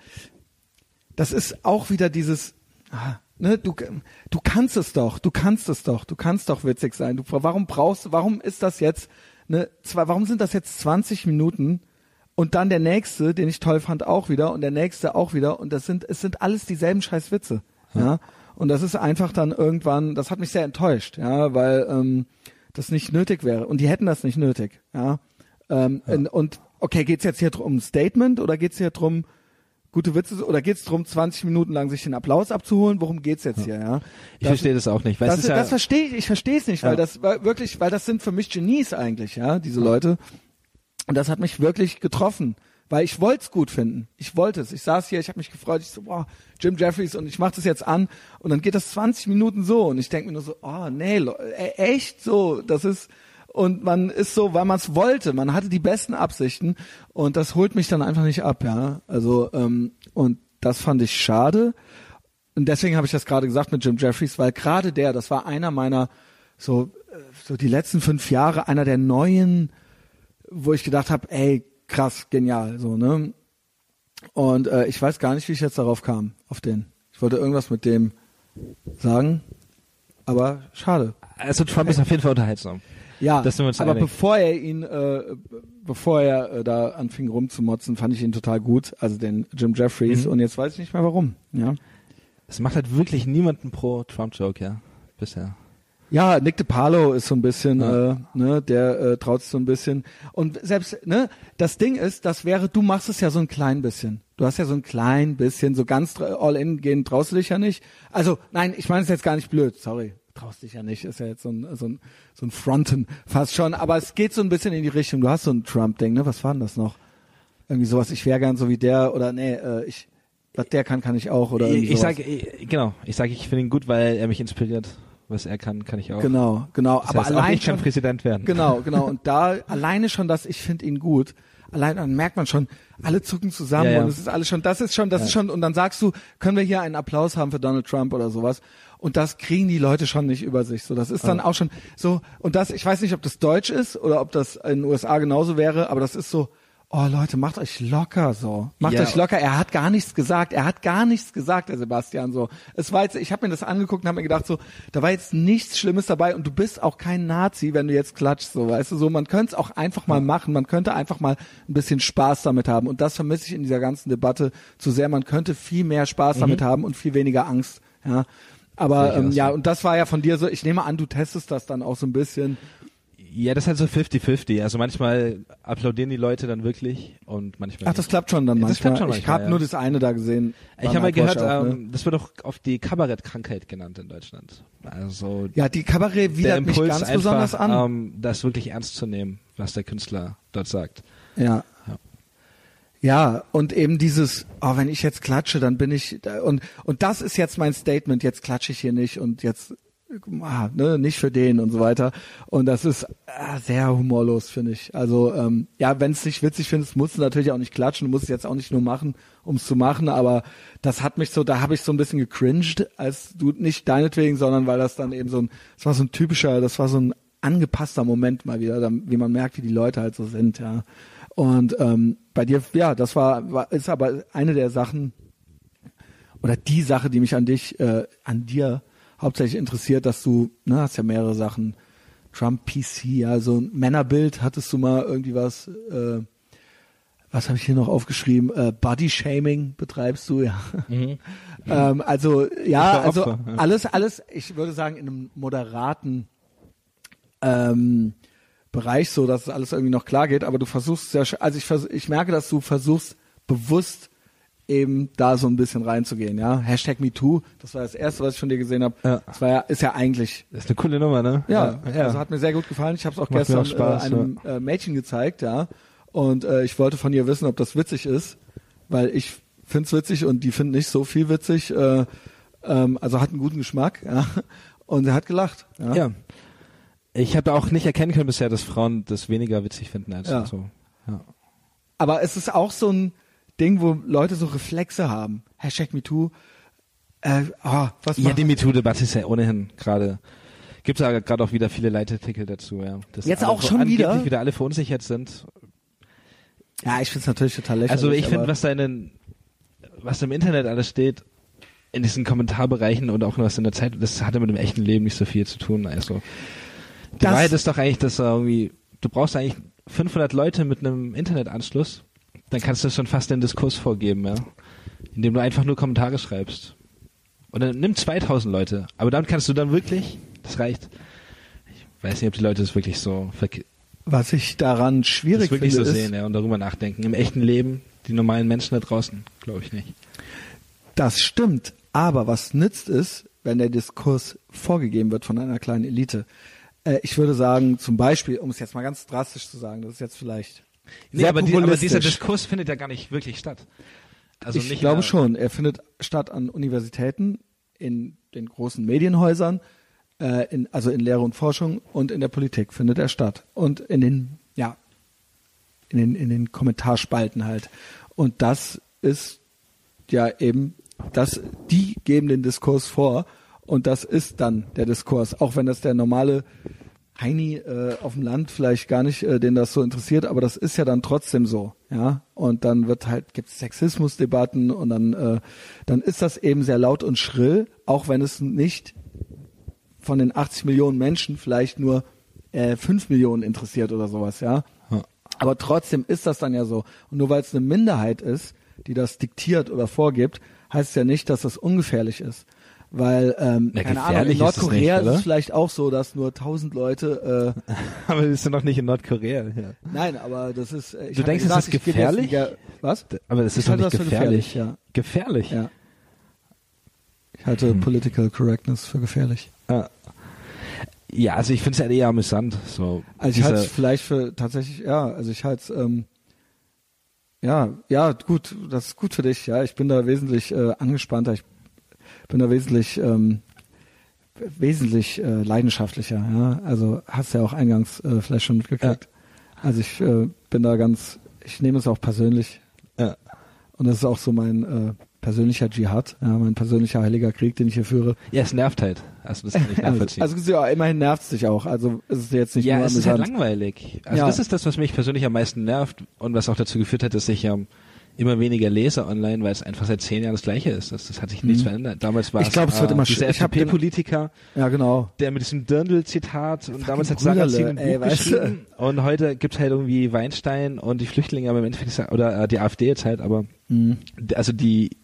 das ist auch wieder dieses, ah, ne, du, du kannst es doch, du kannst es doch, du kannst doch witzig sein. Du, warum brauchst du, warum ist das jetzt, ne, zwei, warum sind das jetzt zwanzig Minuten? Und dann der nächste, den ich toll fand, auch wieder und der nächste auch wieder und das sind es sind alles dieselben scheiß Witze, ja. ja? Und das ist einfach dann irgendwann, das hat mich sehr enttäuscht, ja, weil ähm, das nicht nötig wäre und die hätten das nicht nötig, ja. Ähm,
Ja.
Und, und okay, geht's jetzt hier drum ein Statement oder geht's hier drum gute Witze oder geht's drum zwanzig Minuten lang sich den Applaus abzuholen? Worum geht's jetzt hier, ja?
Ich
Das-
verstehe das auch nicht. Weil
das,
es ist ja,
das verstehe ich, ich verstehe es nicht, weil
Ja.
das war wirklich, weil das sind für mich Genies eigentlich, ja, diese Leute. Und das hat mich wirklich getroffen, weil ich wollte es gut finden. Ich wollte es. Ich saß hier, ich habe mich gefreut, ich so, boah, Jim Jeffries und ich mache das jetzt an und dann geht das zwanzig Minuten so und ich denke mir nur so, oh nee, Leu- äh, echt so, das ist und man ist so, weil man es wollte, man hatte die besten Absichten und das holt mich dann einfach nicht ab, ja. Also ähm, und das fand ich schade und deswegen habe ich das gerade gesagt mit Jim Jeffries, weil gerade der, das war einer meiner so äh, so die letzten fünf Jahre einer der neuen, wo ich gedacht habe, ey, krass, genial, so, ne? Und äh, ich weiß gar nicht, wie ich jetzt darauf kam, auf den. Ich wollte irgendwas mit dem sagen, aber schade.
also Trump ist auf jeden Fall unterhaltsam.
Ja,
Das sind wir uns
aber
einig.
bevor er ihn, äh, bevor er äh, da anfing rumzumotzen, fand ich ihn total gut, also den Jim Jeffries,
Mhm.
und jetzt weiß ich nicht mehr warum, ja.
Es macht halt wirklich niemanden pro Trump-Joke, ja, bisher.
Ja, Nick DiPaolo ist so ein bisschen,
Ja.
äh, ne, der äh, traut sich so ein bisschen. Und selbst, ne, das Ding ist, das wäre, du machst es ja so ein klein bisschen. Du hast ja so ein klein bisschen, so ganz dr- all in gehen traust du dich ja nicht. Also, nein, ich meine es jetzt gar nicht blöd, sorry. Traust dich ja nicht, ist ja jetzt so ein, so ein, so ein Fronten fast schon. Aber es geht so ein bisschen in die Richtung. Du hast so ein Trump-Ding, ne, was war denn das noch? Irgendwie sowas, ich wäre gern so wie der, oder nee, äh, ich, was der kann, kann ich auch, oder irgendwie
Ich, ich
sowas.
sage, ich- genau, ich sage, ich finde ihn gut, weil er mich inspiriert. Was er kann, kann ich auch.
Genau, genau.
Das
aber
heißt, auch
allein
ich kann
schon,
Präsident werden.
Genau, genau. Und da alleine schon das, ich finde ihn gut. Allein dann merkt man schon, alle zucken zusammen
Ja, ja.
und es ist alles schon, das ist schon, das
Ja.
ist schon, und dann sagst du, können wir hier einen Applaus haben für Donald Trump oder sowas? Und das kriegen die Leute schon nicht über sich. So, das ist dann
Ja.
auch schon so, und das, ich weiß nicht, ob das deutsch ist oder ob das in den U S A genauso wäre, aber das ist so, oh Leute, macht euch locker so. Macht
Ja.
euch locker. Er hat gar nichts gesagt. Er hat gar nichts gesagt, der Sebastian so. Es war jetzt, ich habe mir das angeguckt und habe mir gedacht so, da war jetzt nichts Schlimmes dabei und du bist auch kein Nazi, wenn du jetzt klatschst, so, weißt du, so, man könnte es auch einfach mal machen, man könnte einfach mal ein bisschen Spaß damit haben und das vermisse ich in dieser ganzen Debatte zu sehr. Man könnte viel mehr Spaß
Mhm.
damit haben und viel weniger Angst, ja. Aber
Sehe ich
ähm,
auch
ja,
so.
und das war ja von dir so, ich nehme an, du testest das dann auch so ein bisschen.
Ja, das ist halt so fifty fifty. Also manchmal applaudieren die Leute dann wirklich und manchmal
Ach, das klappt schon dann
Ja, das
manchmal.
klappt schon
ich
manchmal,
habe
ja.
nur das eine da gesehen.
Ich
War
habe mal gehört,
Nightwatch auch, ne?
ähm, das wird auch oft die Kabarettkrankheit genannt in Deutschland. Also
Ja, die Kabarett
der
widert mich
Impuls
ganz
einfach,
besonders an.
Ähm, das wirklich ernst zu nehmen, was der Künstler dort sagt.
Ja.
Ja.
Ja, und eben dieses, oh, wenn ich jetzt klatsche, dann bin ich, und, und das ist jetzt mein Statement, jetzt klatsche ich hier nicht und jetzt, ah, ne, nicht für den und so weiter. Und das ist ah, sehr humorlos, finde ich. Also, ähm, ja, wenn es nicht witzig findest, musst du natürlich auch nicht klatschen, du musst es jetzt auch nicht nur machen, um es zu machen, aber das hat mich so, da habe ich so ein bisschen gecringed, als du, nicht deinetwegen, sondern weil das dann eben so ein, das war so ein typischer, das war so ein angepasster Moment mal wieder, dann, wie man merkt, wie die Leute halt so sind, ja. Und ähm, bei dir, ja, das war, war ist aber eine der Sachen oder die Sache, die mich an dich, äh, an dir hauptsächlich interessiert, dass du, ne, hast ja mehrere Sachen, Trump P C, ja, so ein Männerbild, hattest du mal irgendwie was, äh, was habe ich hier noch aufgeschrieben? Äh, Body Shaming betreibst du, ja.
Mhm.
ähm, also ja,
war
also
Opfer, ja.
alles, alles, ich würde sagen, in einem moderaten ähm, Bereich, so dass es alles irgendwie noch klar geht, aber du versuchst ja, also ich, vers- ich merke, dass du versuchst, bewusst eben da so ein bisschen reinzugehen, ja. Hashtag MeToo, das war das erste, was ich von dir gesehen habe.
Ja.
Das war ja, ist ja eigentlich,
Das ist eine coole Nummer, ne?
ja, also hat mir sehr gut gefallen. Ich habe es auch
Macht mir
gestern
auch Spaß,
äh, einem äh, Mädchen gezeigt, ja. Und äh, ich wollte von ihr wissen, ob das witzig ist, weil ich find's witzig und die finden nicht so viel witzig. Äh, ähm, also hat einen guten Geschmack, ja. Und sie hat gelacht, ja.
Ja. Ich habe auch nicht erkennen können bisher, dass Frauen das weniger witzig finden als
Ja.
so. Ja.
Aber es ist auch so ein Ding, wo Leute so Reflexe haben. Hashtag MeToo. Äh, oh, was
Ja,
macht
die MeToo-Debatte ist ja ohnehin gerade, gibt es ja gerade auch wieder viele Leitartikel dazu, ja. Dass
Jetzt
alle
auch schon
angeblich
wieder?
wieder alle verunsichert sind.
Ja, ich find's natürlich total lächerlich.
Also ich finde,
aber-
was da in den, was im Internet alles steht, in diesen Kommentarbereichen und auch was in der Zeit, das hatte mit dem echten Leben nicht so viel zu tun. Also die
Das-
Wahrheit ist doch eigentlich, dass irgendwie, du brauchst eigentlich fünfhundert Leute mit einem Internetanschluss, dann kannst du schon fast den Diskurs vorgeben, ja, indem du einfach nur Kommentare schreibst. Und dann nimm zweitausend Leute, aber damit kannst du dann wirklich, das reicht. Ich weiß nicht, ob die Leute das wirklich so verke-
Was ich daran
das
schwierig
wirklich
finde,
so
ist,
sehen, ja, und darüber nachdenken. Im echten Leben, die normalen Menschen da draußen, glaube ich nicht.
das stimmt. Aber was nützt es, wenn der Diskurs vorgegeben wird von einer kleinen Elite? Äh, ich würde sagen, zum Beispiel, um es jetzt mal ganz drastisch zu sagen, das ist jetzt vielleicht
Nee,
sehr
aber, die, aber
populistisch.
dieser Diskurs findet ja gar nicht wirklich statt. Also
ich
nicht
glaube
in der-
schon, er findet statt an Universitäten, in den großen Medienhäusern, äh, in, also in Lehre und Forschung und in der Politik findet er statt. Und in den, ja, in den, in den Kommentarspalten halt. Und das ist ja eben, das, die geben den Diskurs vor und das ist dann der Diskurs, auch wenn das der normale Heini äh, auf dem Land vielleicht gar nicht, äh, den das so interessiert, aber das ist ja dann trotzdem so, ja. Und dann wird halt, gibt's Sexismusdebatten und dann, äh, dann ist das eben sehr laut und schrill, auch wenn es nicht von den achtzig Millionen Menschen vielleicht nur äh, fünf Millionen interessiert oder sowas, ja.
Ja.
Aber trotzdem ist das dann ja so. Und nur weil es eine Minderheit ist, die das diktiert oder vorgibt, heißt es ja nicht, dass das ungefährlich ist. Weil, ähm,
Na,
keine Ahnung, in
gefährlich ist es
Nordkorea
nicht,
ist,
oder?
es vielleicht auch so, dass nur tausend Leute, äh,
Aber wir sind noch nicht in Nordkorea. Ja.
nein, aber das ist, äh, ich
Du
hab ja
denkst, es
gesagt,
ist
ich gebe jetzt
gefährlich?
wieder- was?
Aber das ist
Ich
doch
halte
nicht
das für
gefährlich.
gefährlich,
Gefährlich?
Ja. Ich halte
Hm.
Political Correctness für gefährlich.
Ja. Ja, also ich finde es ja eher amüsant. So
Also ich
dieser-
halte es vielleicht für tatsächlich, ja, also ich halte es, ähm, ja, ja, gut, das ist gut für dich, ja. Ich bin da wesentlich äh, angespannter, ich bin da wesentlich, ähm, wesentlich äh, leidenschaftlicher, ja. Also hast ja auch eingangs äh, vielleicht schon mitgekriegt. Also ich äh, bin da ganz, ich nehme es auch persönlich
Ja.
und das ist auch so mein äh, persönlicher Dschihad, ja, mein persönlicher heiliger Krieg, den ich hier führe.
Ja, es nervt halt. Also das kann ich nachvollziehen.
Also, also ja, immerhin nervt es dich auch. Also es ist jetzt nicht
ja,
nur
es
amüsant.
ist halt langweilig. Also
ja.
das ist das, was mich persönlich am meisten nervt und was auch dazu geführt hat, dass ich ähm, immer weniger lese online, weil es einfach seit zehn Jahren das Gleiche ist. Das, das hat sich nichts mhm. verändert. Damals war
ich
es
glaub, es wird
äh,
immer
dieser
ich
F D P-Politiker,
ja genau,
der mit diesem Dirndl-Zitat und damals hat
Brüderle,
Sarrazin ein
ey,
Buch
weißt
geschrieben
du?
Und heute gibt's halt irgendwie Weinstein und die Flüchtlinge, aber im Endeffekt ist, oder äh, die AfD jetzt halt, aber
mhm.
also die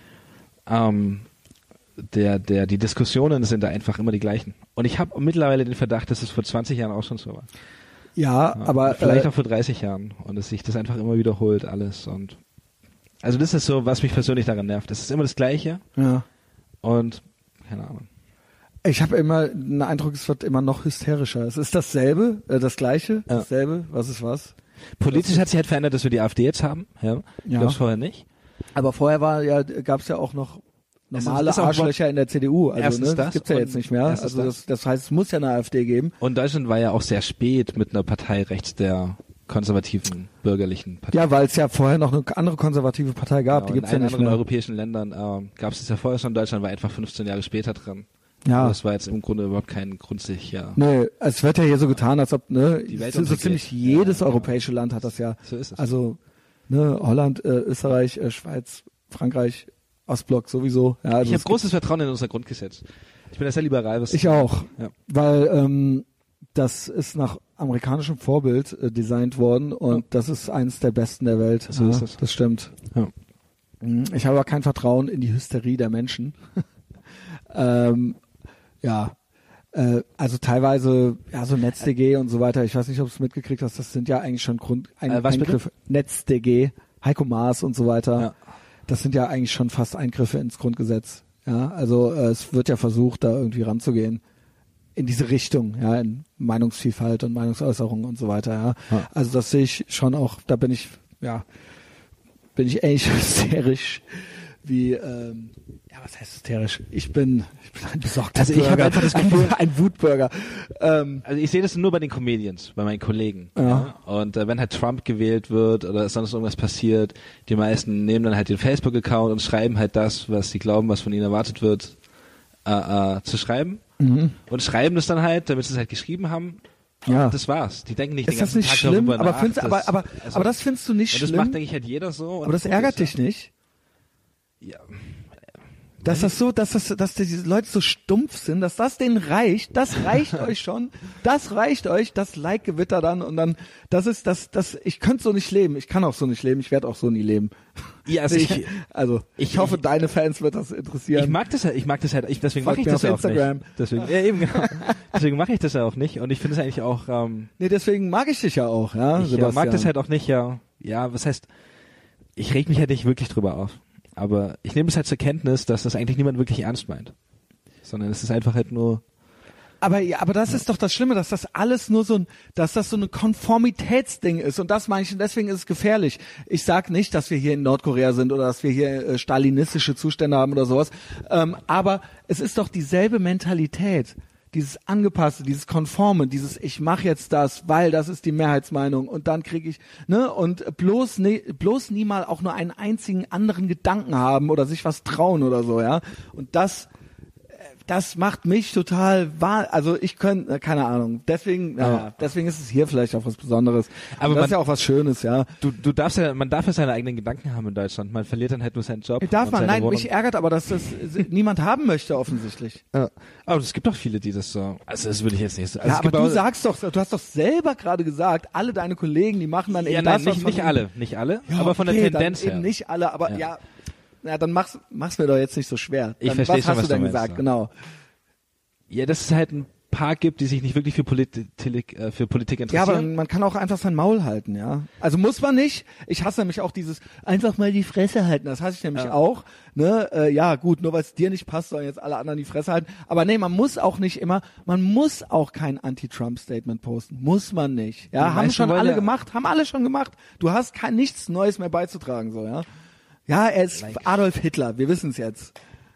ähm, der, der, die Diskussionen sind da einfach immer die gleichen. Und ich habe mittlerweile den Verdacht, dass es vor zwanzig Jahren auch schon so war.
Ja,
Ja,
aber
vielleicht
äh,
auch vor dreißig Jahren und dass sich das einfach immer wiederholt alles und also das ist so, was mich persönlich daran nervt. Es ist immer das Gleiche
ja.
und keine Ahnung.
Ich habe immer den Eindruck, es wird immer noch hysterischer. Es ist dasselbe, äh, das Gleiche,
Ja.
dasselbe, was ist was.
Politisch
das
hat sich halt verändert, dass wir die AfD jetzt haben. Ja,
Ja.
gab's vorher nicht.
Aber vorher war ja, gab es ja auch noch normale
ist auch
Arschlöcher in der C D U. Also
Erstens
ne, das
das
gibt's ja
und
jetzt nicht mehr.
erstens
Also das, das heißt, es muss ja eine AfD geben.
Und Deutschland war ja auch sehr spät mit einer Partei rechts der konservativen bürgerlichen Partei.
Ja, weil es ja vorher noch eine andere konservative Partei gab.
Genau,
Die gibt's
in
ja
allen
nicht
anderen
mehr.
europäischen Ländern ähm, gab es das ja vorher schon. Deutschland war etwa fünfzehn Jahre später dran.
Ja.
Das war jetzt im Grunde überhaupt kein Grund, sich ja.
Nee, es wird ja hier so getan, als ob, ne,
Die Welt
so, so
untergeht.
ziemlich jedes
Ja,
europäische Land hat das ja.
So ist es.
Also, ne, Holland, äh, Österreich, äh, Schweiz, Frankreich, Ostblock sowieso. Ja, also
ich habe
es
großes Vertrauen in unser Grundgesetz. Ich bin da sehr liberal. Was
Ich auch,
Ja.
weil ähm, das ist nach amerikanischem Vorbild äh, designt worden und
Ja.
das ist eines der besten der Welt.
So
ja,
ist es.
Das stimmt.
Ja.
Mhm. Ich habe aber kein Vertrauen in die Hysterie der Menschen. ähm, ja, äh, also teilweise, ja, so NetzDG und so weiter. Ich weiß nicht, ob du es mitgekriegt hast. Das sind ja eigentlich schon Grund, ein,
Äh, was bitte?
Eingriffe. NetzDG, Heiko Maas und so weiter.
Ja.
Das sind ja eigentlich schon fast Eingriffe ins Grundgesetz. Ja, also äh, es wird ja versucht, da irgendwie ranzugehen in diese Richtung, ja, in Meinungsvielfalt und Meinungsäußerung und so weiter. Ja.
Ja.
Also das sehe ich schon auch. Da bin ich, ja, bin ich ähnlich hysterisch wie, ähm, ja, was heißt hysterisch? Ich bin, ich bin ein besorgter
Also ich
Bürger,
habe einfach das Gefühl,
ein, ein Wutbürger. Ähm,
Also ich sehe das nur bei den Comedians, bei meinen Kollegen.
Ja.
Und äh, wenn halt Trump gewählt wird oder sonst irgendwas passiert, die meisten nehmen dann halt den Facebook-Account und schreiben halt das, was sie glauben, was von ihnen erwartet wird, äh, äh, zu schreiben.
mhm.
Und schreiben das dann halt, damit sie es halt geschrieben haben.
Ja.
Und das war's. Die denken nicht
Ist
den
das
ganzen
nicht
Tag
schlimm?
darüber
Aber,
nach.
findest, aber,
das,
aber,
also,
aber das findest du nicht
und das
schlimm?
macht, denke ich, halt jeder so.
Aber das
und
ärgert
gut ist,
dich nicht?
Ja.
Dass das so, dass das, dass diese Leute so stumpf sind, dass das denen reicht, das reicht euch schon, das reicht euch, das Like-Gewitter dann und dann, das ist, das, das, ich könnte so nicht leben, ich kann auch so nicht leben, ich werde auch so nie leben.
Ja, also ich,
also, ich,
ich-
hoffe,
ich-
deine Fans wird das interessieren.
Ich mag das halt, ich mag das halt, ich, deswegen
Folgt
mache ich
mir
das
auf
ja auch
Instagram.
nicht. Deswegen, ja, eben genau. Deswegen mache ich das ja auch nicht und ich finde es eigentlich auch, ähm,
Nee, deswegen mag ich dich ja auch, ja,
ich äh,
Sebastian.
mag das halt auch nicht, ja. Ja, was heißt, ich reg mich halt nicht wirklich drüber auf. Aber ich nehme es halt zur Kenntnis, dass das eigentlich niemand wirklich ernst meint. Sondern es ist einfach halt nur,
Aber ja, aber das ist doch das Schlimme, dass das alles nur so ein, dass das so eine Konformitätsding ist und das meine ich, und deswegen ist es gefährlich. Ich sag nicht, dass wir hier in Nordkorea sind oder dass wir hier äh, stalinistische Zustände haben oder sowas, ähm, aber es ist doch dieselbe Mentalität, dieses angepasste, dieses konforme, dieses ich mache jetzt das, weil das ist die Mehrheitsmeinung und dann kriege ich, ne, und bloß ne, bloß nie mal auch nur einen einzigen anderen Gedanken haben oder sich was trauen oder so, ja. Und das Das macht mich total wahr. Also ich könnte, keine Ahnung. Deswegen, ja,
Ja.
deswegen ist es hier vielleicht auch was Besonderes.
Aber
Aber das
man-
ist ja auch was Schönes, ja.
du, du darfst ja, man darf ja seine eigenen Gedanken haben in Deutschland. Man verliert dann halt nur seinen Job.
Darf
und
man?
seine
Nein,
Wohnung.
mich ärgert aber, dass das niemand haben möchte offensichtlich.
Ja. Aber es gibt doch viele, die das so, also das würde ich jetzt nicht so, also
ja,
es
aber
gibt
du
auch,
sagst doch, du hast doch selber gerade gesagt, alle deine Kollegen, die machen dann
ja,
eben
nein,
das, was
nicht,
von
nicht
ihnen-
alle, nicht alle,
Ja,
aber von der
okay,
Tendenz
dann
her.
eben nicht alle, aber
Ja.
ja, ja, dann mach's, mach's mir doch jetzt nicht so schwer.
Ich
Dann,
versteh
was
schon,
hast
was
du denn
du meinst,
gesagt?
ja.
Genau.
Ja, dass es halt ein paar gibt, die sich nicht wirklich für Politik, äh, für Politik
Ja,
interessieren.
aber man kann auch einfach sein Maul halten, ja. Also muss man nicht. Ich hasse nämlich auch dieses einfach mal die Fresse halten. Das hasse ich nämlich
Ja.
auch. Ne, äh, ja gut, nur weil es dir nicht passt, sollen jetzt alle anderen die Fresse halten. Aber nee, man muss auch nicht immer. Man muss auch kein Anti-Trump-Statement posten. Muss man nicht. Ja,
Die
haben
meisten
schon
wollen
alle
ja-
gemacht. Haben alle schon gemacht. Du hast kein nichts Neues mehr beizutragen, so ja. Ja, er ist
Like.
Adolf Hitler. Wir wissen es jetzt.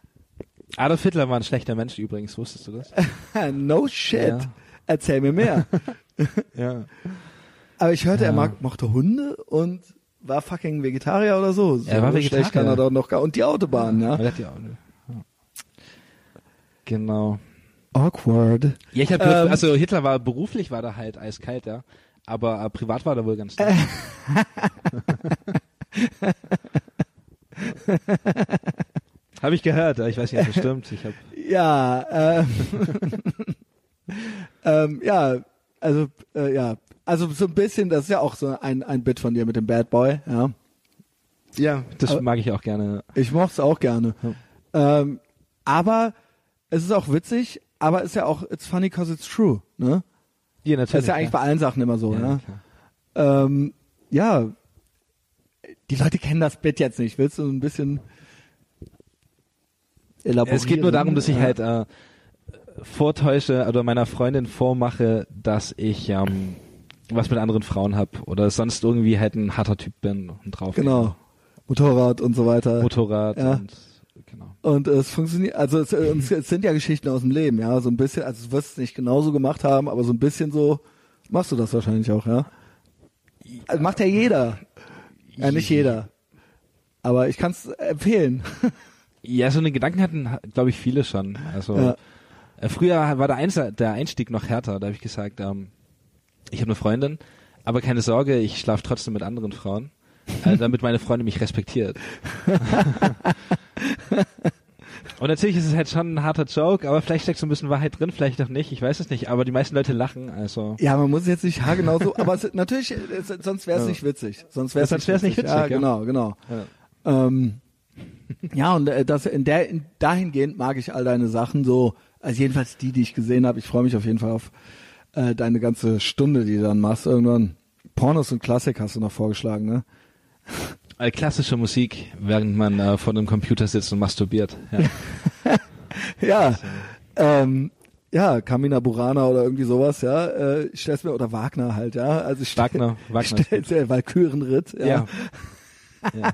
Adolf Hitler war ein schlechter Mensch übrigens, wusstest du das?
No shit.
Ja.
Erzähl mir mehr.
Ja.
Aber ich hörte, er
Ja.
mag, mochte Hunde und war fucking Vegetarier oder so. so
Er war
schlecht
Vegetarier.
kann er doch noch gar, und die Autobahn, ja.
Er hat die auch, ja. Genau.
Awkward.
Ja, ich habe gehört,
Ähm,
also Hitler war beruflich war da halt eiskalt, ja. Aber äh, privat war er wohl ganz nett. Habe ich gehört, ich weiß nicht, ob das stimmt. Ich hab,
Ja, ähm, ähm, ja, also, äh, ja, also so ein bisschen, das ist ja auch so ein, ein Bit von dir mit dem Bad Boy, ja.
ja, das
Aber-
mag ich auch gerne.
Ich mochte es auch gerne. Ähm, aber es ist auch witzig, aber ist ja auch, it's funny cause it's true, ne?
Ja,
Das ist ja eigentlich bei allen Sachen immer so,
ja,
ja.
klar.
Ähm, ja, die Leute kennen das Bit jetzt nicht. Willst du ein bisschen elaborieren?
Es geht nur darum, dass ich
Ja.
halt äh, vortäusche oder meiner Freundin vormache, dass ich ähm, was mit anderen Frauen hab oder sonst irgendwie halt ein harter Typ bin und drauf.
Genau. Motorrad und so weiter.
Motorrad
Ja.
und genau.
Und äh, es funktioniert, also es, äh, uns- es sind ja Geschichten aus dem Leben, ja, so ein bisschen, also du wirst es nicht genauso gemacht haben, aber so ein bisschen so machst du das wahrscheinlich auch, ja? Also macht ja jeder. Ja, nicht jeder. Aber ich kann es empfehlen.
Ja, so eine Gedanken hatten, glaube ich, viele schon. Also
Ja.
äh, früher war der, Einsa- der Einstieg noch härter. Da habe ich gesagt, ähm, ich habe eine Freundin, aber keine Sorge, ich schlafe trotzdem mit anderen Frauen, äh, damit meine Freundin mich respektiert. Und natürlich ist es halt schon ein harter Joke, aber vielleicht steckt so ein bisschen Wahrheit drin, vielleicht auch nicht, ich weiß es nicht, aber die meisten Leute lachen, also.
Ja, man muss es jetzt nicht haargenau so, aber es, natürlich, es, sonst wäre es
Ja.
nicht witzig. Sonst wäre es
Ja, sonst wär's nicht witzig,
Ja,
ja.
genau, genau.
Ja.
Ähm, ja, und äh, das in der in, dahingehend mag ich all deine Sachen so, also jedenfalls die, die ich gesehen habe. Ich freue mich auf jeden Fall auf äh, deine ganze Stunde, die du dann machst. Irgendwann Pornos und Klassik hast du noch vorgeschlagen, ne?
Äh, Klassische Musik, während man äh, vor einem Computer sitzt und masturbiert. Ja.
Ja, ähm, ja, Carmina Burana oder irgendwie sowas, ja. Äh, ich stell's mir, oder Wagner halt, ja. Also ich stell,
Wagner, Wagner.
stell's mir, Walkürenritt, ja.
Ja. Ja.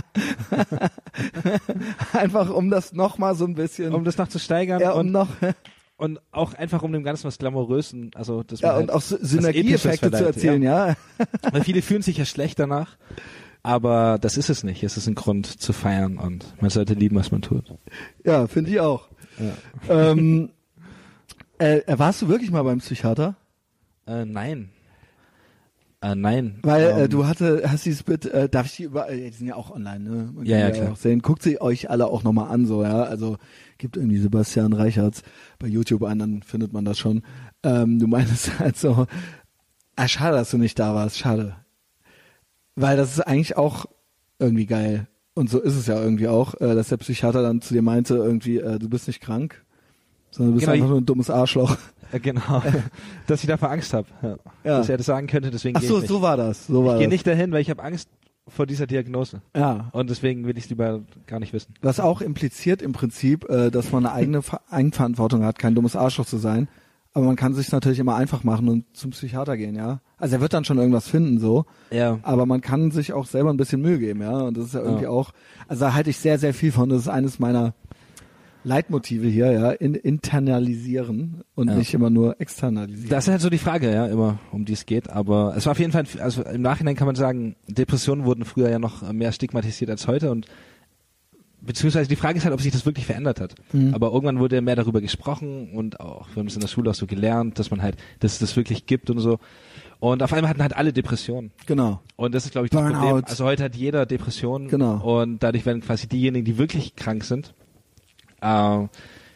Einfach um das nochmal so ein bisschen,
Um das noch zu steigern
ja, um
und,
noch,
und auch einfach um dem Ganzen was Glamourösen, also das
ja,
man
und
halt
auch Sy-
was
Synergieeffekte
Episches
zu
verleiht,
erzielen, ja.
Weil viele fühlen sich ja schlecht danach, aber das ist es nicht. Es ist ein Grund zu feiern und man sollte lieben, was man tut.
Ja, finde ich auch.
Ja.
ähm, äh, warst du wirklich mal beim Psychiater?
Äh, nein. Äh, nein.
Weil äh,
Ähm,
du hatte, hast dieses Bit, äh, darf ich die über, äh, die sind ja auch online, ne? Man
Ja,
kann
ja,
die
klar.
Auch sehen. Guckt sie euch alle auch nochmal an, so, ja. Also gibt irgendwie Sebastian Reichertz bei YouTube ein, dann findet man das schon. Ähm, du meinst halt so, ah, schade, dass du nicht da warst, schade. Weil das ist eigentlich auch irgendwie geil. Und so ist es ja irgendwie auch, äh, dass der Psychiater dann zu dir meinte, irgendwie, äh, du bist nicht krank, sondern du bist
Genau,
einfach
ich-
nur ein dummes Arschloch.
äh, genau. Dass ich davor Angst habe. Ja.
Ja.
Dass er das sagen könnte, deswegen
Ach
gehe
so,
ich nicht.
so war das. So war
ich gehe
das.
nicht dahin, weil ich habe Angst vor dieser Diagnose.
Ja.
Und deswegen will ich es lieber gar nicht wissen.
Was auch impliziert im Prinzip, äh, dass man eine eigene Ver- Eigenverantwortung hat, kein dummes Arschloch zu sein. Aber man kann sich natürlich immer einfach machen und zum Psychiater gehen, ja. Also er wird dann schon irgendwas finden, so.
Ja.
Aber man kann sich auch selber ein bisschen Mühe geben, ja. Und das ist ja irgendwie
Ja.
auch, also da halte ich sehr, sehr viel von. Das ist eines meiner Leitmotive hier, ja. In, internalisieren und
Ja.
nicht immer nur externalisieren.
Das ist halt so die Frage, ja, immer, um die es geht. Aber es war auf jeden Fall, also im Nachhinein kann man sagen, Depressionen wurden früher ja noch mehr stigmatisiert als heute und beziehungsweise die Frage ist halt, ob sich das wirklich verändert hat.
Mhm.
Aber irgendwann wurde mehr darüber gesprochen und auch, wir haben es in der Schule auch so gelernt, dass man halt, dass es das wirklich gibt und so. Und auf einmal hatten halt alle Depressionen.
Genau.
Und das ist, glaube ich, das
Burnout.
Problem. Also heute hat jeder Depressionen.
Genau.
Und dadurch werden quasi diejenigen, die wirklich krank sind, äh,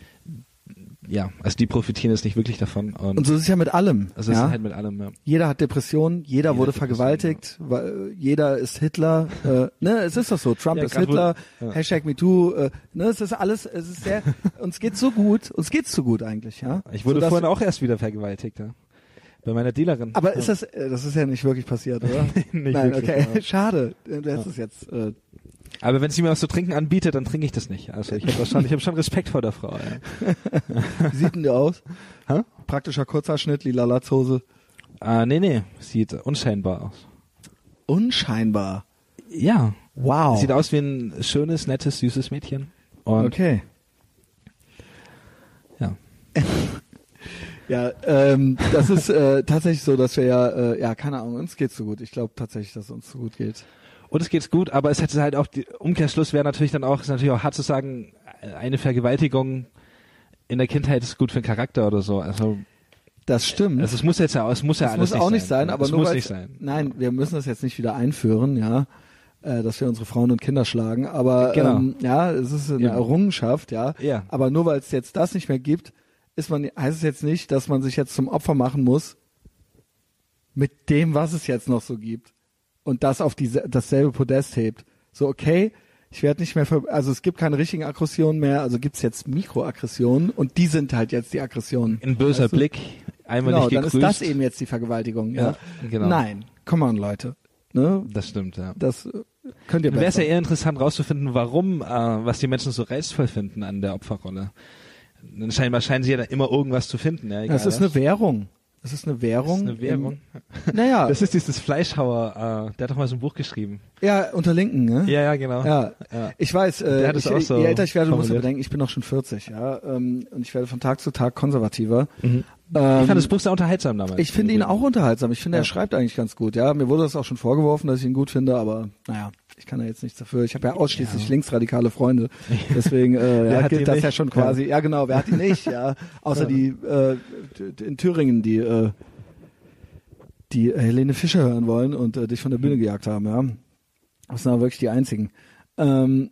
ja, also die profitieren jetzt nicht wirklich davon. Und,
Und so ist es ja mit allem.
also es
ja?
ist halt mit allem, ja.
Jeder hat Depressionen, jeder,
Jeder
wurde
hat Depressionen,
vergewaltigt, weil, jeder ist Hitler, äh, ne, es ist doch so, Trump
Ja,
ist
grad
Hitler,
wo- ja.
Hashtag MeToo, äh, ne, es ist alles, es ist sehr, uns geht's so gut, uns geht's so gut eigentlich, ja.
Ich wurde
Sodass-
vorhin auch erst wieder vergewaltigt, ja. Bei meiner Dealerin.
Aber
ja.
ist das, äh, das ist ja nicht wirklich passiert, oder?
Nicht
Nein,
wirklich,
okay,
ja.
schade, du hättest es jetzt, äh,
Aber wenn sie mir was zu trinken anbietet, dann trinke ich das nicht. Also ich habe schon, ich habe schon Respekt vor der Frau. Ja.
wie sieht denn der aus?
Hä?
Praktischer Kurzhaarschnitt, lila Latzhose.
Ah, nee, nee, sieht unscheinbar aus.
Unscheinbar.
Ja.
Wow.
Sieht aus wie ein schönes, nettes, süßes Mädchen. Und
Okay.
ja.
Ja, ähm, das ist äh, tatsächlich so, dass wir ja, äh, ja, keine Ahnung, uns geht's so gut. Ich glaube tatsächlich, dass es uns so gut geht.
Und es geht's gut, aber es hätte halt auch, die Umkehrschluss wäre natürlich dann auch, ist natürlich auch hart zu sagen, eine Vergewaltigung in der Kindheit ist gut für den Charakter oder so. Also
das stimmt.
Also es muss jetzt ja, es muss ja
das
alles
muss auch
nicht
nicht sein,
sein,
aber
es
nur
muss
weil
nicht sein.
Nein, wir müssen das jetzt nicht wieder einführen, ja, äh, dass wir unsere Frauen und Kinder schlagen, aber
Genau.
ähm, ja, es ist eine
Ja.
Errungenschaft, ja.
Ja.
Aber nur weil es jetzt das nicht mehr gibt, ist man, heißt es jetzt nicht, dass man sich jetzt zum Opfer machen muss mit dem, was es jetzt noch so gibt und das auf diese, dasselbe Podest hebt. So, okay, ich werde nicht mehr, ver also es gibt keine richtigen Aggressionen mehr, also gibt's jetzt Mikroaggressionen und die sind halt jetzt die Aggressionen.
Ein böser
Weißt du?
Blick, einmal
Genau,
nicht
dann
gegrüßt.
ist das eben jetzt die Vergewaltigung, ja.
Ja, genau.
Nein, come on, Leute. Ne?
Das stimmt, ja.
Das äh, könnt ihr
Dann wäre es
besser.
ja eher interessant rauszufinden, warum, äh, was die Menschen so reizvoll finden an der Opferrolle. Dann scheinbar scheinen sie ja da immer irgendwas zu finden, ja. Egal
Das ist
was.
eine Währung. Das ist eine Währung.
Das ist eine Währung.
Im, naja,
Das ist dieses Fleischhauer, äh, der hat doch mal so ein Buch geschrieben.
ja, unter Linken, ne?
Ja, ja, genau.
Ja,
Ja.
ich weiß,
Der
äh,
hat es
ich,
auch so
je älter ich werde, musst du
formuliert.
bedenken, ich bin noch schon vierzig, ja, ähm, und ich werde von Tag zu Tag konservativer.
Mhm.
Ähm,
Ich fand das Buch sehr unterhaltsam damals.
ich finde ihn auch unterhaltsam. Ich finde,
Ja.
er schreibt eigentlich ganz gut. Ja, mir wurde das auch schon vorgeworfen, dass ich ihn gut finde, aber naja, ich kann da jetzt nichts dafür. Ich habe ja ausschließlich
Ja.
linksradikale Freunde, deswegen äh,
Wer
ja,
hat
gilt
die
das
nicht?
ja schon quasi. Ja, genau, wer hat die nicht? Ja, außer
Ja.
die äh, d- in Thüringen, die äh, die äh, Helene Fischer hören wollen und äh, dich von der Bühne gejagt haben. Ja, das sind aber wirklich die einzigen. Ähm,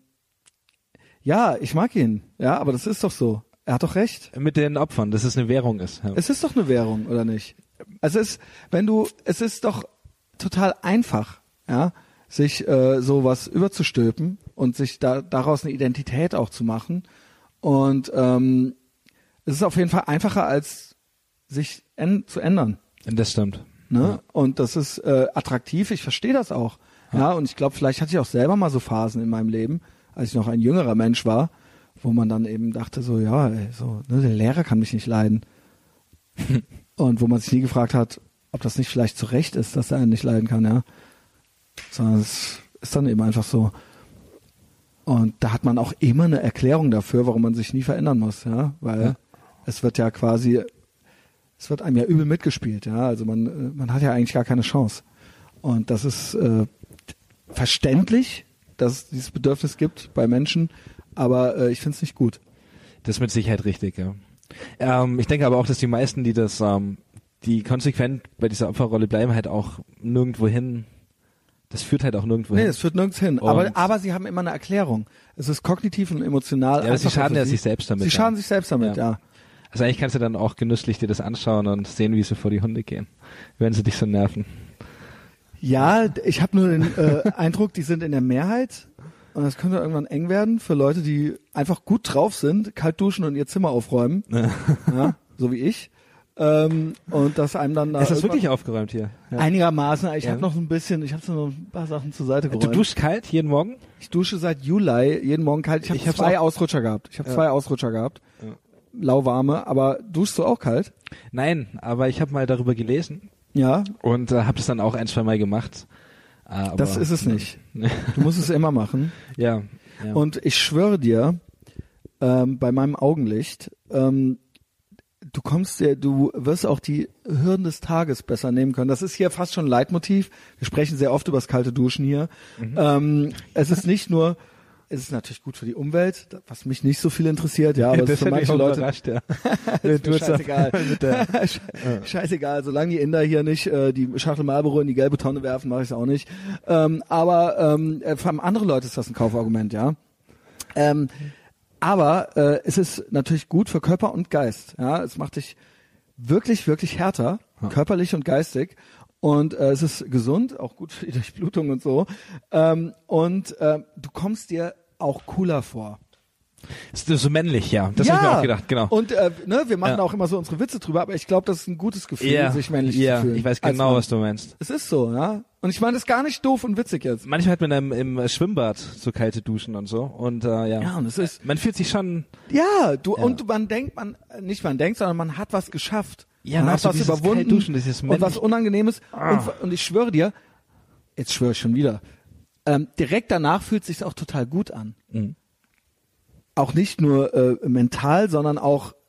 ja, ich mag ihn. Ja, aber das ist doch so. Er hat doch recht.
Mit den Opfern, dass es eine Währung ist. Ja.
Es ist doch eine Währung, oder nicht? Also es ist, wenn du, es ist doch total einfach, ja, sich äh, sowas überzustülpen und sich da daraus eine Identität auch zu machen. Und ähm, es ist auf jeden Fall einfacher, als sich en zu ändern.
Das stimmt.
Ne?
Ja.
Und das ist äh, attraktiv, ich verstehe das auch. Ja, und ich glaube, vielleicht hatte ich auch selber mal so Phasen in meinem Leben, als ich noch ein jüngerer Mensch war, wo man dann eben dachte so, ja, ey, so, ne, der Lehrer kann mich nicht leiden. Und wo man sich nie gefragt hat, ob das nicht vielleicht zu Recht ist, dass er einen nicht leiden kann, ja. Sondern es ist dann eben einfach so. Und da hat man auch immer eine Erklärung dafür, warum man sich nie verändern muss, ja, weil
Ja.
es wird ja quasi, es wird einem ja übel mitgespielt, ja, also man, äh, man hat ja eigentlich gar keine Chance. Und das ist äh, verständlich, dass es dieses Bedürfnis gibt bei Menschen, aber äh, ich finde es nicht gut.
Das ist mit Sicherheit richtig, ja. Ähm, ich denke aber auch, dass die meisten, die das, ähm, die konsequent bei dieser Opferrolle bleiben, halt auch nirgendwo hin. Das führt halt auch nirgendwo
Nee,
hin.
es führt nirgends hin.
Und-
Aber, aber sie haben immer eine Erklärung. Es ist kognitiv und emotional.
Ja, aber sie
einfacher
schaden
für
ja sich selbst damit
Sie
dann.
schaden sich selbst damit, ja.
Ja. Also eigentlich kannst du dann auch genüsslich dir das anschauen und sehen, wie sie vor die Hunde gehen, wenn sie dich so nerven.
Ja, ich habe nur den äh, Eindruck, die sind in der Mehrheit und das könnte irgendwann eng werden für Leute, die einfach gut drauf sind, kalt duschen und ihr Zimmer aufräumen, ja, so wie ich. Ähm, und dass einem dann da
Es ist
irgendwann-
wirklich aufgeräumt hier. Ja.
einigermaßen. Ich
Ja.
habe noch ein bisschen, ich habe so noch ein paar Sachen zur Seite
Du
geräumt.
duschst kalt jeden Morgen?
Ich dusche seit Juli jeden Morgen kalt. Ich habe
Ich hab's
zwei
auch-
Ausrutscher gehabt. Ich habe
Ja.
zwei Ausrutscher gehabt.
Ja.
Lauwarme. Aber duschst du auch kalt?
Nein, aber ich habe mal darüber gelesen
Ja.
und äh, habe das dann auch ein, zwei Mal gemacht. Äh, aber,
Das ist es nicht. Du musst es immer machen.
ja. ja.
Und ich schwöre dir, ähm, bei meinem Augenlicht, ähm, du kommst dir, du wirst auch die Hürden des Tages besser nehmen können. Das ist hier fast schon ein Leitmotiv. Wir sprechen sehr oft über das kalte Duschen hier.
Mhm.
Ähm, es ist nicht nur, es ist natürlich gut für die Umwelt, was mich nicht so viel interessiert, ja, aber es ist für
hat mich
manche
auch
Leute
überrascht, ja.
ist
Du
mir
hast
scheißegal.
mit der-
Scheißegal, solange die Inder hier nicht äh, die Schachtel Marlboro in die gelbe Tonne werfen, mache ich es auch nicht. Ähm, aber ähm, äh, für andere Leute ist das ein Kaufargument, ja. Ähm, aber äh, es ist natürlich gut für Körper und Geist. Ja, es macht dich wirklich, wirklich härter,
Ja.
körperlich und geistig. Und äh, es ist gesund, auch gut für die Durchblutung und so. Ähm, und äh, du kommst dir auch cooler vor.
Das ist so männlich, ja. Das
ja.
habe ich mir auch gedacht, genau.
Und äh, ne, wir machen
Ja.
auch immer so unsere Witze drüber, aber ich glaube, das ist ein gutes Gefühl,
Ja,
sich männlich
ja,
zu fühlen.
ich weiß
als
genau,
Mann.
was du meinst.
Es ist so, ja. Und ich meine, das ist gar nicht doof und witzig jetzt.
Manchmal hat man im, im Schwimmbad so kalte Duschen und so. Und äh, ja.
Ja, und es ist
Man fühlt sich schon.
ja, du
Ja.
und man denkt, man nicht man denkt, sondern man hat was geschafft.
Ja,
man
man
hat
hat so
was
dieses
überwunden
Kaltduschen, dieses
und was
männlich-
Unangenehmes.
Ah.
Und, und ich schwöre dir, jetzt schwöre ich schon wieder. Ähm, direkt danach fühlt es sich auch total gut an.
Mhm.
Auch nicht nur äh, mental, sondern auch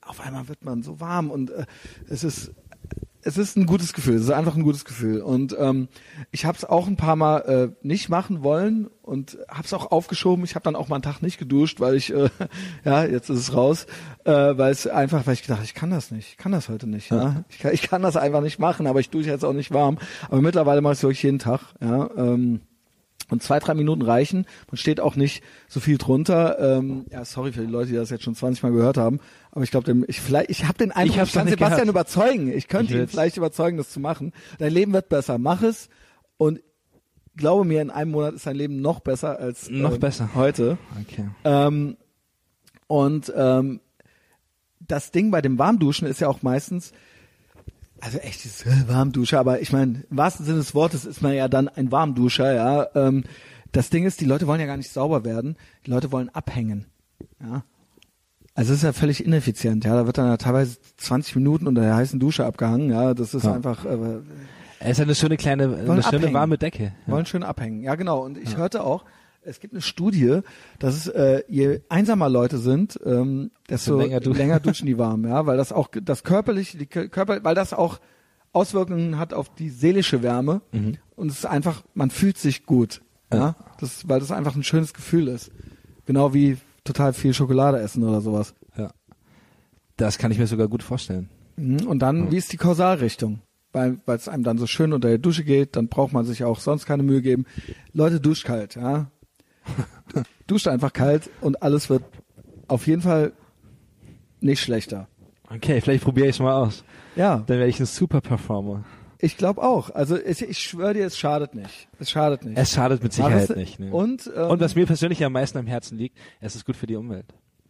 auf einmal wird man so warm und äh, es ist es ist ein gutes Gefühl, es ist einfach ein gutes Gefühl und ähm, ich habe es auch ein paar Mal äh, nicht machen wollen und habe es auch aufgeschoben. Ich habe dann auch mal einen Tag nicht geduscht, weil ich äh, ja jetzt ist es raus, äh, weil es einfach, weil ich gedacht, ich kann das nicht, ich kann das heute nicht, ja, ich kann, ich kann das einfach nicht machen, aber ich dusche jetzt auch nicht warm. Aber mittlerweile mache ich es wirklich jeden Tag, ja. Ähm, Und zwei, drei Minuten reichen. Man steht auch nicht so viel drunter. Ähm, ja, sorry für die Leute, die das jetzt schon zwanzig Mal gehört haben. Aber ich glaube, ich vielleicht, ich habe den Eindruck,
Ich
ich,
hab's
kann
noch nicht
Sebastian
gehört.
überzeugen. Ich könnte
Ich
ihn
will's.
vielleicht überzeugen, das zu machen. Dein Leben wird besser. Mach es. Und glaube mir, in einem Monat ist dein Leben noch besser als
Noch
ähm,
besser.
heute.
Okay.
Ähm, und ähm, das Ding bei dem Warmduschen ist ja auch meistens, also echt dieses äh, Warmduscher, aber ich meine, im wahrsten Sinne des Wortes ist man ja dann ein Warmduscher, ja. Ähm, das Ding ist, die Leute wollen ja gar nicht sauber werden, die Leute wollen abhängen, ja. Also es ist ja völlig ineffizient, ja. Da wird dann ja teilweise zwanzig Minuten unter der heißen Dusche abgehangen, ja. Das ist
Ja.
einfach, äh,
Es ist eine schöne kleine, eine
Wollen
schöne
abhängen.
warme Decke. Ja.
wollen schön abhängen, ja genau. Und ich hörte auch, es gibt eine Studie, dass es, äh, je einsamer Leute sind, ähm, desto
länger
länger,
du-
duschen die warm, ja, weil das auch das körperlich, die Kö- Körper, weil das auch Auswirkungen hat auf die seelische Wärme
Mhm.
und es ist einfach, man fühlt sich gut, ja,
Ja.
das, weil das einfach ein schönes Gefühl ist, genau wie total viel Schokolade essen oder sowas.
Ja. Das kann ich mir sogar gut vorstellen.
Mhm. Und dann,
Ja.
wie ist die Kausalrichtung? Weil weil es einem dann so schön unter der Dusche geht, dann braucht man sich auch sonst keine Mühe geben. Leute, duscht kalt, ja. Duscht einfach kalt und alles wird auf jeden Fall nicht schlechter.
Okay, vielleicht probiere ich es mal aus.
Ja,
Dann werde ich ein super Performer.
ich glaube auch. Also ich, ich schwöre dir, es schadet nicht. Es schadet nicht.
Es schadet mit
Mach
Sicherheit
es-
nicht. Ne?
Und, ähm,
Und was mir persönlich am meisten am Herzen liegt, es ist gut für die Umwelt.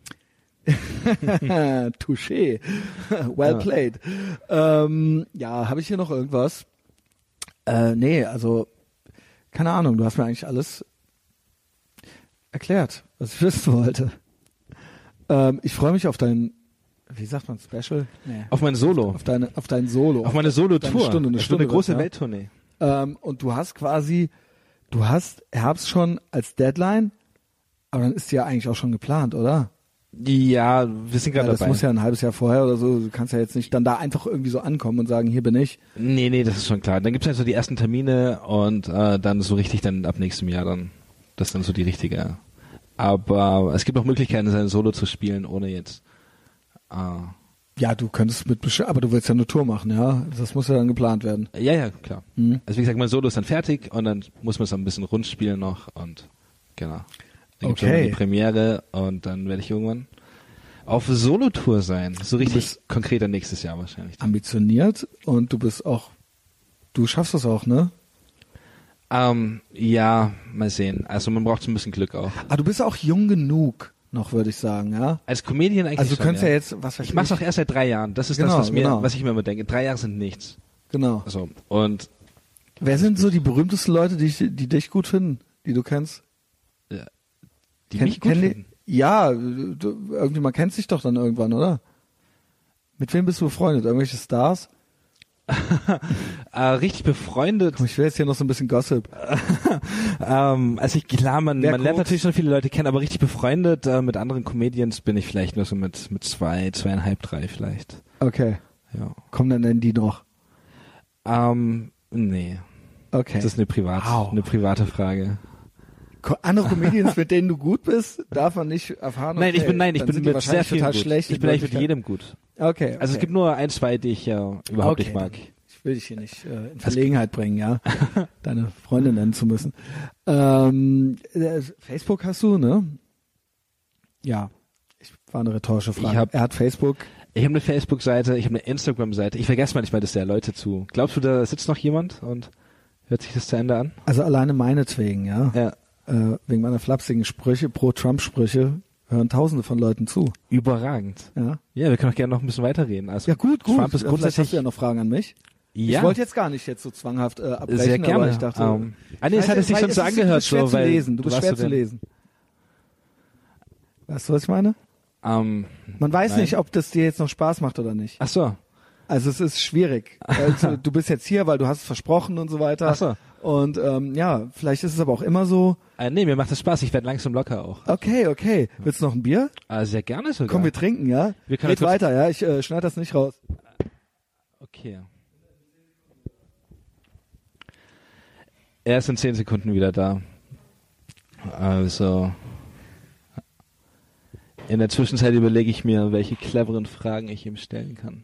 Touché. Well
Ja.
played. Ähm, ja, habe ich hier noch irgendwas? Äh, nee, also keine Ahnung, du hast mir eigentlich alles erklärt, was ich wissen wollte. Ähm, ich freue mich auf dein, wie sagt man, Special? Nee.
Auf mein Solo.
Auf deine, auf dein Solo.
Auf meine Solo-Tour.
Eine Stunde, eine
Das wird
Stunde
eine große
wird's, ja.
Welttournee.
Ähm, und du hast quasi, du hast Herbst schon als Deadline, aber dann ist die ja eigentlich auch schon geplant, oder?
Ja, wir sind
Ja,
gerade
das
dabei.
muss ja ein halbes Jahr vorher oder so, du kannst ja jetzt nicht dann da einfach irgendwie so ankommen und sagen, hier bin ich.
Nee, nee, das ist schon klar. Dann gibt's halt so die ersten Termine und äh, dann so richtig dann ab nächstem Jahr dann. Das ist dann so die richtige. Aber es gibt auch Möglichkeiten, sein Solo zu spielen, ohne jetzt. Äh,
Ja, du könntest mit, besch- aber du willst ja eine Tour machen, ja? Das muss ja dann geplant werden.
ja, ja, klar.
Mhm.
Also wie gesagt, mein Solo ist dann fertig und dann muss man es ein bisschen rund spielen noch und genau. Dann gibt's
Okay.
irgendwann die Premiere und dann werde ich irgendwann auf Solo-Tour sein. So richtig
bist-
konkret dann nächstes Jahr wahrscheinlich.
Ambitioniert und du bist auch, du schaffst das auch, ne?
Ähm, ja, mal sehen. Also man braucht so ein bisschen Glück auch.
Ah, du bist auch jung genug, noch würde ich sagen, ja?
Als Comedian eigentlich
Also du
schon,
könntest ja jetzt, was weiß
Ich mach's auch erst seit drei Jahren. Das ist
Genau,
das, was mir,
genau.
was ich mir immer denke. Drei Jahre sind nichts.
Genau.
So. Und
Wer sind so die berühmtesten Leute, die, ich- die dich gut finden, die du kennst?
die
Kenn-
mich gut
kenn die-
finden.
Ja, du, irgendwie, man kennt sich doch dann irgendwann, oder? Mit wem bist du befreundet? Irgendwelche Stars?
Äh, richtig befreundet.
Komm, ich will jetzt hier noch so ein bisschen Gossip.
Ähm, also ich, klar, man,
Wer
man lernt
guckt?
natürlich schon viele Leute kennen, aber richtig befreundet äh, mit anderen Comedians bin ich vielleicht nur so mit, mit zwei, zweieinhalb, drei vielleicht.
Okay.
Ja.
Kommen dann denn die noch?
Ähm, nee.
Okay.
Das ist eine, privat,
Wow.
eine private Frage.
Ko- Andere Comedians, mit denen du gut bist, darf man nicht erfahren.
Nein, ich
okay,
bin, nein, ich
dann
bin
sind die
mit sehr
wahrscheinlich
vielen
total
gut.
schlecht.
Ich
in
bin eigentlich mit
Wirklichkeit.
jedem gut.
Okay, okay.
Also es gibt nur ein, zwei, die ich ja überhaupt
Okay,
nicht mag.
dann- Ich will dich hier nicht äh, in Verlegenheit bringen, ja, deine Freundin nennen zu müssen. Ähm, äh, Facebook hast du, ne? Ja, ich war eine rhetorische Frage.
Ich hab-
er hat Facebook.
Ich habe eine Facebook-Seite, ich habe eine Instagram-Seite. Ich vergesse manchmal, dass da Leute zu. Glaubst du, da sitzt noch jemand und hört sich das zu Ende an?
Also alleine meinetwegen, ja.
Ja.
Äh, wegen meiner flapsigen Sprüche, Pro-Trump-Sprüche, hören Tausende von Leuten zu.
Überragend.
Ja,
Ja, wir können auch gerne noch ein bisschen weiterreden. Also
ja gut, gut.
Trump ist
Vielleicht hast
grundsätzlich.
du ja noch Fragen an mich.
Ja,
Ich wollte jetzt gar nicht jetzt so zwanghaft äh, abbrechen,
sehr gerne.
aber ich dachte,
Ähm, ah, nee, es
Weißt
hat
du,
es sich
weil
schon so
ist-
angehört,
du bist schwer
so,
zu
weil
lesen. Du bist
warst
schwer
so
zu
der-
lesen. Weißt du, was ich meine?
Ähm,
Man weiß
Nein.
nicht, ob das dir jetzt noch Spaß macht oder nicht.
ach so.
Also es ist schwierig. Also, du bist jetzt hier, weil du hast es versprochen und so weiter.
Ach so.
Und ähm, ja, vielleicht ist es aber auch immer so.
Äh, nee, mir macht das Spaß. Ich werde langsam locker auch.
Okay, okay. Willst du noch ein Bier?
Äh, sehr gerne sogar.
Komm, wir trinken, ja?
Wir können
Red
kurz-
weiter, ja? Ich äh, schneide das nicht raus.
Okay. Er ist in zehn Sekunden wieder da. Also in der Zwischenzeit überlege ich mir, welche cleveren Fragen ich ihm stellen kann.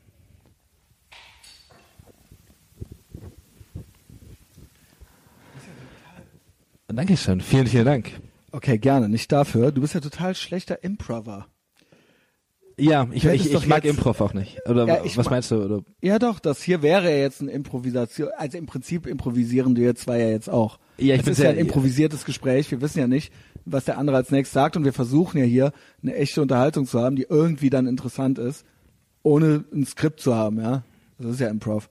Dankeschön, vielen, vielen Dank.
Okay, gerne, nicht dafür. Du bist ja total schlechter Improver.
Ja, ich,
Du
ich,
hättest
ich
doch
mag
jetzt-
Improv auch nicht. Oder
Ja, ich
was
ma-
meinst du? Oder?
Ja doch, das hier wäre ja jetzt eine Improvisation. Also im Prinzip improvisieren wir zwei ja jetzt auch.
Ja, ich
es
bin
ist
sehr-
ja ein improvisiertes Gespräch. Wir wissen ja nicht, was der andere als nächstes sagt. Und wir versuchen ja hier eine echte Unterhaltung zu haben, die irgendwie dann interessant ist, ohne ein Skript zu haben. Ja, das ist ja Improv.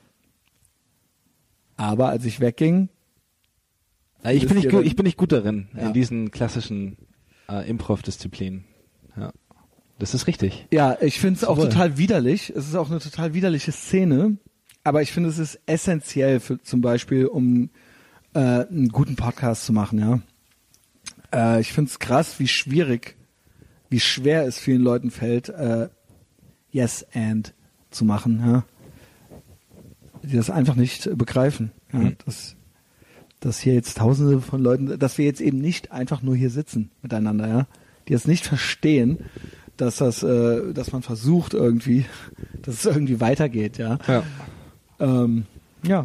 Aber als ich wegging,
Ja, ich,
Wisst
bin nicht
ihr
gut,
dann-
ich bin nicht gut darin,
Ja.
in diesen klassischen äh, Improv-Disziplinen. Ja. Das ist richtig.
ja, ich finde es auch
Jawohl.
total widerlich. Es ist auch eine total widerliche Szene. Aber ich finde, es ist essentiell für zum Beispiel, um äh, einen guten Podcast zu machen, ja. Äh, ich finde es krass, wie schwierig, wie schwer es vielen Leuten fällt, äh, Yes and zu machen, ja. Die das einfach nicht äh, begreifen. Ja?
Mhm.
Dass, dass hier jetzt tausende von Leuten, dass wir jetzt eben nicht einfach nur hier sitzen miteinander, ja. Die es nicht verstehen, dass das, äh, dass man versucht irgendwie, dass es irgendwie weitergeht, ja.
Ja.
Ähm, ja.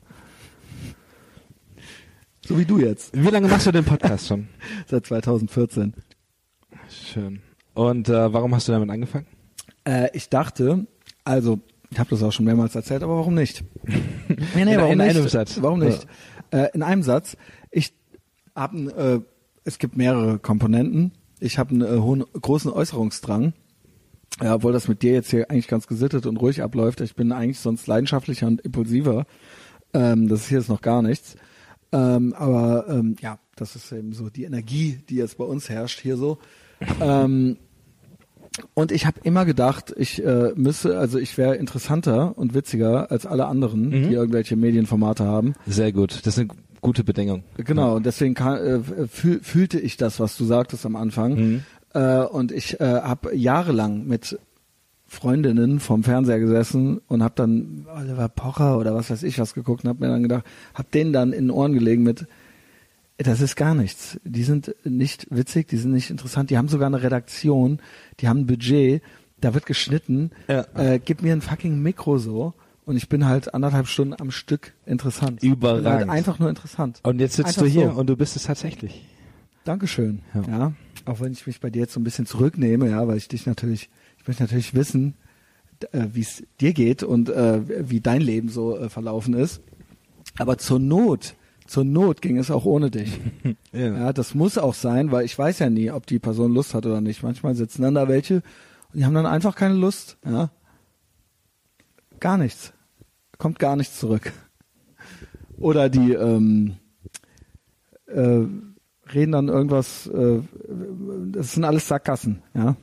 So wie du jetzt,
Wie lange machst du den Podcast schon?
seit zweitausendvierzehn.
Schön. Und äh, warum hast du damit angefangen?
Äh, ich dachte, also, ich habe das auch schon mehrmals erzählt, aber warum nicht? Nee, nee,
In-
warum
in
nicht?
einem Satz.
Warum nicht? Äh, in einem Satz. Ich habe, äh, es gibt mehrere Komponenten. Ich habe einen äh, hohen, großen Äußerungsdrang. Ja, obwohl das mit dir jetzt hier eigentlich ganz gesittet und ruhig abläuft. Ich bin eigentlich sonst leidenschaftlicher und impulsiver. Ähm, das hier ist noch gar nichts. Ähm, aber ähm, ja, das ist eben so die Energie, die jetzt bei uns herrscht hier so. ähm, und ich habe immer gedacht, ich äh, müsse, also ich wäre interessanter und witziger als alle anderen,
Mhm.
die irgendwelche Medienformate haben.
Sehr gut. Das ist eine gute Bedingung.
Genau, und deswegen kann, äh, fühl, fühlte ich das, was du sagtest am Anfang.
Mhm.
Äh, und ich äh, habe jahrelang mit Freundinnen vom Fernseher gesessen und habe dann Oliver Pocher oder was weiß ich was geguckt und habe mir dann gedacht, habe denen dann in den Ohren gelegen mit, das ist gar nichts. Die sind nicht witzig, die sind nicht interessant, die haben sogar eine Redaktion, die haben ein Budget, da wird geschnitten,
Ja.
äh, gib mir ein fucking Mikro so und ich bin halt anderthalb Stunden am Stück interessant. Ich bin halt
Überragend.
einfach nur interessant.
Und jetzt sitzt
Einfach
du hier
so.
und du bist es tatsächlich.
Dankeschön.
Ja.
Ja. Auch wenn ich mich bei dir jetzt so ein bisschen zurücknehme, ja, weil ich dich natürlich, ich möchte natürlich wissen, d- äh, wie es dir geht und äh, wie dein Leben so äh, verlaufen ist. Aber zur Not, zur Not ging es auch ohne dich. Ja, das muss auch sein, weil ich weiß ja nie, ob die Person Lust hat oder nicht. Manchmal sitzen dann da welche und die haben dann einfach keine Lust. Ja. Gar nichts. Kommt gar nichts zurück. Oder die ähm, äh, reden dann irgendwas, äh, das sind alles Sackgassen, ja.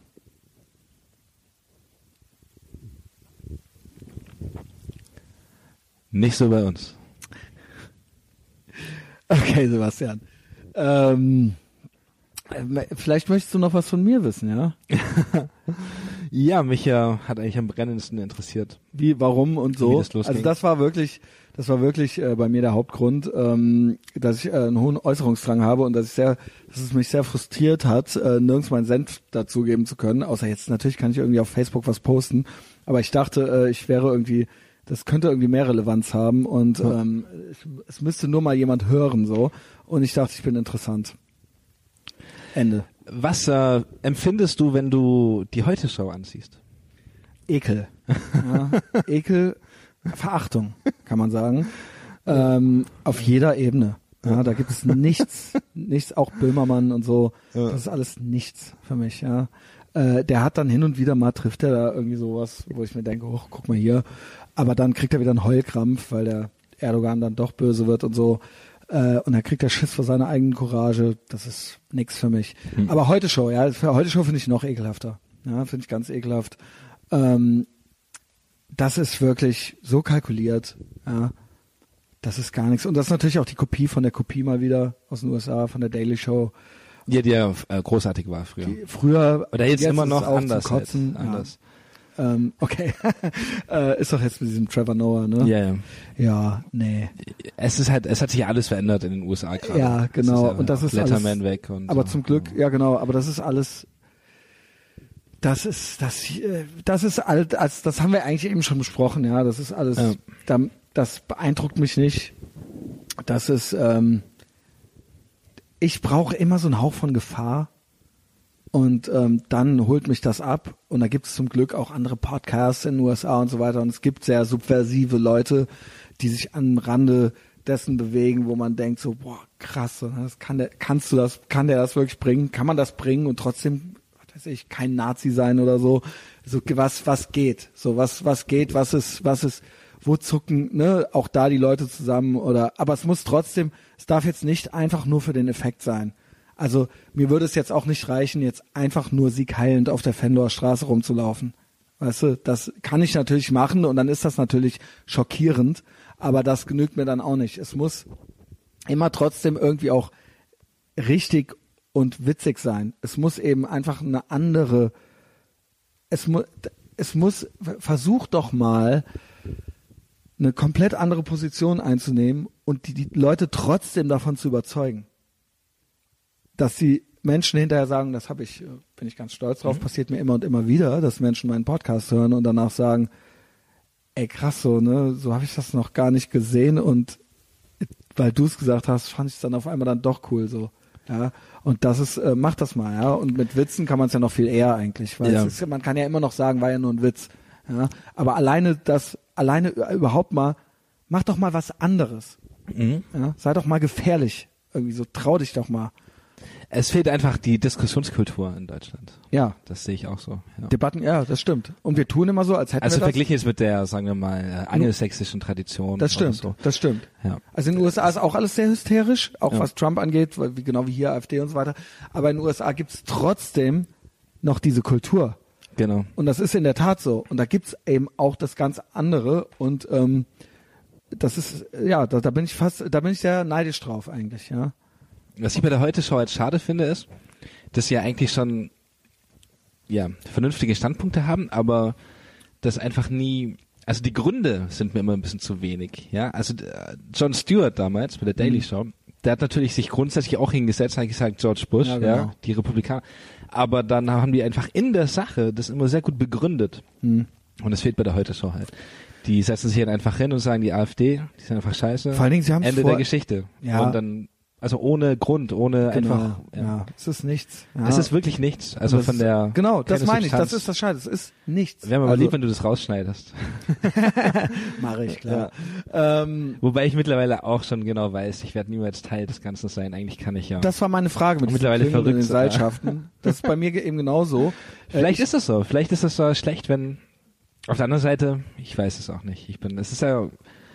Nicht so bei uns.
Okay, Sebastian. Ähm, äh, vielleicht möchtest du noch was von mir wissen, ja?
Ja, mich äh, hat eigentlich am brennendsten interessiert.
Wie, warum und
Wie
so.
das losging.
Also das war wirklich, das war wirklich äh, bei mir der Hauptgrund, ähm, dass ich äh, einen hohen Äußerungsdrang habe und dass ich sehr, dass es mich sehr frustriert hat, äh, nirgends meinen Senf dazugeben zu können. Außer jetzt natürlich kann ich irgendwie auf Facebook was posten, aber ich dachte, äh, ich wäre irgendwie, das könnte irgendwie mehr Relevanz haben und
Ja.
ähm, ich, es müsste nur mal jemand hören so. Und ich dachte, ich bin interessant. Ende.
Was äh, empfindest du, wenn du die Heute-Show ansiehst?
Ekel. Ja, Ekel, Verachtung, kann man sagen. Ähm, auf jeder Ebene. Ja, da gibt es nichts, nichts, auch Böhmermann und so.
Ja.
Das ist alles nichts für mich, ja. Äh, der hat dann hin und wieder mal, trifft er da irgendwie sowas, wo ich mir denke, oh, guck mal hier. Aber dann kriegt er wieder einen Heulkrampf, weil der Erdogan dann doch böse wird und so. Äh, und dann kriegt er Schiss vor seiner eigenen Courage. Das ist nix für mich.
Hm.
Aber Heute Show, ja, für Heute Show finde ich noch ekelhafter. Ja, finde ich ganz ekelhaft. Ähm, das ist wirklich so kalkuliert, ja. Das ist gar nichts. Und das ist natürlich auch die Kopie von der Kopie mal wieder aus den U S A, von der Daily Show.
Ja, die ja äh, großartig war früher.
Die, früher.
Oder jetzt, jetzt immer noch
auch
anders.
Zum Kotzen.
Halt. Anders.
Ja. Ähm, okay. äh, ist doch jetzt mit diesem Trevor Noah, ne?
Ja, ja.
Ja, nee.
Es ist halt, es hat sich ja alles verändert in den U S A gerade.
Ja, genau.
Ja
und das ist
Letterman
alles.
weg und
aber
so.
zum Glück, ja genau. Aber das ist alles. Das ist, das, das ist alt, als, das haben wir eigentlich eben schon besprochen, ja. Das ist alles.
Ja.
Da, das beeindruckt mich nicht. Das ist. Ähm, ich brauche immer so einen Hauch von Gefahr. Und ähm, dann holt mich das ab. Und da gibt es zum Glück auch andere Podcasts in den U S A und so weiter. Und es gibt sehr subversive Leute, die sich am Rande dessen bewegen, wo man denkt so, boah, krass, das kann der, kannst du das, kann der das wirklich bringen? Kann man das bringen und trotzdem, was weiß ich, kein Nazi sein oder so? So was, was geht? So was, was geht? Was ist, was ist? Wo zucken, ne? Auch da die Leute zusammen oder? Aber es muss trotzdem, es darf jetzt nicht einfach nur für den Effekt sein. Also mir würde es jetzt auch nicht reichen, jetzt einfach nur siegheilend auf der Venloer Straße rumzulaufen. Weißt du, das kann ich natürlich machen und dann ist das natürlich schockierend, aber das genügt mir dann auch nicht. Es muss immer trotzdem irgendwie auch richtig und witzig sein. Es muss eben einfach eine andere, es muss, es muss, versuch doch mal eine komplett andere Position einzunehmen und die, die Leute trotzdem davon zu überzeugen. Dass die Menschen hinterher sagen, das habe ich, bin ich ganz stolz drauf, mhm. passiert mir immer und immer wieder, dass Menschen meinen Podcast hören und danach sagen, ey krass, so, ne, so habe ich das noch gar nicht gesehen und weil du es gesagt hast, fand ich es dann auf einmal dann doch cool, so, ja, und das ist, äh, mach das mal, ja, und mit Witzen kann man es ja noch viel eher eigentlich, weil
ja.
es ist, man kann ja immer noch sagen, war ja nur ein Witz, ja, aber alleine das, alleine überhaupt mal, mach doch mal was anderes, mhm. ja, sei doch mal gefährlich, irgendwie so, trau dich doch mal.
Es fehlt einfach die Diskussionskultur in Deutschland.
Ja.
Das sehe ich auch so. Ja.
Debatten, ja, das stimmt. Und wir tun immer so, als hätten
also
wir das.
Also verglichen jetzt mit der, sagen wir mal, äh, angelsächsischen Tradition.
Das stimmt,
so.
das stimmt.
Ja.
Also in den U S A ist auch alles sehr hysterisch, auch
ja.
was Trump angeht, wie, genau wie hier AfD und so weiter. Aber in den U S A gibt's trotzdem noch diese Kultur.
Genau.
Und das ist in der Tat so. Und da gibt's eben auch das ganz andere. Und ähm, das ist, ja, da, da bin ich fast, da bin ich sehr neidisch drauf eigentlich, ja.
Was ich bei der Heute-Show halt schade finde, ist, dass sie ja eigentlich schon ja vernünftige Standpunkte haben, aber das einfach nie, also die Gründe sind mir immer ein bisschen zu wenig, ja. Also äh, Jon Stewart damals bei der Daily mhm. Show, der hat natürlich sich grundsätzlich auch hingesetzt, hat gesagt, George Bush, ja, genau. ja die Republikaner, aber dann haben die einfach in der Sache das immer sehr gut begründet mhm. und das fehlt bei der Heute-Show halt. Die setzen sich dann einfach hin und sagen, die AfD, die sind einfach scheiße.
Vor allen Dingen, sie haben
Ende
vor,
der Geschichte.
Ja.
Und dann Also ohne Grund, ohne
genau,
einfach. Ja.
ja, es ist nichts. Ja.
Es ist wirklich nichts. Also
das
von der.
Genau, das meine ich.
Substanz.
Das ist das Scheiße. Es ist nichts.
Wäre mir aber
also,
lieb, wenn du das rausschneidest.
Mache ich, klar. Ja. Ähm,
Wobei ich mittlerweile auch schon genau weiß, ich werde niemals Teil des Ganzen sein. Eigentlich kann ich ja.
Das war meine Frage mit
mittlerweile
verrückt in den
sogar.
Seilschaften. Das ist bei mir eben genauso.
Vielleicht
äh,
ist es so. Vielleicht ist es so schlecht, wenn. Auf der anderen Seite, ich weiß es auch nicht. Ich bin. Es ist ja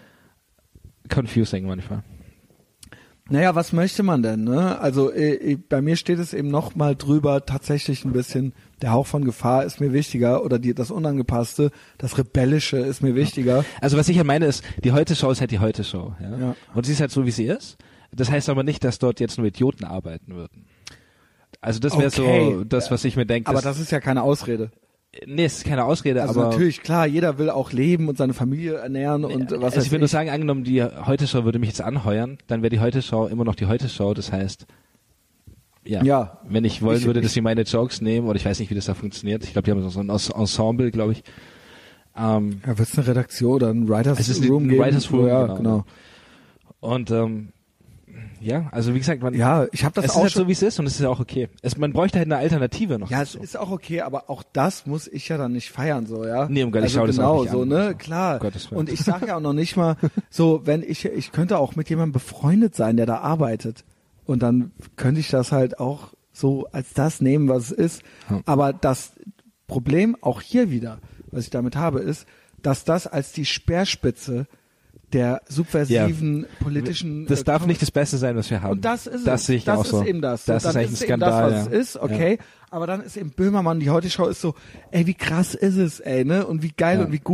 confusing manchmal.
Naja, was möchte man denn, ne? Also äh, bei mir steht es eben noch mal drüber, tatsächlich ein bisschen, der Hauch von Gefahr ist mir wichtiger oder die, das Unangepasste, das Rebellische ist mir wichtiger.
Also was ich ja meine ist, die Heute-Show ist halt die Heute-Show. Ja?
Ja.
Und sie ist halt so, wie sie ist. Das heißt aber nicht, dass dort jetzt nur Idioten arbeiten würden. Also das wäre
okay.
so das, was ich mir denke.
Aber das ist ja keine Ausrede.
Nee, es ist keine Ausrede,
also
aber...
natürlich, klar, jeder will auch leben und seine Familie ernähren und was
also
weiß
ich will nur sagen, angenommen, die Heute-Show würde mich jetzt anheuern, dann wäre die Heute-Show immer noch die Heute-Show, das heißt, ja,
ja
wenn ich wollen
ich,
würde,
ich,
dass sie meine Jokes nehmen, oder ich weiß nicht, wie das da funktioniert, ich glaube, die haben so ein Ensemble, glaube ich. Ähm,
ja, wird es eine Redaktion oder ein Writers
es ist
Room
ein
geben?
Writers Room,
ja,
genau.
genau.
Und ähm, ja, also wie gesagt, man,
ja, ich habe das
es
auch
ist halt
schon
so, wie es ist und es ist ja auch okay. Es, man bräuchte halt eine Alternative noch.
Ja,
dazu.
es ist auch okay, aber auch das muss ich ja dann nicht feiern, so, ja.
Nee, um Gott, ich
also
schau das
genau,
auch nicht
so,
an.
ne,
Also,
klar.
Um
und ich sage ja auch noch nicht mal, so, wenn ich, ich könnte auch mit jemandem befreundet sein, der da arbeitet. Und dann könnte ich das halt auch so als das nehmen, was es ist.
Ja.
Aber das Problem auch hier wieder, was ich damit habe, ist, dass das als die Speerspitze der subversiven
ja.
politischen...
Das
äh,
darf nicht das Beste sein, was wir haben.
Und das ist
das
es.
Sehe ich
das
auch
ist
so.
eben das.
Das
so,
ist
dann
eigentlich ein
ist
Skandal.
eben das, was
ja.
es ist, okay.
Ja.
Aber dann ist eben Böhmermann, die Heute-Show ist so, ey, wie krass ist es, ey, ne? Und wie geil
ja.
und wie gut.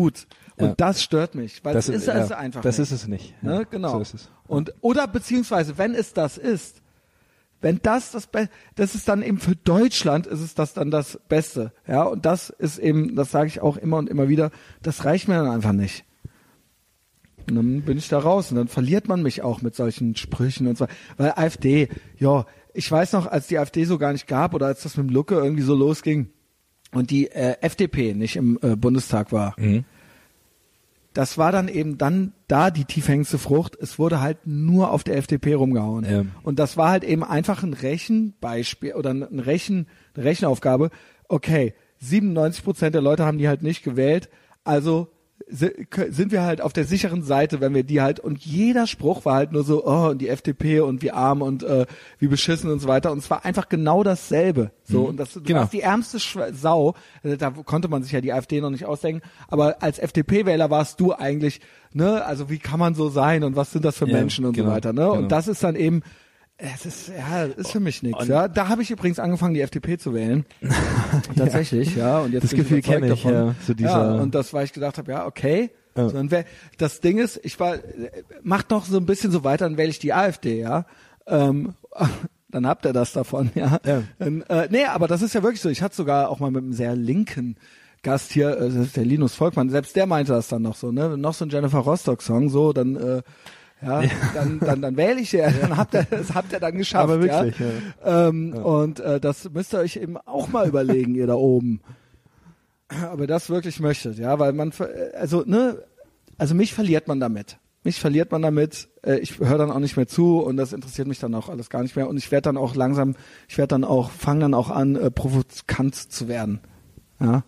Und
Ja.
das stört mich, weil
Das
das
ist,
ist
ja,
es einfach
das
nicht.
ist es nicht.
Ne?
Ja,
Genau.
So ist es.
Und, oder beziehungsweise, wenn es das ist, wenn das das Be- das ist dann eben für Deutschland, ist es das dann das Beste. Ja, und das ist eben, das sage ich auch immer und immer wieder, das reicht mir dann einfach nicht. Und dann bin ich da raus und dann verliert man mich auch mit solchen Sprüchen und so. Weil AfD, ja, ich weiß noch, als die AfD so gar nicht gab oder als das mit dem Lucke irgendwie so losging und die äh, F D P nicht im äh, Bundestag war,
Mhm.
das war dann eben dann da die tiefhängendste Frucht. Es wurde halt nur auf der F D P rumgehauen.
Ja.
Und das war halt eben einfach ein Rechenbeispiel oder ein Rechen, eine Rechenaufgabe. Okay, siebenundneunzig Prozent der Leute haben die halt nicht gewählt. Also si- k- sind wir halt auf der sicheren Seite, wenn wir die halt, und jeder Spruch war halt nur so, oh, und die F D P und wie arm und äh, wie beschissen und so weiter. Und es war einfach genau dasselbe. So,
Mhm.
und das, du
Genau.
warst die ärmste Schw- Sau. Äh, Da konnte man sich ja die AfD noch nicht ausdenken. Aber als F D P-Wähler warst du eigentlich, ne, also wie kann man so sein und was sind das für
Ja,
Menschen und
genau,
so weiter, ne?
genau.
Und das ist dann eben, es ist, ja, ist für mich nichts,
Und-
ja. Da habe ich übrigens angefangen, die F D P zu wählen. Tatsächlich, ja. Und jetzt
Das
bin
Gefühl
ich überzeugt
kenne ich,
davon.
ja. So dieser-
ja. Und das, weil ich gedacht habe, ja, okay.
Ja.
So, dann wär, das Ding ist, ich war, macht noch so ein bisschen so weiter, dann wähle ich die AfD, ja. Ähm, dann habt ihr das davon, ja.
Ja.
Dann, äh, nee, aber das ist ja wirklich so. Ich hatte sogar auch mal mit einem sehr linken Gast hier, äh, das ist der Linus Volkmann, selbst der meinte das dann noch so, ne? Noch so ein Jennifer Rostock-Song, so, dann, äh, ja, dann, dann, dann wähle ich ja, dann habt ihr, das habt ihr dann geschafft,
Aber wirklich,
ja.
ja.
Ähm, Und äh, das müsst ihr euch eben auch mal überlegen, ihr da oben. Aber das wirklich möchtet, ja, weil man, ver- also, ne, also mich verliert man damit. Mich verliert man damit. Äh, ich höre dann auch nicht mehr zu und das interessiert mich dann auch alles gar nicht mehr. Und ich werde dann auch langsam, ich werde dann auch, fange dann auch an, äh, provokant zu werden. Ja.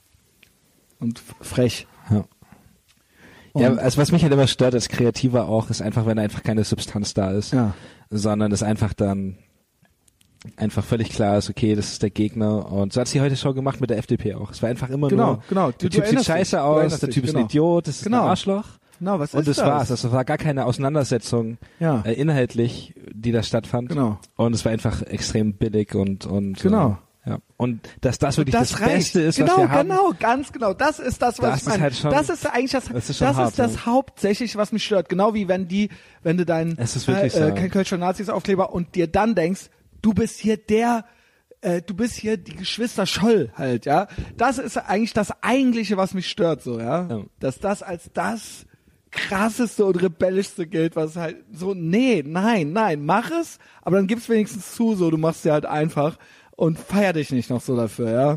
Und f- frech.
Ja.
Und,
Ja, also was mich halt immer stört als Kreativer auch, ist einfach, wenn einfach keine Substanz da ist,
ja.
sondern es einfach dann einfach völlig klar ist, okay, das ist der Gegner. Und so hat sie heute Show gemacht mit der F D P auch. Es war einfach immer
Genau,
nur,
genau. Du-
der
du
Typ sieht
erinnerst dich.
scheiße
Du
aus,
erinnerst
der
dich,
Typ ist
genau.
ein Idiot, das ist
Genau.
ein Arschloch.
Genau, was
Und
ist
das
das?
war's. Also es war gar keine Auseinandersetzung
Ja.
äh, inhaltlich, die da stattfand.
Genau.
Und es war einfach extrem billig und und
Genau.
Äh, ja. Und dass das wirklich
das,
das,
reicht.
Beste ist,
genau,
was wir haben.
Genau, ganz genau. Das ist das, was
Das
ich
ist
meine.
halt schon-
das ist eigentlich das,
das
das
ist
ist,
schon hart,
das
ja.
hauptsächlich, was mich stört. Genau wie wenn die, wenn du deinen
Es ist wirklich
äh,
so.
kein Kölscher Nazis Aufkleber und dir dann denkst, du bist hier der, äh, du bist hier die Geschwister Scholl halt, ja. Das ist eigentlich das Eigentliche, was mich stört, so, ja.
Ja.
Dass das als das krasseste und rebellischste gilt, was halt so, nee, nein, nein, mach es, aber dann gib's wenigstens zu, so, du machst dir halt einfach und feier dich nicht noch so dafür, ja.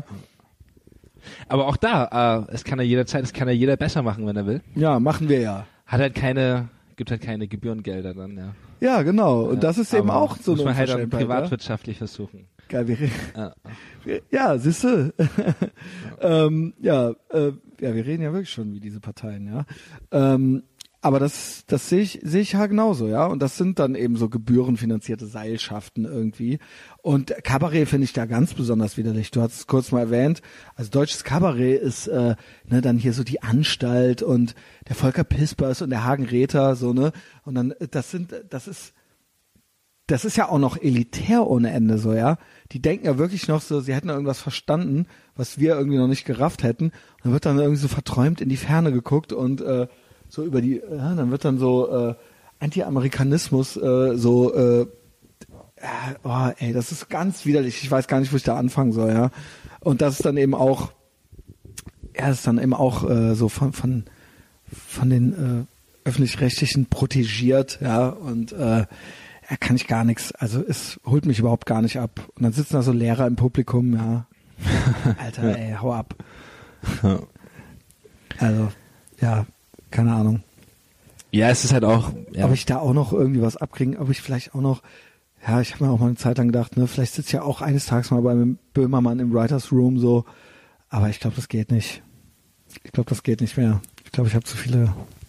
Aber auch da, äh, es kann ja jederzeit, es kann ja jeder besser machen, wenn er will.
Ja, machen wir ja.
Hat halt keine, gibt halt keine Gebührengelder dann, ja.
Ja, genau. Und das ist eben
Aber
auch so
muss
eine
man halt dann
Unverschämtheit, ja?
privatwirtschaftlich versuchen.
Geil, wir, re-
Ja.
wir, ja, siehste. ähm, ja, äh, ja, wir reden ja wirklich schon wie diese Parteien, ja. Ähm, aber das, das sehe ich, sehe ich ja genauso, ja. Und das sind dann eben so gebührenfinanzierte Seilschaften irgendwie. Und Kabarett finde ich da ganz besonders widerlich. Du hast es kurz mal erwähnt. Also deutsches Kabarett ist äh, ne, dann hier so die Anstalt und der Volker Pispers und der Hagen Räther, so, ne. Und dann, äh, das sind, das ist, das ist ja auch noch elitär ohne Ende, so, ja. Die denken ja wirklich noch so, sie hätten irgendwas verstanden, was wir irgendwie noch nicht gerafft hätten. Und dann wird dann irgendwie so verträumt in die Ferne geguckt und äh, so über die, ja, dann wird dann so äh, Anti-Amerikanismus äh, so, äh, äh, oh, ey, das ist ganz widerlich. Ich weiß gar nicht, wo ich da anfangen soll, ja. Und das ist dann eben auch, ja, das ist dann eben auch äh, so von von von den äh, öffentlich-rechtlichen protegiert, ja, und äh, ja, kann ich gar nichts. Also es holt mich überhaupt gar nicht ab. Und dann sitzen da so Lehrer im Publikum, ja. Alter,
Ja.
ey, hau ab.
Ja.
Also, ja, keine Ahnung.
Ja, es ist halt auch, ja.
Ob ich da auch noch irgendwie was abkriegen, ob ich vielleicht auch noch, ja, ich habe mir auch mal eine Zeit lang gedacht, ne, vielleicht sitzt ja auch eines Tages mal beim Böhmermann im Writers Room so, aber ich glaube, das geht nicht. Ich glaube, das geht nicht mehr. Ich glaube, ich habe zu viele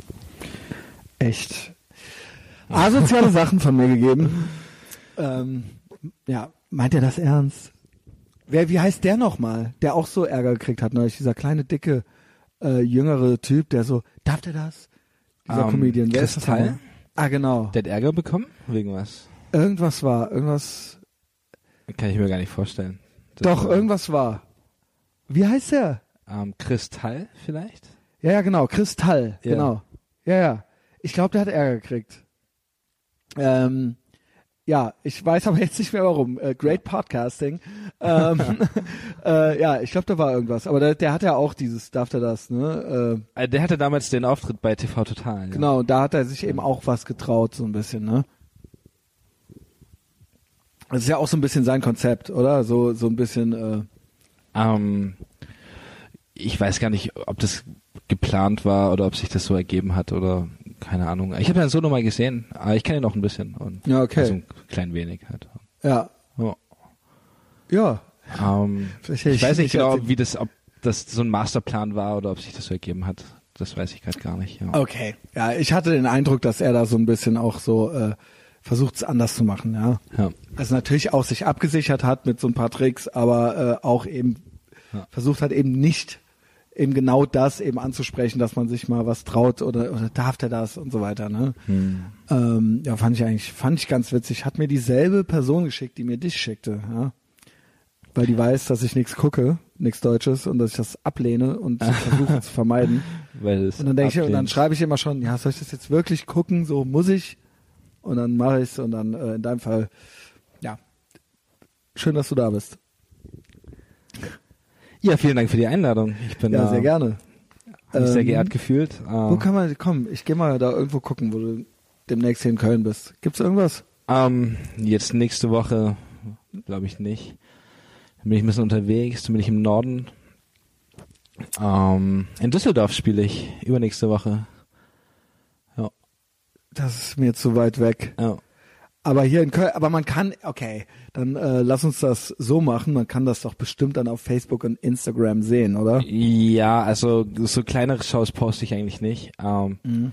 echt asoziale Sachen von mir gegeben. Ähm, ja, meint er das ernst? Wer, wie heißt der nochmal, der auch so Ärger gekriegt hat neulich, dieser kleine, dicke, äh, jüngere Typ, der so, darf der das? Dieser
Ähm,
Comedian. Wer ist das
Kristall?
nochmal? Ah, genau.
Der hat Ärger bekommen? Wegen was?
Irgendwas war, irgendwas,
Kann ich mir gar nicht vorstellen. Das
doch,
war,
irgendwas war. Wie heißt der?
Ähm, Kristall vielleicht?
Ja, ja, genau, Kristall,
Ja.
genau. Ja, ja. Ich glaube, der hat Ärger gekriegt. Ähm, ja, ich weiß aber jetzt nicht mehr warum. Äh, great Podcasting. Ähm, äh, ja, ich glaube, da war irgendwas. Aber der, der hat ja auch dieses, darf der das, ne? Äh,
Äh, Der hatte damals den Auftritt bei T V Total. Ja.
genau, und da hat er sich eben auch was getraut, so ein bisschen, ne? Das ist ja auch so ein bisschen sein Konzept, oder? So, so ein bisschen, äh,
Ähm, ich weiß gar nicht, ob das geplant war oder ob sich das so ergeben hat oder keine Ahnung. Ich habe ja so nochmal gesehen, aber ich kenne ihn noch ein bisschen. Und
Ja, okay.
Also ein klein wenig halt.
ja.
Ja.
Ja.
Ähm,
Vielleicht hätte
ich weiß nicht
nicht
genau,
erzählt.
wie das, ob das so ein Masterplan war oder ob sich das so ergeben hat. Das weiß ich gerade gar nicht. Ja.
Okay. Ja, ich hatte den Eindruck, dass er da so ein bisschen auch so äh, versucht, es anders zu machen, ja.
Ja.
Also natürlich auch sich abgesichert hat mit so ein paar Tricks, aber äh, auch eben
Ja.
versucht hat eben nicht eben genau das eben anzusprechen, dass man sich mal was traut oder, oder darf der das und so weiter, ne?
Hm.
Ähm, ja, fand ich eigentlich, fand ich ganz witzig. Hat mir dieselbe Person geschickt, die mir dich schickte, ja. Weil die weiß, dass ich nichts gucke, nichts Deutsches und dass ich das ablehne und versuche zu vermeiden.
Weil es
Und dann denke ich, und dann
ablehnt.
schreibe ich immer schon, ja, soll ich das jetzt wirklich gucken? So muss ich. Und dann mache ich es und dann äh, in deinem Fall, ja, schön, dass du da bist.
Ja, vielen Dank für die Einladung. Ich bin
Ja,
äh,
sehr gerne.
hab mich sehr
Ähm,
geehrt gefühlt. Äh,
Wo kann man, komm, ich gehe mal da irgendwo gucken, wo du demnächst hier in Köln bist. Gibt's irgendwas?
ähm, jetzt nächste Woche, glaube ich nicht. Dann bin ich ein bisschen unterwegs, dann bin ich im Norden. Ähm, in Düsseldorf spiele ich übernächste Woche. Ja,
Das ist mir zu weit weg.
ja.
Aber hier in Köln, aber man kann, okay, dann äh, lass uns das so machen. Man kann das doch bestimmt dann auf Facebook und Instagram sehen, oder?
Ja, also so kleinere Shows poste ich eigentlich nicht. Ähm,
Mhm.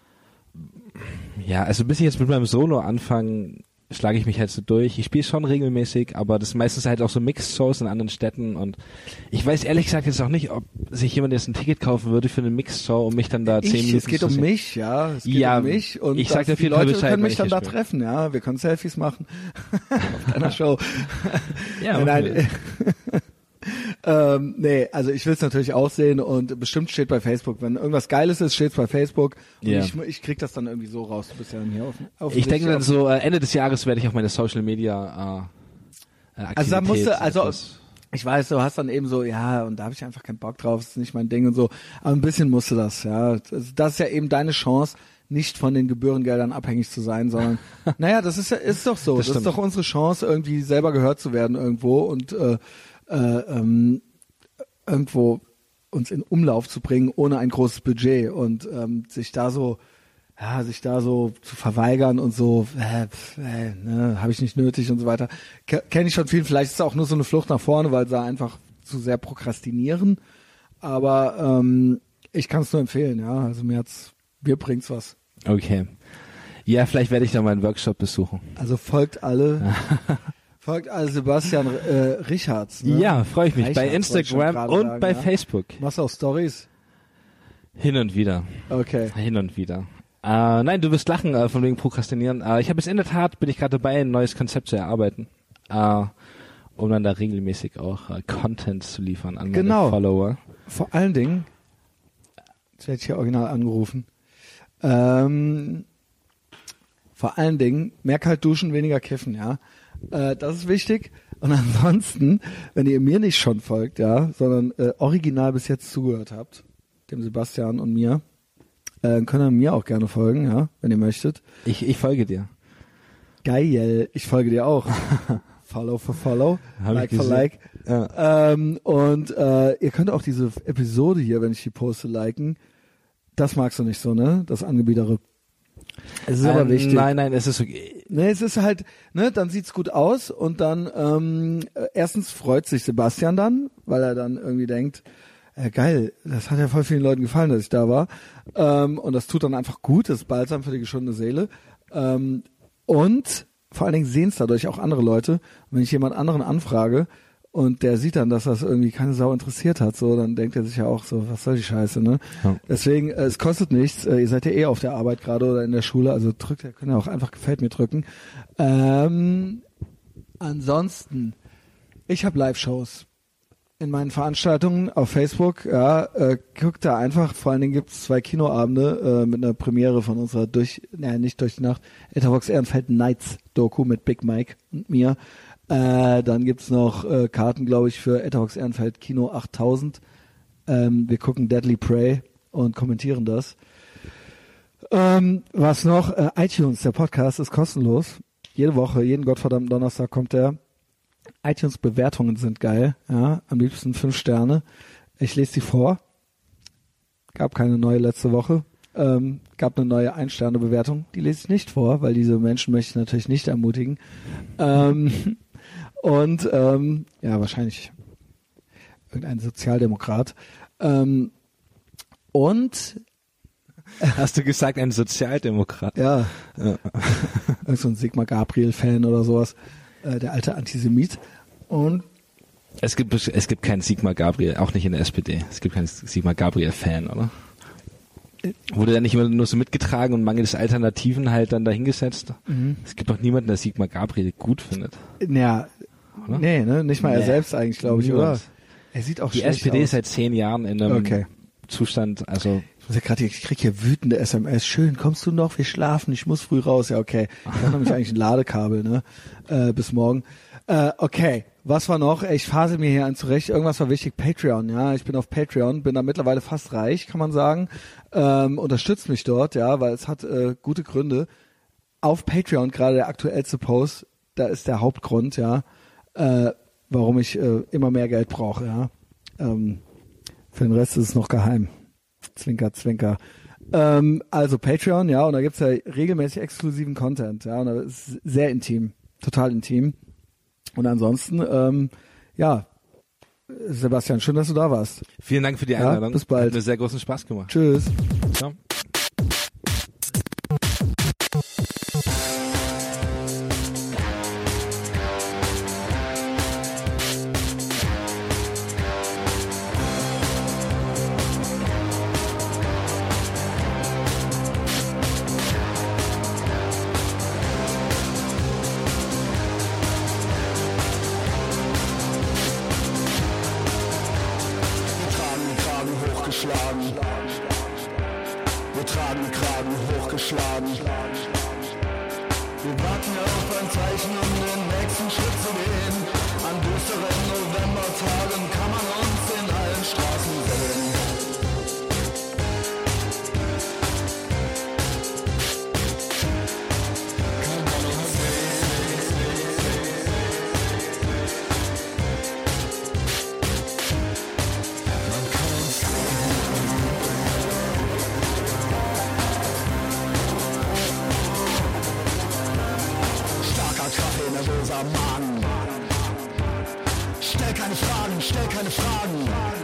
Ja, also bis ich jetzt mit meinem Solo anfange, schlage ich mich halt so durch. Ich spiele schon regelmäßig, aber das meistens halt auch so Mixed-Shows in anderen Städten und ich weiß ehrlich gesagt jetzt auch nicht, ob sich jemand jetzt ein Ticket kaufen würde für eine Mixed-Show, um mich dann da zehn
Ich,
Minuten
es geht
zu
um
sehen.
mich, ja. Es geht
Ja,
um mich und
ich sag
das-
dir
die
viel
Leute
Bescheid,
können
wenn
mich
ich
dann
hier
da
spiele.
treffen, ja. Wir können Selfies machen auf deiner Show.
Ja,
nein,
okay.
nein. ähm, nee, also ich will es natürlich auch sehen und bestimmt steht bei Facebook, wenn irgendwas Geiles ist, steht es bei Facebook und
Ja.
ich, ich krieg das dann irgendwie so raus. Du bist ja dann hier auf, auf
Ich denke dann so, äh, Ende des Jahres werde ich auch meine Social Media äh, äh,
Also da musst du,
Aktivität
also
etwas-
ich weiß, du hast dann eben so, ja, und da habe ich einfach keinen Bock drauf, das ist nicht mein Ding und so, aber ein bisschen musst du das, ja. Das, das ist ja eben deine Chance, nicht von den Gebührengeldern abhängig zu sein, sondern, naja, das ist ja, ist doch so,
Das
das, ist
stimmt.
doch unsere Chance, irgendwie selber gehört zu werden irgendwo und äh, äh, ähm, irgendwo uns in Umlauf zu bringen, ohne ein großes Budget und ähm, sich da so ja, sich da so zu verweigern und so, äh, pf, äh, ne, habe ich nicht nötig und so weiter. Ke- Kenne ich schon viel. Vielleicht ist es auch nur so eine Flucht nach vorne, weil sie einfach zu sehr prokrastinieren. Aber ähm, ich kann es nur empfehlen, ja. Also mir hat's, mir bringt's was.
Okay. Ja, vielleicht werde ich da mal einen Workshop besuchen.
Also folgt alle, folgt alle Sebastian äh, Richards. Ne?
Ja, freue ich mich.
Reichardt,
bei
wollte ich schon
Instagram
gerade
und
sagen,
bei
ja.
Facebook.
Machst du auch Stories?
Hin und wieder.
Okay.
Hin und wieder. Äh, nein, du wirst lachen äh, von wegen Prokrastinieren. Äh, ich habe jetzt in der Tat, bin ich gerade dabei, ein neues Konzept zu erarbeiten, äh, um dann da regelmäßig auch äh, Content zu liefern an meine
Genau.
Follower.
Vor allen Dingen, jetzt werde ich hier original angerufen, ähm, vor allen Dingen, mehr kalt duschen, weniger kiffen, ja. Äh, das ist wichtig. Und ansonsten, wenn ihr mir nicht schon folgt, ja, sondern äh, original bis jetzt zugehört habt, dem Sebastian und mir, äh, könnt ihr mir auch gerne folgen, ja, wenn ihr möchtet.
Ich, ich folge dir.
Geil, ich folge dir auch. Follow for follow,
Hab
like
ich
for
gesehen.
like.
Ja.
Ähm, und äh, ihr könnt auch diese Episode hier, wenn ich die poste, liken. Das magst du nicht so, ne? Das Angebietere. Es ist aber
Ähm,
wichtig.
Nein, nein, es ist okay.
Ne, es ist halt, ne, dann sieht's gut aus und dann ähm, äh, erstens freut sich Sebastian dann, weil er dann irgendwie denkt, äh, geil, das hat ja voll vielen Leuten gefallen, dass ich da war. Ähm, und das tut dann einfach gut, das ist balsam für die geschundene Seele. Ähm, und vor allen Dingen sehen es dadurch auch andere Leute. Und wenn ich jemand anderen anfrage und der sieht dann, dass das irgendwie keine Sau interessiert hat, so, dann denkt er sich ja auch so, was soll die Scheiße, ne?
Ja.
Deswegen, äh, es kostet nichts. Äh, ihr seid ja eh auf der Arbeit gerade oder in der Schule, also drückt, ihr könnt ja auch einfach gefällt mir drücken. Ähm, ansonsten, ich habe Live-Shows. in meinen Veranstaltungen auf Facebook, ja, äh, guckt da einfach, vor allen Dingen gibt's zwei Kinoabende äh, mit einer Premiere von unserer durch, naja, nicht durch die Nacht, Etavox Ehrenfeld Nights Doku mit Big Mike und mir. Äh, dann gibt's noch äh, Karten, glaube ich, für Etavox Ehrenfeld Kino achttausend. Ähm, wir gucken Deadly Prey und kommentieren das. Ähm, was noch? Äh, iTunes, der Podcast ist kostenlos. Jede Woche, jeden gottverdammten Donnerstag kommt der. iTunes-Bewertungen sind geil, ja, am liebsten fünf Sterne. Ich lese sie vor. Gab keine neue letzte Woche. Ähm, gab eine neue Ein-Sterne-Bewertung. Die lese ich nicht vor, weil diese Menschen möchte ich natürlich nicht ermutigen. Ähm, und ähm, ja, wahrscheinlich irgendein Sozialdemokrat. Ähm, und
Hast du gesagt, ein Sozialdemokrat?
ja,
Ja.
irgend so ein Sigmar Gabriel-Fan oder sowas. Äh, der alte Antisemit. Und
Es gibt, es gibt keinen Sigmar Gabriel, auch nicht in der S P D. Es gibt keinen Sigmar Gabriel-Fan, oder? Wurde der nicht immer nur so mitgetragen und mangels Alternativen halt dann dahingesetzt?
Mhm.
Es gibt doch niemanden, der Sigmar Gabriel gut findet.
ja,
Oder?
nee, ne, nicht mal er
Nee.
selbst eigentlich, glaube ich,
Niemand.
oder? Er sieht auch
Die
schlecht
S P D
aus.
ist seit zehn Jahren in einem
Okay.
Zustand, also
Ich muss ja gerade, ich krieg hier wütende S M S. Schön, kommst du noch? Wir schlafen, ich muss früh raus. Ja, okay. Ich habe nämlich eigentlich ein Ladekabel, ne? Äh, bis morgen. Äh, okay. Was war noch? Ich phase mir hier ein zurecht. Irgendwas war wichtig. Patreon, ja. Ich bin auf Patreon, bin da mittlerweile fast reich, kann man sagen. Ähm, unterstützt mich dort, ja, weil es hat äh, gute Gründe. Auf Patreon, gerade der aktuellste Post, da ist der Hauptgrund, ja, äh, warum ich äh, immer mehr Geld brauche, ja. Ähm, für den Rest ist es noch geheim. Zwinker, zwinker. Ähm, also Patreon, ja, und da gibt's ja regelmäßig exklusiven Content, ja, und das ist sehr intim, total intim. Und ansonsten, ähm, ja, Sebastian, schön, dass du da warst.
vielen Dank für die
Ja,
Einladung.
bis bald.
Hat mir sehr großen Spaß gemacht.
Tschüss.
Ciao.
Wir tragen den Kragen hochgeschlagen. Wir tragen den Kragen hochgeschlagen. Wir warten auf ein Zeichen, um den nächsten Schritt zu gehen. An düsteren Novembertagen kann man uns in allen Straßen sehen. Kann man uns starker Kaffee, nervöser Magen. Stell keine Fragen, stell keine Fragen.